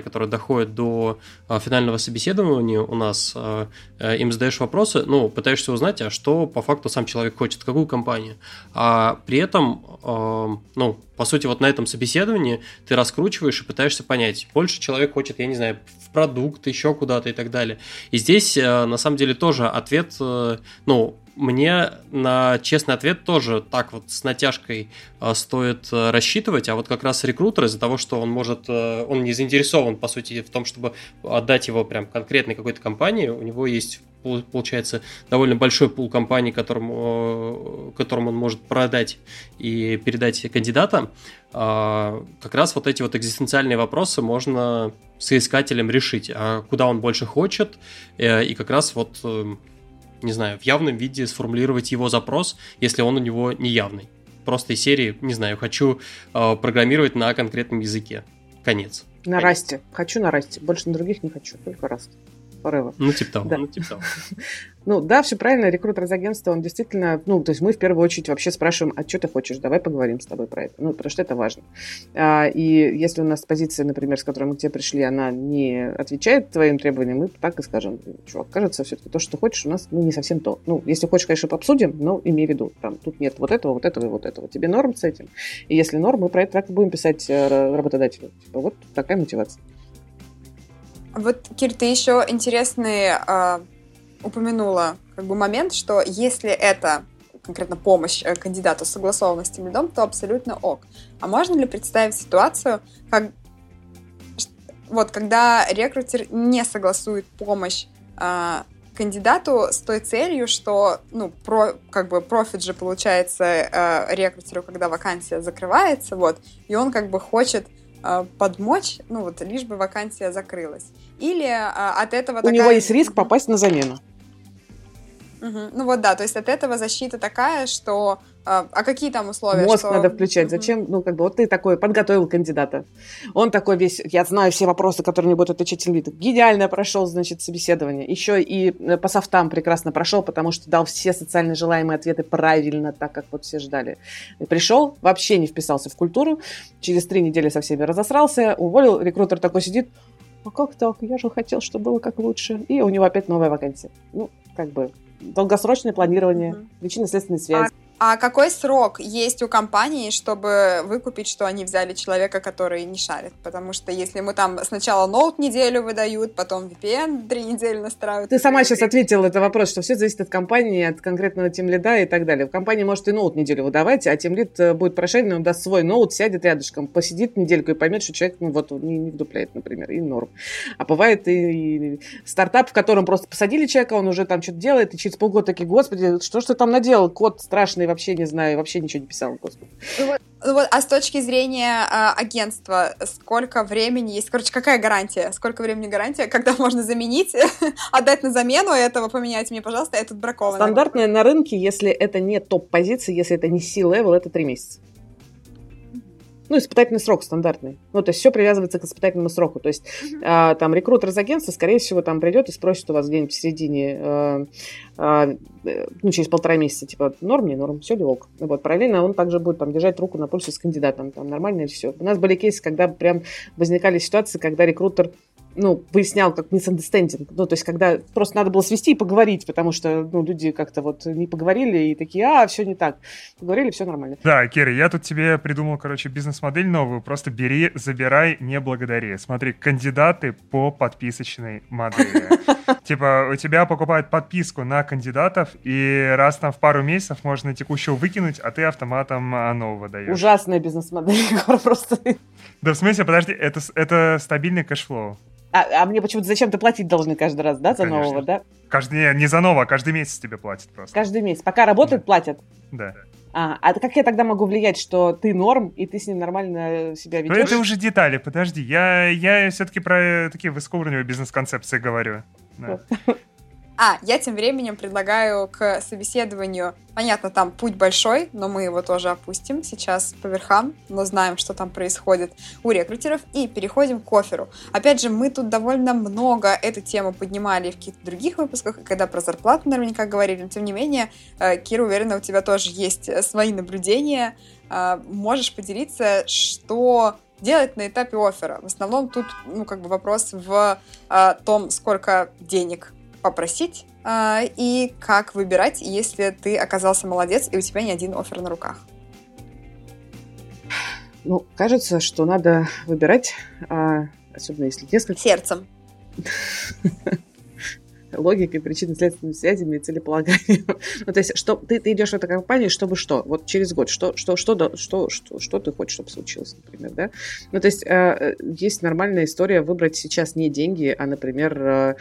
Speaker 4: кандидаты, которые доходят до а, финального собеседования у нас, а, а, им задаешь вопросы, ну, пытаешься узнать, а что по факту сам человек хочет, какую компанию. А при этом, а, ну, по сути, вот на этом собеседовании ты раскручиваешь и пытаешься понять, больше человек хочет, я не знаю, в продукт, еще куда-то и так далее. И здесь, а, на самом деле, тоже ответ, а, ну, мне на честный ответ тоже так вот с натяжкой э, стоит э, рассчитывать, а вот как раз рекрутер из-за того, что он может, э, он не заинтересован, по сути, в том, чтобы отдать его прям конкретной какой-то компании, у него есть, получается, довольно большой пул компаний, которым, э, которым он может продать и передать кандидата, э, как раз вот эти вот экзистенциальные вопросы можно соискателем решить, а куда он больше хочет, э, и как раз вот... Э, не знаю, в явном виде сформулировать его запрос, если он у него не явный. Просто из серии, не знаю, хочу э, программировать на конкретном языке. Конец.
Speaker 2: На
Speaker 4: Конец.
Speaker 2: расте. Хочу на расте. Больше на других не хочу, только раст. Forever.
Speaker 4: Ну, типа того.
Speaker 2: Да.
Speaker 4: Ну, типа того.
Speaker 2: Ну, да, все правильно. Рекрутер из агентства, он действительно... Ну, то есть мы в первую очередь вообще спрашиваем, а что ты хочешь? Давай поговорим с тобой про это. Ну, потому что это важно. А, и если у нас позиция, например, с которой мы к тебе пришли, она не отвечает твоим требованиям, мы так и скажем, чувак, кажется, все-таки то, что ты хочешь, у нас ну, не совсем то. Ну, если хочешь, конечно, пообсудим, но имей в виду, там, тут нет вот этого, вот этого и вот этого. Тебе норм с этим? И если норм, мы про это так и будем писать работодателю. Типа, вот такая мотивация.
Speaker 1: Вот, Кир, ты еще интересный э, упомянула как бы момент, что если это конкретно помощь э, кандидату согласованно с тем лидом, то абсолютно ок. А можно ли представить ситуацию, как вот когда рекрутер не согласует помощь э, кандидату с той целью, что ну про как бы профит же получается э, рекрутеру, когда вакансия закрывается, вот, и он как бы хочет подмочь, ну вот, лишь бы вакансия закрылась. Или а, от этого...
Speaker 2: У
Speaker 1: такая...
Speaker 2: него есть риск попасть на замену.
Speaker 1: Угу. Ну вот да, то есть от этого защита такая, что... А, а какие там условия?
Speaker 2: Мозг
Speaker 1: что...
Speaker 2: надо включать.
Speaker 1: Угу.
Speaker 2: Зачем? Ну, как бы, вот ты такой подготовил кандидата. Он такой весь, я знаю все вопросы, которые мне будут отвечать тимлид. Гениально прошел, значит, собеседование. Еще и по софтам прекрасно прошел, потому что дал все социально желаемые ответы правильно, так как вот все ждали. И пришел, вообще не вписался в культуру. Через три недели со всеми разосрался, уволил. Рекрутер такой сидит. А как так? Я же хотел, чтобы было как лучше. И у него опять новая вакансия. Ну, как бы, долгосрочное планирование, угу. Причинно-следственная связь.
Speaker 1: А... А какой срок есть у компании, чтобы выкупить, что они взяли человека, который не шарит? Потому что если ему там сначала ноут неделю выдают, потом ви пи эн три недели настраивают...
Speaker 2: Ты сама сейчас ответила на этот вопрос, что все зависит от компании, от конкретного тимлида и так далее. В компании может и ноут неделю выдавать, а тимлид будет прошаренный, он даст свой ноут, сядет рядышком, посидит недельку и поймет, что человек ну, вот, не, не вдупляет, например, и норм. А бывает и, и стартап, в котором просто посадили человека, он уже там что-то делает, и через полгода такие, господи, что ж ты там наделал, код страшный, вообще не знаю, вообще ничего не писал, господи.
Speaker 1: Вот, вот, а с точки зрения а, агентства, сколько времени есть? Короче, какая гарантия? Сколько времени гарантия? Когда можно заменить, отдать на замену этого, поменяйте мне, пожалуйста, этот бракованный.
Speaker 2: Стандартная на рынке, если это не топ-позиция, если это не C-level, это три месяца. Ну, испытательный срок стандартный. Ну, то есть все привязывается к испытательному сроку. То есть uh-huh. а, там рекрутер из агентства, скорее всего, там придет и спросит у вас где-нибудь в середине, а, а, ну, через полтора месяца, типа, норм, не норм, все ли ок. Вот, параллельно он также будет там держать руку на пульсе с кандидатом, там, нормально или все. У нас были кейсы, когда прям возникали ситуации, когда рекрутер ну, выяснял как misunderstanding. Ну, то есть, когда просто надо было свести и поговорить, потому что, ну, люди как-то вот не поговорили и такие, а, все не так. Поговорили, все нормально.
Speaker 5: Да, Кира, я тут тебе придумал, короче, бизнес-модель новую. Просто бери, забирай, не благодари. Смотри, кандидаты по подписочной модели. Типа, у тебя покупают подписку на кандидатов, и раз там в пару месяцев можно текущего выкинуть, а ты автоматом нового даешь.
Speaker 2: Ужасная бизнес-модель, просто.
Speaker 5: Да, в смысле, подожди, это, это стабильный кэшфлоу.
Speaker 2: А, а мне почему-то зачем-то платить должны каждый раз, да, за Конечно. Нового, да?
Speaker 5: Каждый, не, не за нового, а каждый месяц тебе платят просто.
Speaker 2: Каждый месяц. Пока работают, да. платят?
Speaker 5: Да.
Speaker 2: А, а как я тогда могу влиять, что ты норм, и ты с ним нормально себя ведешь?
Speaker 5: Ну, это уже детали, подожди. Я, я все-таки про такие высокоуровневые бизнес-концепции говорю. Да.
Speaker 1: А, я тем временем предлагаю к собеседованию, понятно, там путь большой, но мы его тоже опустим сейчас по верхам, но знаем, что там происходит у рекрутеров, и переходим к офферу. Опять же, мы тут довольно много эту тему поднимали в каких-то других выпусках, и когда про зарплату наверняка говорили, но тем не менее, Кира, уверена, у тебя тоже есть свои наблюдения. Можешь поделиться, что делать на этапе оффера? В основном тут, ну, как бы вопрос в а, том, сколько денег попросить а, и как выбирать, если ты оказался молодец и у тебя не один оффер на руках.
Speaker 2: Ну, кажется, что надо выбирать, а, особенно если несколько...
Speaker 1: Сердцем.
Speaker 2: Логикой, причинно-следственными связями и целеполаганием. Ну, то есть, что ты, ты идешь в эту компанию, чтобы что? Вот через год, что, что, что, что, что, что ты хочешь, чтобы случилось, например, да? Ну, то есть, э, есть нормальная история выбрать сейчас не деньги, а, например, э,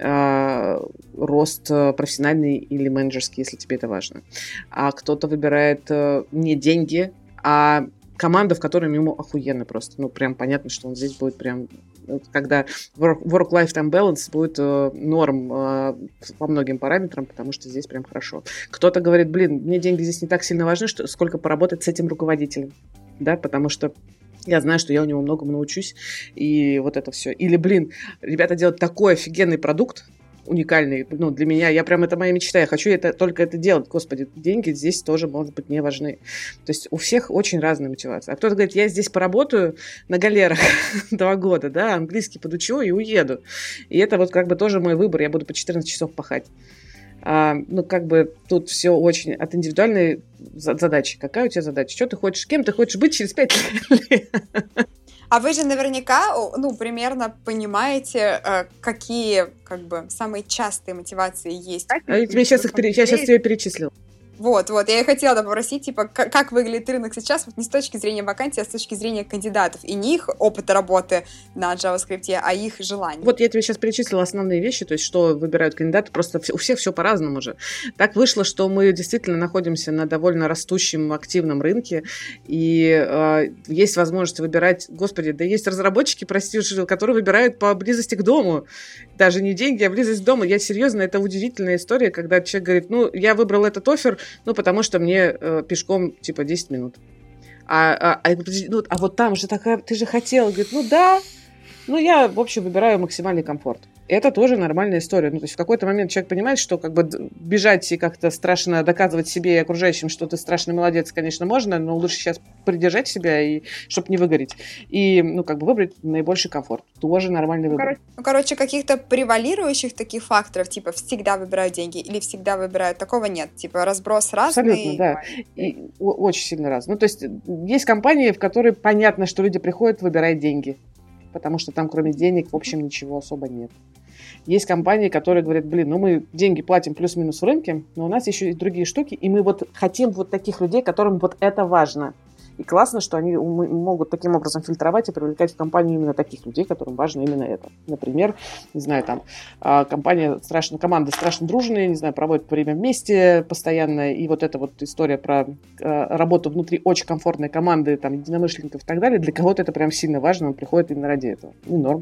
Speaker 2: э, рост профессиональный или менеджерский, если тебе это важно. А кто-то выбирает э, не деньги, а команда, в которой ему охуенно просто. Ну, прям понятно, что он здесь будет прям... когда work-life time balance будет э, норм э, по многим параметрам, потому что здесь прям хорошо. Кто-то говорит, блин, мне деньги здесь не так сильно важны, что, сколько поработать с этим руководителем, да, потому что я знаю, что я у него многому научусь, и вот это все. Или, блин, ребята делают такой офигенный продукт, уникальный, ну, для меня, я прям, это моя мечта, я хочу это, только это делать, господи, деньги здесь тоже, может быть, не важны. То есть у всех очень разная мотивация. А кто-то говорит, я здесь поработаю на галерах два года, да, английский подучу и уеду. И это вот как бы тоже мой выбор, я буду по четырнадцать часов пахать. А, ну, как бы тут все очень от индивидуальной задачи. Какая у тебя задача? Что ты хочешь? Кем ты хочешь быть через пять лет?
Speaker 1: А вы же наверняка, ну, примерно понимаете, какие, как бы, самые частые мотивации есть.
Speaker 2: А я тебе сейчас их пере... я сейчас тебе перечислил.
Speaker 1: Вот, вот, я и хотела попросить, типа, как, как выглядит рынок сейчас, вот не с точки зрения вакансий, а с точки зрения кандидатов, и не их опыта работы на JavaScript, а их желаний.
Speaker 2: Вот я тебе сейчас перечислила основные вещи, то есть что выбирают кандидаты, просто у всех все по-разному же. Так вышло, что мы действительно находимся на довольно растущем, активном рынке, и э, есть возможность выбирать, господи, да есть разработчики, прости, которые выбирают по близости к дому, даже не деньги, а близость к дому. Я серьезно, это удивительная история, когда человек говорит, ну, я выбрал этот оффер, ну, потому что мне э, пешком, типа, десять минут. А, а, а, ну, а вот там же такая, ты же хотела. Говорит, ну да, ну я, в общем, выбираю максимальный комфорт. Это тоже нормальная история. Ну, то есть в какой-то момент человек понимает, что как бы бежать и как-то страшно доказывать себе и окружающим, что ты страшный молодец, конечно, можно, но лучше сейчас придержать себя, и, чтобы не выгореть. И, ну, как бы выбрать наибольший комфорт. Тоже нормальный выбор.
Speaker 1: Короче, ну, короче, каких-то превалирующих таких факторов, типа всегда выбирают деньги или всегда выбирают, такого нет. Типа разброс разный.
Speaker 2: Абсолютно, да. И очень сильно разный. Ну, то есть есть компании, в которые понятно, что люди приходят, выбирают деньги. Потому что там, кроме денег, в общем, ничего особо нет. Есть компании, которые говорят, блин, ну мы деньги платим плюс-минус в рынке, но у нас еще есть другие штуки, и мы вот хотим вот таких людей, которым вот это важно. И классно, что они могут таким образом фильтровать и привлекать в компанию именно таких людей, которым важно именно это. Например, не знаю, там, компания страшно, команда страшно дружная, не знаю, проводит время вместе постоянно, и вот эта вот история про работу внутри очень комфортной команды, там, единомышленников и так далее, для кого-то это прям сильно важно, он приходит именно ради этого. И норм.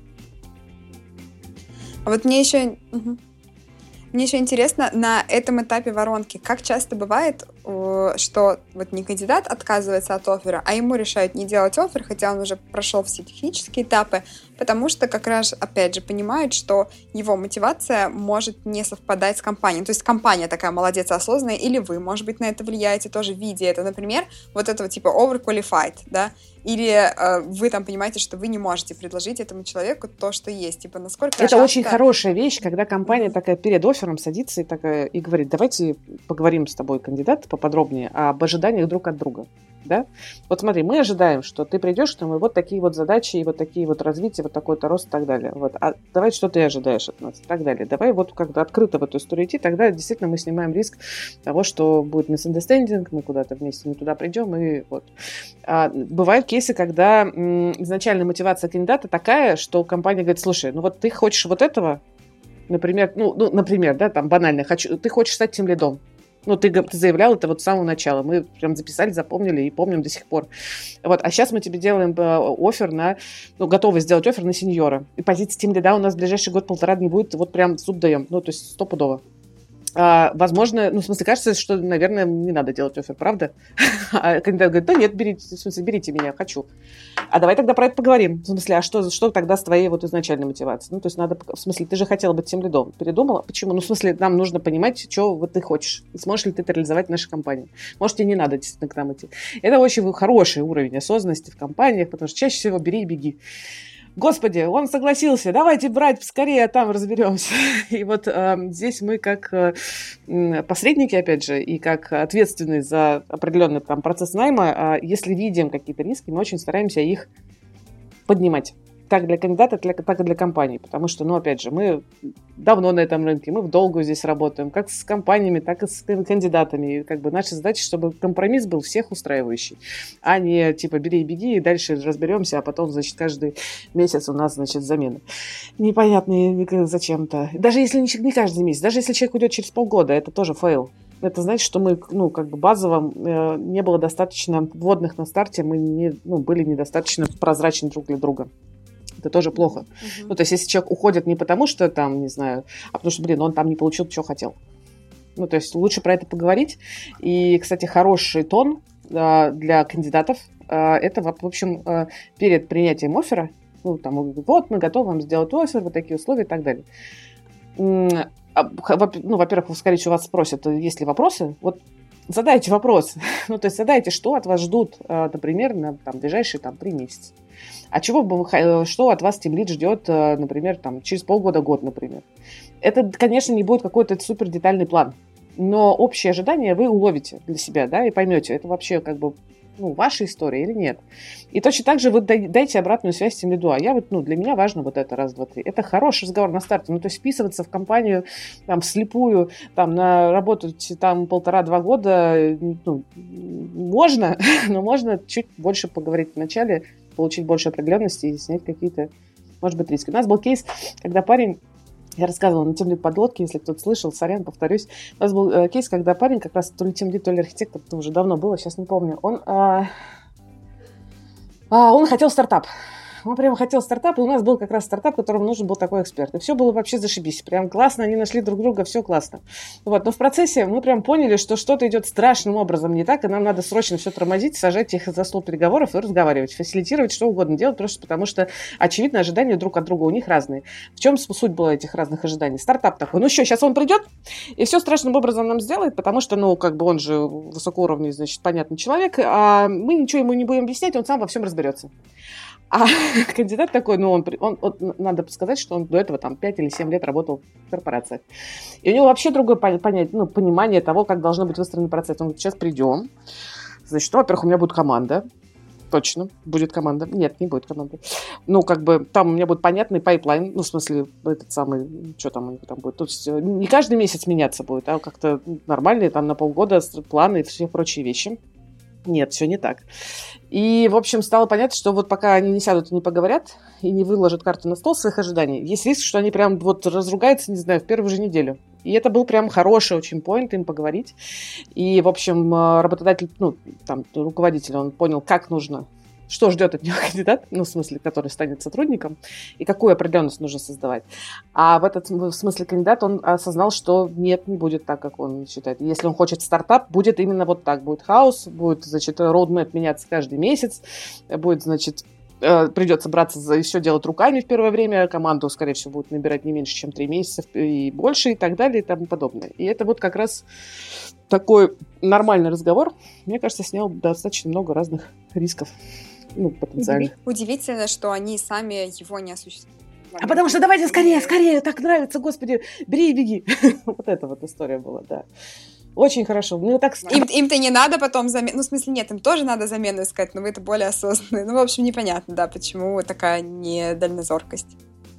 Speaker 1: А вот мне еще... Угу. Мне еще интересно, на этом этапе воронки, как часто бывает, что вот не кандидат отказывается от оффера, а ему решают не делать оффер, хотя он уже прошел все технические этапы, потому что как раз, опять же, понимают, что его мотивация может не совпадать с компанией. То есть компания такая молодец, осознанная, или вы, может быть, на это влияете тоже в виде это, например, вот этого типа overqualified, да, или э, вы там понимаете, что вы не можете предложить этому человеку то, что есть, типа насколько
Speaker 2: это
Speaker 1: часто...
Speaker 2: очень хорошая вещь, когда компания такая перед оффером садится и такая и говорит, давайте поговорим с тобой, кандидат, поподробнее об ожиданиях друг от друга. Да? Вот смотри, мы ожидаем, что ты придешь к нам, и вот такие вот задачи, и вот такие вот развития, вот такой-то рост и так далее. Вот. А давай, что ты ожидаешь от нас и так далее. Давай вот как-то открыто в эту историю идти, тогда действительно мы снимаем риск того, что будет misunderstanding, мы куда-то вместе не туда придем, и вот. А бывают кейсы, когда м, изначальная мотивация кандидата такая, что компания говорит, слушай, ну вот ты хочешь вот этого, например, ну, ну например, да, там банально, хочу, ты хочешь стать тимлидом. Ну, ты, ты заявлял это вот с самого начала. Мы прям записали, запомнили и помним до сих пор. Вот. А сейчас мы тебе делаем оффер на... Ну, готовы сделать оффер на сеньора. И позиция тимлида у нас в ближайший год-полтора не будет. Вот прям суд даем. Ну, то есть стопудово. А, возможно, ну, в смысле, кажется, что, наверное, не надо делать оффер, правда? А кандидат говорит, да нет, берите, в смысле, берите меня, хочу. А давай тогда про это поговорим. В смысле, а что, что тогда с твоей вот изначальной мотивацией? Ну, то есть надо, в смысле, ты же хотела быть тимлидом. Передумала? Почему? Ну, в смысле, нам нужно понимать, что вот ты хочешь. И сможешь ли ты это реализовать в нашей компании. Может, тебе не надо действительно к нам идти. Это очень хороший уровень осознанности в компаниях, потому что чаще всего бери и беги. Господи, он согласился, давайте брать скорее, там разберемся. И вот э, здесь мы как э, посредники, опять же, и как ответственные за определенный там процесс найма, э, если видим какие-то риски, мы очень стараемся их поднимать. Как для кандидата, так и для компании. Потому что, ну, опять же, мы давно на этом рынке, мы в долгую здесь работаем, как с компаниями, так и с кандидатами. И как бы наша задача, чтобы компромисс был всех устраивающий, а не типа бери и беги, и дальше разберемся, а потом, значит, каждый месяц у нас, значит, замены. Непонятные зачем-то. Даже если не каждый месяц, даже если человек уйдет через полгода, это тоже фейл. Это значит, что мы, ну, как бы базово э, не было достаточно вводных на старте, мы не, ну, были недостаточно прозрачны друг для друга. Это тоже плохо. Uh-huh. Ну, то есть, если человек уходит не потому, что там, не знаю, а потому что, блин, он там не получил, что хотел. Ну, то есть, лучше про это поговорить. И, кстати, хороший тон э, для кандидатов э, это, в общем, э, перед принятием оффера, ну, там, вот, мы готовы вам сделать оффер, вот такие условия и так далее. Ну, во-первых, скорее всего, вас спросят, есть ли вопросы. Вот задайте вопрос. Ну, то есть, задайте, что от вас ждут, э, например, на там, ближайшие там, три месяца. А чего бы вы, что от вас тимлид ждет, например, там, через полгода-год, например? Это, конечно, не будет какой-то супер детальный план, но общие ожидания вы уловите для себя, да, и поймете, это вообще как бы, ну, ваша история или нет. И точно так же вы дайте обратную связь тимлиду. А я вот, ну, для меня важно вот это, раз, два, три. Это хороший разговор на старте. Ну, то есть вписываться в компанию там вслепую, там, на работать там полтора-два года, ну, можно, но можно чуть больше поговорить вначале, получить больше определенности и снять какие-то, может быть, риски. У нас был кейс, когда парень, я рассказывала на тимлид подлодке, если кто-то слышал, сорян, повторюсь. У нас был э, кейс, когда парень, как раз то ли тимлид, то ли архитектор, это уже давно было, сейчас не помню, он, а, а, он хотел стартап. Он прямо хотел стартап, и у нас был как раз стартап, которому нужен был такой эксперт. И все было вообще зашибись. Прям классно, они нашли друг друга, все классно. Вот. Но в процессе мы прям поняли, что что-то идет страшным образом не так, и нам надо срочно все тормозить, сажать их за стол переговоров и разговаривать, фасилитировать, что угодно делать, просто потому что, очевидно, ожидания друг от друга у них разные. В чем суть была этих разных ожиданий? Стартап такой, ну что, сейчас он придет и все страшным образом нам сделает, потому что, ну, как бы он же высокоуровневый, значит, понятный человек, а мы ничего ему не будем объяснять, он сам во всем разберется. А кандидат такой, ну, он, он, он, надо сказать, что он до этого там пять или семь лет работал в корпорациях. И у него вообще другое понятие, ну, понимание того, как должно быть выстроен процесс. Он говорит, сейчас придем. Значит, ну, во-первых, у меня будет команда. Точно, будет команда. Нет, не будет команды. Ну, как бы, там у меня будет понятный пайплайн, ну, в смысле, этот самый, что там у них там будет. То есть не каждый месяц меняться будет, а как-то нормальные, там, на полгода планы и все прочие вещи. Нет, все не так. И, в общем, стало понятно, что вот пока они не сядут и не поговорят, и не выложат карту на стол своих ожиданий, есть риск, что они прям вот разругаются, не знаю, в первую же неделю. И это был прям хороший очень поинт им поговорить. И, в общем, работодатель, ну, там, руководитель, он понял, как нужно, что ждет от него кандидат, ну, в смысле, который станет сотрудником, и какую определенность нужно создавать. А в этом смысле кандидат, он осознал, что нет, не будет так, как он считает. Если он хочет стартап, будет именно вот так. Будет хаос, будет, значит, роудмэп меняться каждый месяц, будет, значит, придется браться за и все делать руками в первое время, команду, скорее всего, будут набирать не меньше, чем три месяца и больше, и так далее, и тому подобное. И это вот как раз такой нормальный разговор, мне кажется, снял достаточно много разных рисков. Ну, потенциально.
Speaker 1: Удивительно, что они сами его не осуществили.
Speaker 2: А потому что давайте скорее, скорее, так нравится, господи, бери и беги. Вот эта вот история была, да. Очень хорошо. Мне так...
Speaker 1: им, им-то не надо потом замену, ну, в смысле, нет, им тоже надо замену искать, но вы это более осознанные. Ну, в общем, непонятно, да, почему такая недальнозоркость.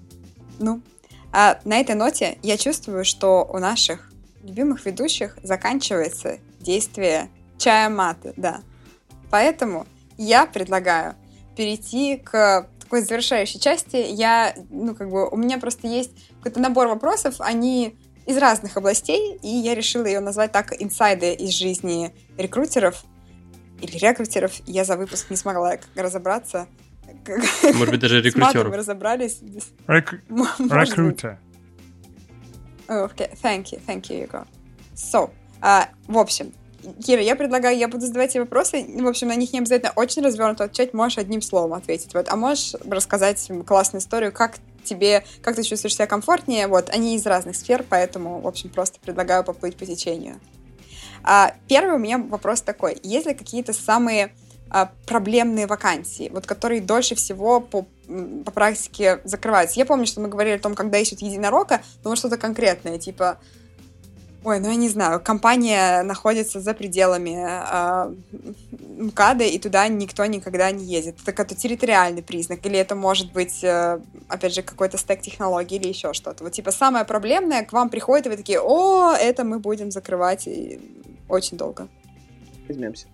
Speaker 1: Ну, а на этой ноте я чувствую, что у наших любимых ведущих заканчивается действие чая маты, да. Поэтому я предлагаю перейти к такой завершающей части. Я, ну, как бы, у меня просто есть какой-то набор вопросов, они из разных областей, и я решила ее назвать так «Инсайды из жизни рекрутеров» или рекрутеров. Я за выпуск не смогла разобраться.
Speaker 4: Может быть, даже рекрутеров.
Speaker 1: С матом разобрались.
Speaker 5: Рекрутер.
Speaker 1: Oh, okay. Thank you, thank you, Егор. So, uh, в общем, Кира, я предлагаю, я буду задавать тебе вопросы, в общем, на них не обязательно очень развернуто отвечать, можешь одним словом ответить, вот, а можешь рассказать классную историю, как тебе, как ты чувствуешь себя комфортнее, вот, они из разных сфер, поэтому, в общем, просто предлагаю поплыть по течению. А, первый у меня вопрос такой, есть ли какие-то самые а, проблемные вакансии, вот, которые дольше всего по, по практике закрываются? Я помню, что мы говорили о том, когда ищут единорога, но что-то конкретное, типа, ой, ну я не знаю, компания находится за пределами э, МКАДа, и туда никто никогда не ездит. Это какой-то территориальный признак, или это может быть, э, опять же, какой-то стек технологий или еще что-то. Вот типа самое проблемное, к вам приходит, и вы такие, о, это мы будем закрывать и очень долго.
Speaker 2: Возьмемся.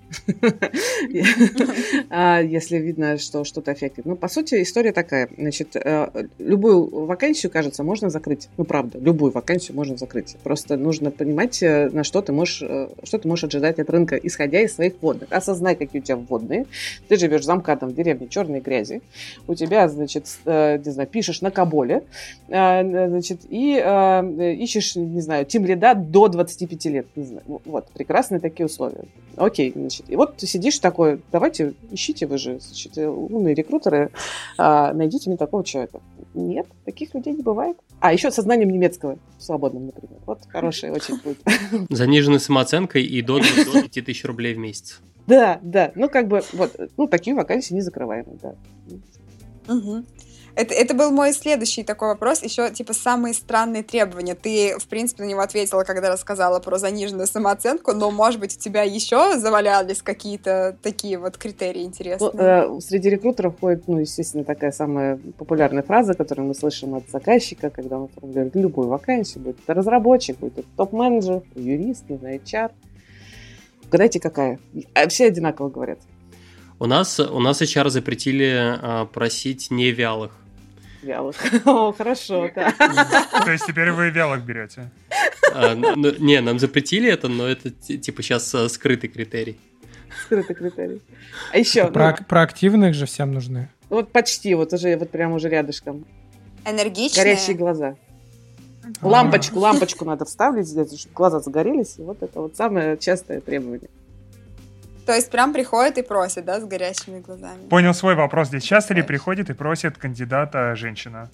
Speaker 2: Если видно, что что-то аффектит. Ну, по сути, история такая. Значит, любую вакансию, кажется, можно закрыть. Ну, правда, любую вакансию можно закрыть. Просто нужно понимать, на что ты можешь, что ты можешь ожидать от рынка, исходя из своих вводных. Осознай, какие у тебя вводные. Ты живешь за МКАДом в деревне черной грязи. У тебя, значит, не знаю, пишешь на Каболе, значит, и ищешь, не знаю, тимлида до двадцати пяти лет. Не знаю. Вот, прекрасные такие условия. Окей, значит, и вот ты сидишь такой, давайте, ищите вы же, значит, умные рекрутеры, а, найдите мне такого человека. Нет, таких людей не бывает. А, еще со знанием немецкого, свободным, например. Вот хорошая очень будет.
Speaker 4: Заниженной самооценкой и до двадцати пяти тысяч рублей в месяц.
Speaker 2: Да, да, ну как бы, вот, ну такие вакансии не закрываемые, да.
Speaker 1: Угу. Это, это был мой следующий такой вопрос, еще, типа, самые странные требования. Ты, в принципе, на него ответила, когда рассказала про заниженную самооценку, но, может быть, у тебя еще завалялись какие-то такие вот критерии интересные?
Speaker 2: Ну, э, среди рекрутеров ходит, ну, естественно, такая самая популярная фраза, которую мы слышим от заказчика, когда он формулирует любую вакансию, будет это разработчик, будет это топ-менеджер, юрист, не знаю, эйч ар. Угадайте, какая? Все одинаково говорят.
Speaker 4: У нас, у нас эйч ар запретили а, просить не вялых.
Speaker 2: Вялых. О, хорошо, да.
Speaker 5: То есть теперь вы вялых берете?
Speaker 4: А, ну, не, нам запретили это, но это типа сейчас скрытый критерий.
Speaker 2: Скрытый критерий. А еще...
Speaker 3: Про,
Speaker 2: ну,
Speaker 3: про активных же всем нужны.
Speaker 2: Вот почти, вот уже, вот прям уже рядышком.
Speaker 1: Энергичные?
Speaker 2: Горящие глаза. Лампочку, лампочку надо вставить здесь, чтобы глаза загорелись. И вот это вот самое частое требование.
Speaker 1: То есть прям приходит и просит, да, с горящими глазами?
Speaker 5: Понял свой вопрос. Здесь часто ли приходит и просит кандидата женщина?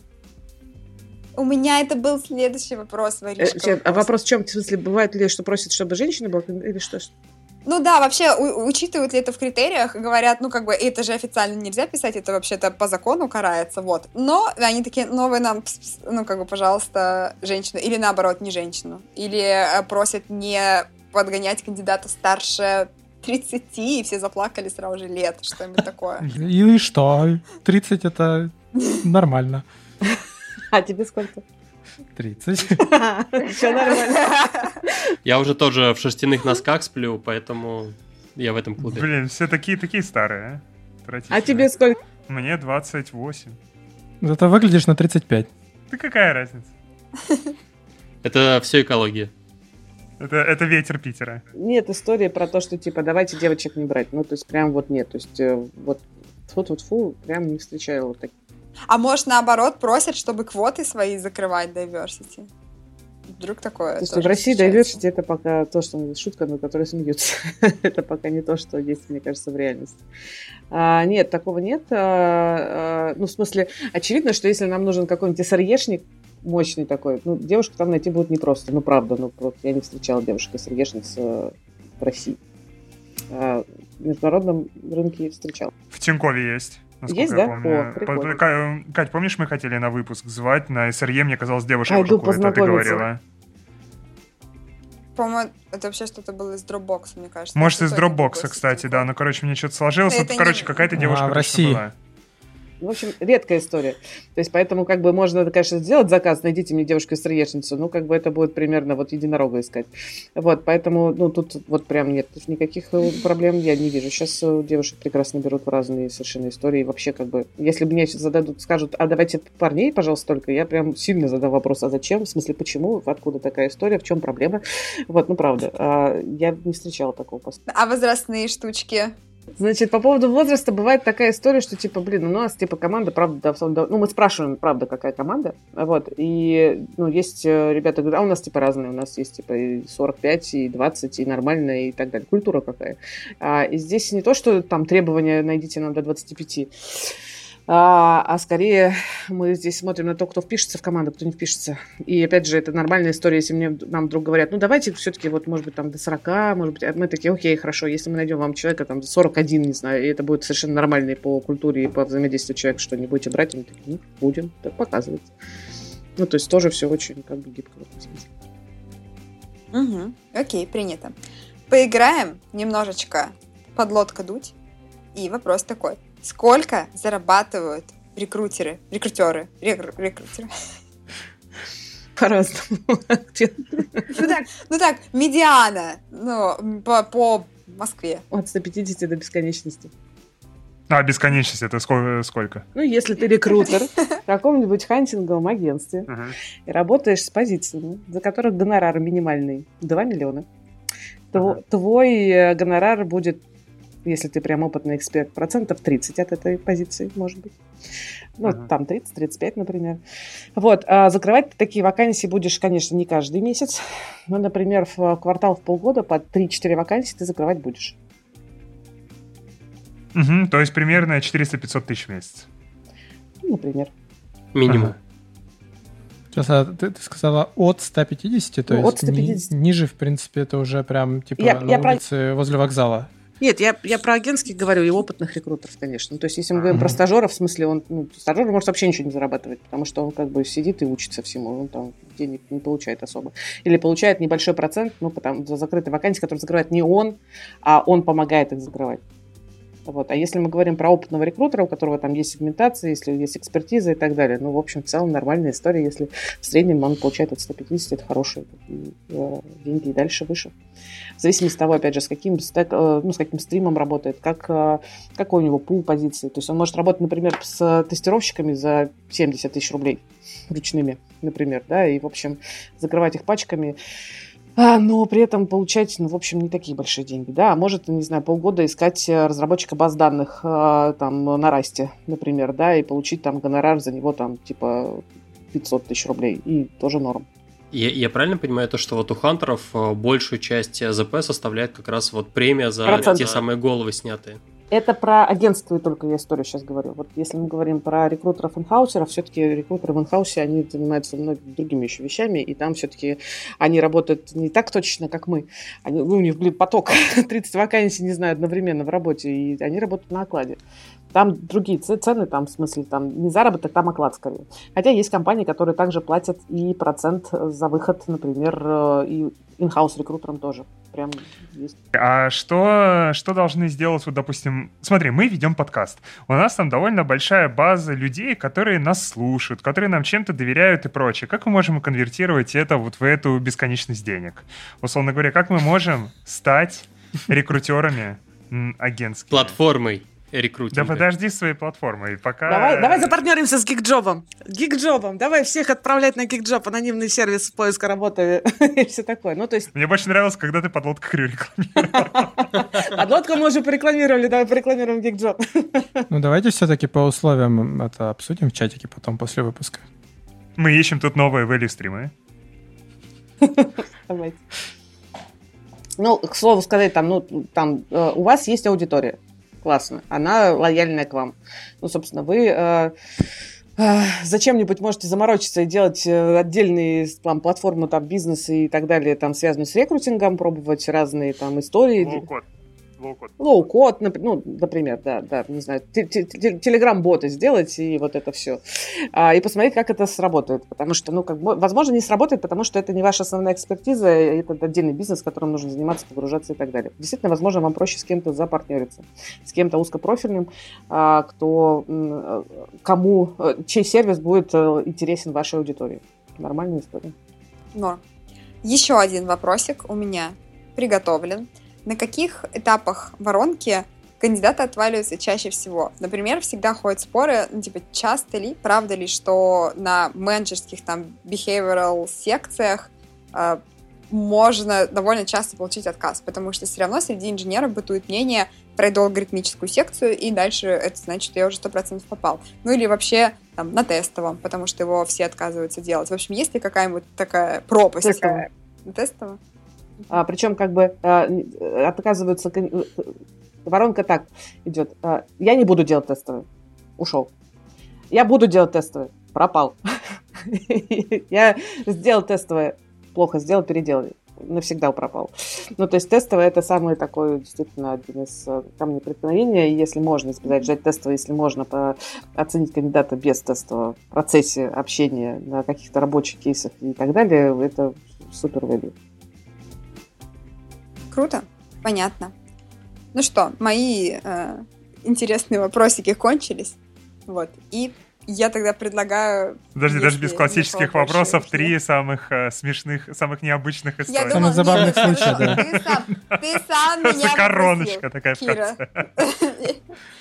Speaker 1: У меня это был следующий вопрос, Варишка.
Speaker 2: Э, а вопрос в чем? В смысле, бывает ли, что просит, чтобы женщина была, или что?
Speaker 1: Ну да, вообще, у- учитывают ли это в критериях, говорят, ну как бы, это же официально нельзя писать, это вообще-то по закону карается, вот. Но они такие, ну вы нам, ну как бы, пожалуйста, женщину, или наоборот, не женщину. Или э, просят не подгонять кандидата старше тридцати, и все заплакали сразу же лет, что-нибудь такое.
Speaker 3: И что? тридцать это нормально.
Speaker 2: А тебе сколько?
Speaker 3: тридцать.
Speaker 2: Все нормально.
Speaker 4: Я уже тоже в шерстяных носках сплю, поэтому я в этом клубе.
Speaker 5: Блин, все такие такие старые, а?
Speaker 2: А тебе сколько?
Speaker 5: Мне двадцать восемь.
Speaker 3: Зато выглядишь на тридцать пять.
Speaker 5: Да какая разница?
Speaker 4: Это все экология.
Speaker 5: Это, это ветер Питера.
Speaker 2: Нет, история про то, что типа давайте девочек не брать. Ну, то есть прям вот нет. То есть э, вот фу-фу-фу, прям не встречаю вот таких.
Speaker 1: А может, наоборот, просят, чтобы квоты свои закрывать diversity? Вдруг такое.
Speaker 2: То есть
Speaker 1: тоже
Speaker 2: в России
Speaker 1: встречается?
Speaker 2: diversity это пока то, что шутка, над которой смеются. Это пока не то, что есть, мне кажется, в реальности. А, нет, такого нет. А, а, ну, в смысле, очевидно, что если нам нужен какой-нибудь эс эр е-шник, мощный такой, ну, девушку там найти будет непросто. Ну, правда, ну, вот я не встречала девушек-эс эр е-шниц в России. А в международном рынке встречала.
Speaker 5: В Тинькове есть.
Speaker 2: Есть,
Speaker 5: я
Speaker 2: да?
Speaker 5: помню.
Speaker 2: О, прикольно.
Speaker 5: Ка- Кать, помнишь, мы хотели на выпуск звать на эс эр е, мне казалось, девушка
Speaker 2: Пойду
Speaker 5: уже ходит, а ты
Speaker 2: познакомиться.
Speaker 5: говорила.
Speaker 1: По-моему, это вообще что-то было из Dropbox, мне кажется.
Speaker 5: Может, из
Speaker 1: Какой-то
Speaker 5: Dropbox,
Speaker 1: другой
Speaker 5: кстати,
Speaker 1: сетевой.
Speaker 5: да. Ну, короче, мне что-то сложилось.
Speaker 1: Это
Speaker 5: Вот,
Speaker 1: не-
Speaker 5: короче, какая-то девушка
Speaker 3: А, в
Speaker 5: точно
Speaker 3: России.
Speaker 5: была.
Speaker 2: В общем, редкая история. То есть, поэтому, как бы, можно, конечно, сделать заказ, найдите мне девушку-эс эр е-шницу, ну, как бы, это будет примерно вот единорога искать. Вот, поэтому, ну, тут вот прям нет никаких проблем я не вижу. Сейчас девушек прекрасно берут в разные совершенно истории. И вообще, как бы, если мне сейчас зададут, скажут, а давайте парней, пожалуйста, только, я прям сильно задам вопрос, а зачем, в смысле, почему, откуда такая история, в чем проблема. Вот, ну, правда, а, я не встречала такого поста.
Speaker 1: А возрастные штучки?
Speaker 2: Значит, по поводу возраста бывает такая история, что, типа, блин, у нас, типа, команда, правда, да, ну, мы спрашиваем, правда, какая команда, вот, и, ну, есть ребята, говорят, а у нас, типа, разные, у нас есть, типа, и сорок пять, и двадцать, и нормальная, и так далее, культура какая. А, и здесь не то, что там требования найдите нам до двадцати пяти, А, а скорее мы здесь смотрим на то, кто впишется в команду, кто не впишется. И опять же, это нормальная история, если мне, нам вдруг говорят, ну давайте все-таки вот, может быть, там до сорока, может быть, мы такие, окей, хорошо, если мы найдем вам человека там сорок один, не знаю, и это будет совершенно нормальный по культуре и по взаимодействию человека, что не будете брать, мы такие, ну, будем, так показывать. Ну, то есть тоже все очень как бы гибко в этом смысле.
Speaker 1: Угу. Окей, принято. Поиграем немножечко подлодка дуть. И вопрос такой. Сколько зарабатывают рекрутеры, рекрутеры, рекру, рекрутеры?
Speaker 2: По-разному.
Speaker 1: Ну так, ну так, медиана, ну, по, по Москве.
Speaker 2: От ста пятидесяти до бесконечности.
Speaker 5: А бесконечность это сколько?
Speaker 2: Ну, если ты рекрутер в каком-нибудь хантинговом агентстве
Speaker 5: uh-huh. и
Speaker 2: работаешь с позициями, за которых гонорар минимальный два миллиона, то uh-huh. твой гонорар будет, если ты прям опытный эксперт, процентов тридцать от этой позиции, может быть. Ну, uh-huh. там тридцать-тридцать пять, например. Вот. А закрывать такие вакансии будешь, конечно, не каждый месяц. Но, например, в квартал, в полгода по три-четыре вакансии ты закрывать будешь.
Speaker 5: Угу, то есть примерно четыреста-пятьсот тысяч в месяц.
Speaker 2: Ну, например.
Speaker 4: Минимум.
Speaker 3: Ага. Сейчас, а ты, ты сказала от ста пятидесяти, то
Speaker 2: ну,
Speaker 3: есть
Speaker 2: от ста пятидесяти.
Speaker 3: Ни, ниже, в принципе, это уже прям типа
Speaker 2: я,
Speaker 3: на
Speaker 2: я
Speaker 3: улице
Speaker 2: про...
Speaker 3: возле вокзала.
Speaker 2: Нет, я, я про агентских говорю и опытных рекрутеров, конечно. То есть, если мы говорим mm-hmm. про стажера, в смысле, он, ну, стажер может вообще ничего не зарабатывать, потому что он как бы сидит и учится всему, он там денег не получает особо. Или получает небольшой процент, ну, потому за закрытые вакансии, которые закрывает не он, а он помогает их закрывать. Вот. А если мы говорим про опытного рекрутера, у которого там есть сегментация, если есть экспертиза и так далее, ну, в общем, в целом нормальная история. Если в среднем он получает от ста пятидесяти, это хорошие деньги и дальше выше. В зависимости от того, опять же, с каким, ну, с каким стримом работает, как, какой у него пул позиций. То есть он может работать, например, с тестировщиками за семьдесят тысяч рублей ручными, например, да, и, в общем, закрывать их пачками. А, но при этом получать, ну, в общем, не такие большие деньги, да, а может, не знаю, полгода искать разработчика баз данных там на Расте, например, да, и получить там гонорар за него там типа пятьсот тысяч рублей, и тоже норм.
Speaker 4: Я, я правильно понимаю то, что вот у хантеров большую часть ЗП составляет как раз вот премия за Процент. те самые головы снятые?
Speaker 2: Это про агентство только я историю сейчас говорю. Вот если мы говорим про рекрутеров-инхаусеров, все-таки рекрутеры в инхаусе, они занимаются многими другими еще вещами, и там все-таки они работают не так точно, как мы. Они, ну, у них, блин, поток тридцать вакансий, не знаю, одновременно в работе, и они работают на окладе. Там другие цены, там, в смысле, там не заработок, там оклад скорее. Хотя есть компании, которые также платят и процент за выход, например, и инхаус-рекрутерам тоже. Прям есть.
Speaker 5: А что, что должны сделать, вот, допустим... Смотри, мы ведем подкаст. У нас там довольно большая база людей, которые нас слушают, которые нам чем-то доверяют и прочее. Как мы можем конвертировать это вот в эту бесконечность денег? Условно говоря, как мы можем стать рекрутерами агентскими?
Speaker 4: Платформой. Рекрутинга.
Speaker 5: Да подожди с своей платформой. Пока...
Speaker 2: Давай, давай запартнеримся с Гигджобом. Гигджобом. Давай всех отправлять на Гигджоб, анонимный сервис поиска работы и все такое. Ну, то есть...
Speaker 5: Мне больше нравилось, когда ты подлодку рекламировал.
Speaker 2: Подлодку мы уже порекламировали, давай порекламируем Гигджоб.
Speaker 3: Ну, давайте все-таки по условиям это обсудим в чатике потом, после выпуска.
Speaker 5: Мы ищем тут новые value-стримы.
Speaker 2: Давайте. Ну, к слову сказать, там, ну, там у вас есть аудитория. Классно. Она лояльная к вам. Ну, собственно, вы э, э, зачем-нибудь можете заморочиться и делать отдельные там, платформы, там, бизнесы и так далее, там, связанные с рекрутингом, пробовать разные там истории.
Speaker 5: Лоу-код. Лоу-код.
Speaker 2: Лоу-код, ну, например, да, да, не знаю, телеграм-боты сделать и вот это все. А, и посмотреть, как это сработает. Потому что, ну, как бы, возможно, не сработает, потому что это не ваша основная экспертиза, это отдельный бизнес, которым нужно заниматься, погружаться и так далее. Действительно, возможно, вам проще с кем-то запартнериться, с кем-то узкопрофильным, а, кто, кому, чей сервис будет интересен вашей аудитории. Нормальная история.
Speaker 1: Норм. Еще один вопросик у меня приготовлен. На каких этапах воронки кандидаты отваливаются чаще всего? Например, всегда ходят споры, ну, типа, часто ли, правда ли, что на менеджерских там behavioral секциях э, можно довольно часто получить отказ, потому что все равно среди инженеров бытует мнение, пройду алгоритмическую секцию, и дальше это значит, что я уже сто процентов попал. Ну или вообще там, на тестовом, потому что его все отказываются делать. В общем, есть ли какая-нибудь такая пропасть?
Speaker 2: Тестовом.
Speaker 1: На тестовом?
Speaker 2: А, причем как бы а, отказываются... Воронка так идет. А, я не буду делать тестовые. Ушел. Я буду делать тестовые. Пропал. Я сделал тестовые. Плохо сделал, переделал. Навсегда пропал. Ну, то есть тестовое — это самый такой, действительно, один из камней преткновения. И если можно избежать взять тестовое, если можно по- оценить кандидата без тестового в процессе общения на каких-то рабочих кейсах и так далее, это супер value.
Speaker 1: Круто, понятно. Ну что, мои э, интересные вопросики кончились. Вот. И я тогда предлагаю...
Speaker 5: Подожди, даже без
Speaker 1: если
Speaker 5: классических
Speaker 1: никого больше
Speaker 5: вопросов,
Speaker 1: нет.
Speaker 5: три самых э, смешных, самых необычных
Speaker 1: Я
Speaker 5: истории.
Speaker 1: думала,
Speaker 3: Самых забавных
Speaker 1: нет,
Speaker 3: случаев, да.
Speaker 1: Ты сам, ты сам меня
Speaker 5: Просто короночка
Speaker 1: попросил,
Speaker 5: такая в
Speaker 1: Кира.
Speaker 5: конце.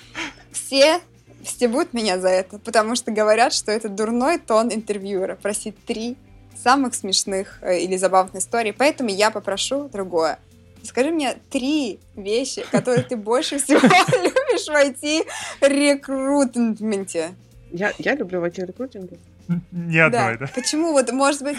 Speaker 1: Все стебут меня за это, потому что говорят, что это дурной тон интервьюера просить три самых смешных э, или забавных историй. Поэтому я попрошу другое. Скажи мне три вещи, которые ты больше всего любишь в ай ти-рекрутменте.
Speaker 2: Я, я люблю в ай ти-рекрутинге.
Speaker 5: Ни одной, да?
Speaker 1: Почему вот, может быть,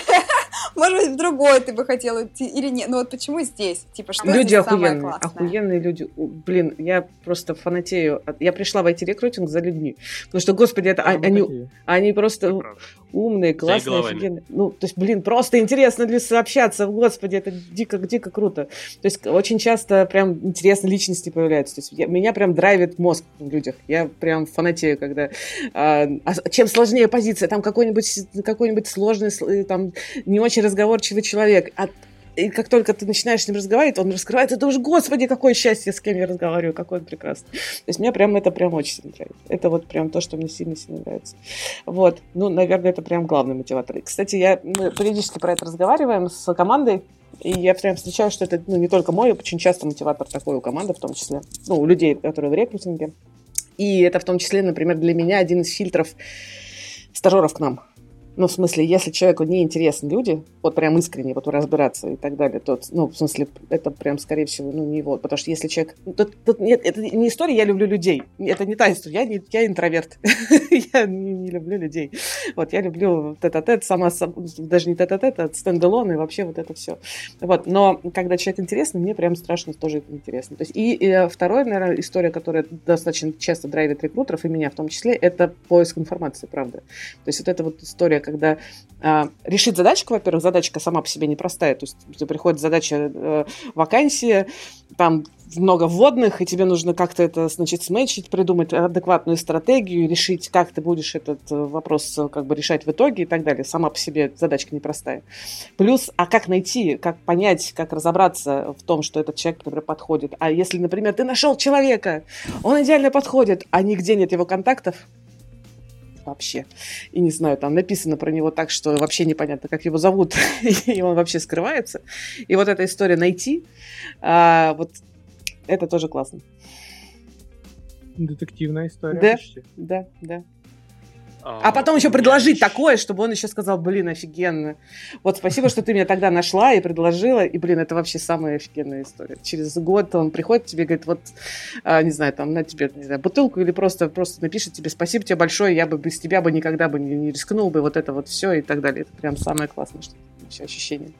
Speaker 1: может быть, в другой ты бы хотела идти или нет? Ну вот почему здесь? Типа, что
Speaker 2: Люди
Speaker 1: здесь самое
Speaker 2: охуенные,
Speaker 1: классное?
Speaker 2: охуенные люди. У, Блин, я просто фанатею. от- Я пришла в ай ти-рекрутинг за людьми. Потому что, господи, это а- они, они просто
Speaker 5: Правда.
Speaker 2: умные, классные,
Speaker 4: головами.
Speaker 2: офигенные. Ну, то есть, блин, просто интересно для сообщаться. Господи, это дико-дико круто. То есть, очень часто прям интересные личности появляются. То есть, я- меня прям драйвит мозг в людях. Я прям фанатею, когда... а, а чем сложнее позиция, там какой-нибудь, какой-нибудь сложный, сл- там, не очень разговорчивый человек. А и как только ты начинаешь с ним разговаривать, он раскрывается, ты думаешь, господи, какое счастье, с кем я разговариваю, какой он прекрасный. То есть мне прям это прям очень сильно нравится. Это вот прям то, что мне сильно-сильно нравится. Вот. Ну, наверное, это прям главный мотиватор. И, кстати, я, мы периодически про это разговариваем с командой, и я прям встречаю, что это ну, не только мой, очень часто мотиватор такой у команды, в том числе, ну, у людей, которые в рекрутинге. И это в том числе, например, для меня один из фильтров стажеров к нам. Ну, в смысле, если человеку не интересны люди, вот прям искренне, вот разбираться и так далее, то, ну, в смысле, это прям, скорее всего, ну, не его. Потому что если человек... ну, Тут, тут нет, это не история «я люблю людей». Это не та история. Я, не, я интроверт. Я не, не люблю людей. Вот, я люблю тет-а-тет, сама, даже не тет-а-тет, а стендалон и вообще вот это все. Вот, но когда человек интересный, мне прям страшно тоже это интересно. То есть, и, и вторая, наверное, история, которая достаточно часто драйвит рекрутеров, и меня в том числе, это поиск информации, правда. То есть, вот эта вот история, когда а, решить задачку, во-первых, задачка сама по себе непростая, то есть приходит задача э, вакансия, там много вводных, и тебе нужно как-то это, значит, сметчить, придумать адекватную стратегию, решить, как ты будешь этот вопрос как бы решать в итоге и так далее. Сама по себе задачка непростая. Плюс, а как найти, как понять, как разобраться в том, что этот человек, например, подходит. А если, например, ты нашел человека, он идеально подходит, а нигде нет его контактов, вообще. И не знаю, там написано про него так, что вообще непонятно, как его зовут, и он вообще скрывается. И вот эта история найти, а, вот это тоже классно.
Speaker 3: Детективная история.
Speaker 2: Да,
Speaker 3: почти.
Speaker 2: да, да.
Speaker 4: А,
Speaker 2: А потом
Speaker 4: у
Speaker 2: еще
Speaker 4: меня
Speaker 2: предложить
Speaker 4: еще-
Speaker 2: такое, чтобы он еще сказал, блин, офигенно. Вот спасибо, что ты меня тогда нашла и предложила. И, блин, это вообще самая офигенная история. Через год он приходит к тебе и говорит, вот, а, не знаю, там, на тебе, не знаю, бутылку или просто, просто напишет тебе, спасибо тебе большое, я бы без тебя бы никогда бы не, не рискнул бы, вот это вот все и так далее. Это прям самое классное что вообще ощущение.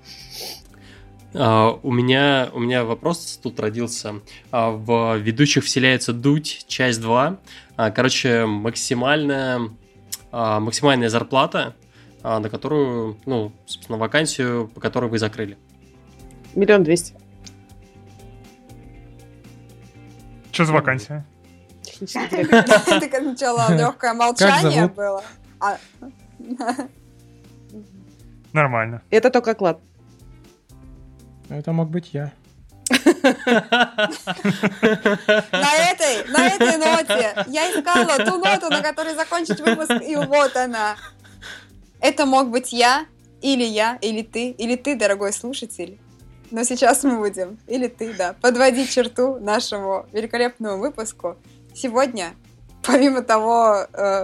Speaker 4: А, у меня, у меня вопрос тут родился. А, в «Ведущих вселяется дуть», часть два. А, короче, максимальная, а, максимальная зарплата, а, на которую, ну, собственно, вакансию, по которой вы закрыли.
Speaker 2: Миллион двести.
Speaker 5: Что за вакансия?
Speaker 2: Технический директор.
Speaker 1: Так сначала легкое молчание
Speaker 3: зовут?
Speaker 1: было. А,
Speaker 5: Нормально.
Speaker 2: Это только оклад.
Speaker 3: Это мог быть я.
Speaker 1: На этой, на этой ноте я искала ту ноту, на которой закончить выпуск, и вот она. Это мог быть я, или я, или ты, или ты, дорогой слушатель. Но сейчас мы будем, или ты, да, подводить черту нашему великолепному выпуску. Сегодня, помимо того, э,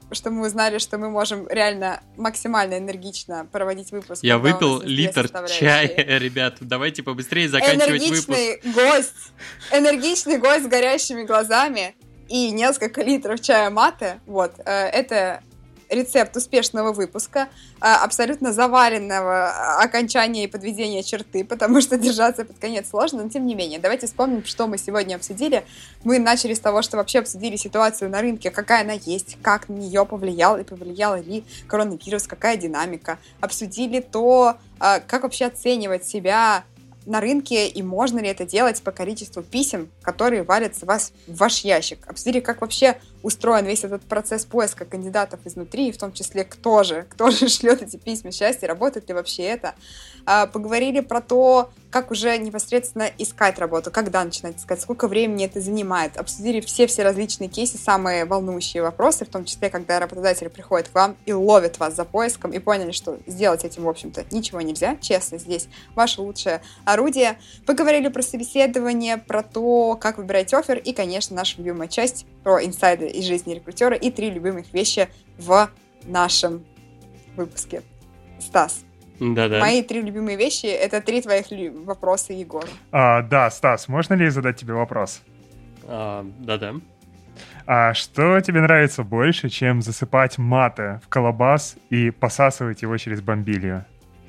Speaker 1: что мы узнали, что мы можем реально максимально энергично проводить выпуск.
Speaker 4: Я
Speaker 1: когда у
Speaker 4: выпил
Speaker 1: нас есть
Speaker 4: литр
Speaker 1: составляющие.
Speaker 4: чая, ребят. Давайте побыстрее заканчивать выпуск.
Speaker 1: Энергичный гость, энергичный гость с горящими глазами и несколько литров чая мате. Вот, э, это рецепт успешного выпуска, э, абсолютно заваренного окончания и подведения черты, потому что держаться под конец сложно, но тем не менее. Давайте вспомним, что мы сегодня обсудили. Мы начали с того, что вообще обсудили ситуацию на рынке, какая она есть, как на нее повлиял и повлиял ли коронавирус, какая динамика. Обсудили то, э, как вообще оценивать себя на рынке, и можно ли это делать по количеству писем, которые валятся в вас в ваш ящик. Обсудили, как вообще устроен весь этот процесс поиска кандидатов изнутри, и в том числе, кто же, кто же шлет эти письма счастья, работает ли вообще это. А, поговорили про то, как уже непосредственно искать работу, когда начинать искать, сколько времени это занимает. Обсудили все-все различные кейсы, самые волнующие вопросы, в том числе, когда работодатель приходит к вам и ловит вас за поиском, и поняли, что сделать этим, в общем-то, ничего нельзя. Честно, здесь ваше лучшее орудие. Поговорили про собеседование, про то, как выбирать оффер, и, конечно, наша любимая часть про инсайды из жизни рекрутера и три любимых вещи в нашем выпуске. Стас,
Speaker 4: Да-да.
Speaker 1: мои три любимые вещи — это три твоих лю- вопроса Егору.
Speaker 5: А, да, Стас, можно ли задать тебе вопрос?
Speaker 4: А, да-да.
Speaker 5: А что тебе нравится больше, чем засыпать мате в колобас и посасывать его через бомбилью?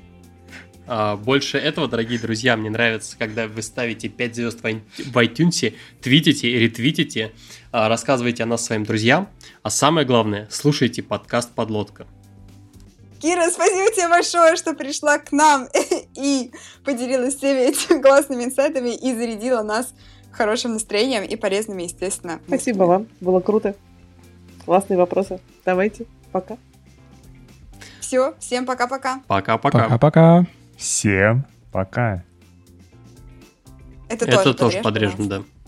Speaker 4: А, больше этого, дорогие друзья, мне нравится, когда вы ставите пять звезд в ай- в iTunes, твитите, ретвитите, а, рассказывайте о нас своим друзьям, а самое главное, слушайте подкаст «Подлодка».
Speaker 1: Кира, спасибо тебе большое, что пришла к нам и поделилась всеми этими классными инсайтами и зарядила нас хорошим настроением и полезными, естественно,
Speaker 2: Спасибо вам, было круто. Классные вопросы. Давайте, пока.
Speaker 1: Все, всем пока-пока.
Speaker 4: Пока-пока.
Speaker 3: Пока-пока.
Speaker 5: Всем пока.
Speaker 1: Это,
Speaker 4: Это
Speaker 1: тоже
Speaker 4: тоже
Speaker 1: подрежь,
Speaker 4: подрежем,
Speaker 1: пожалуйста.
Speaker 4: да.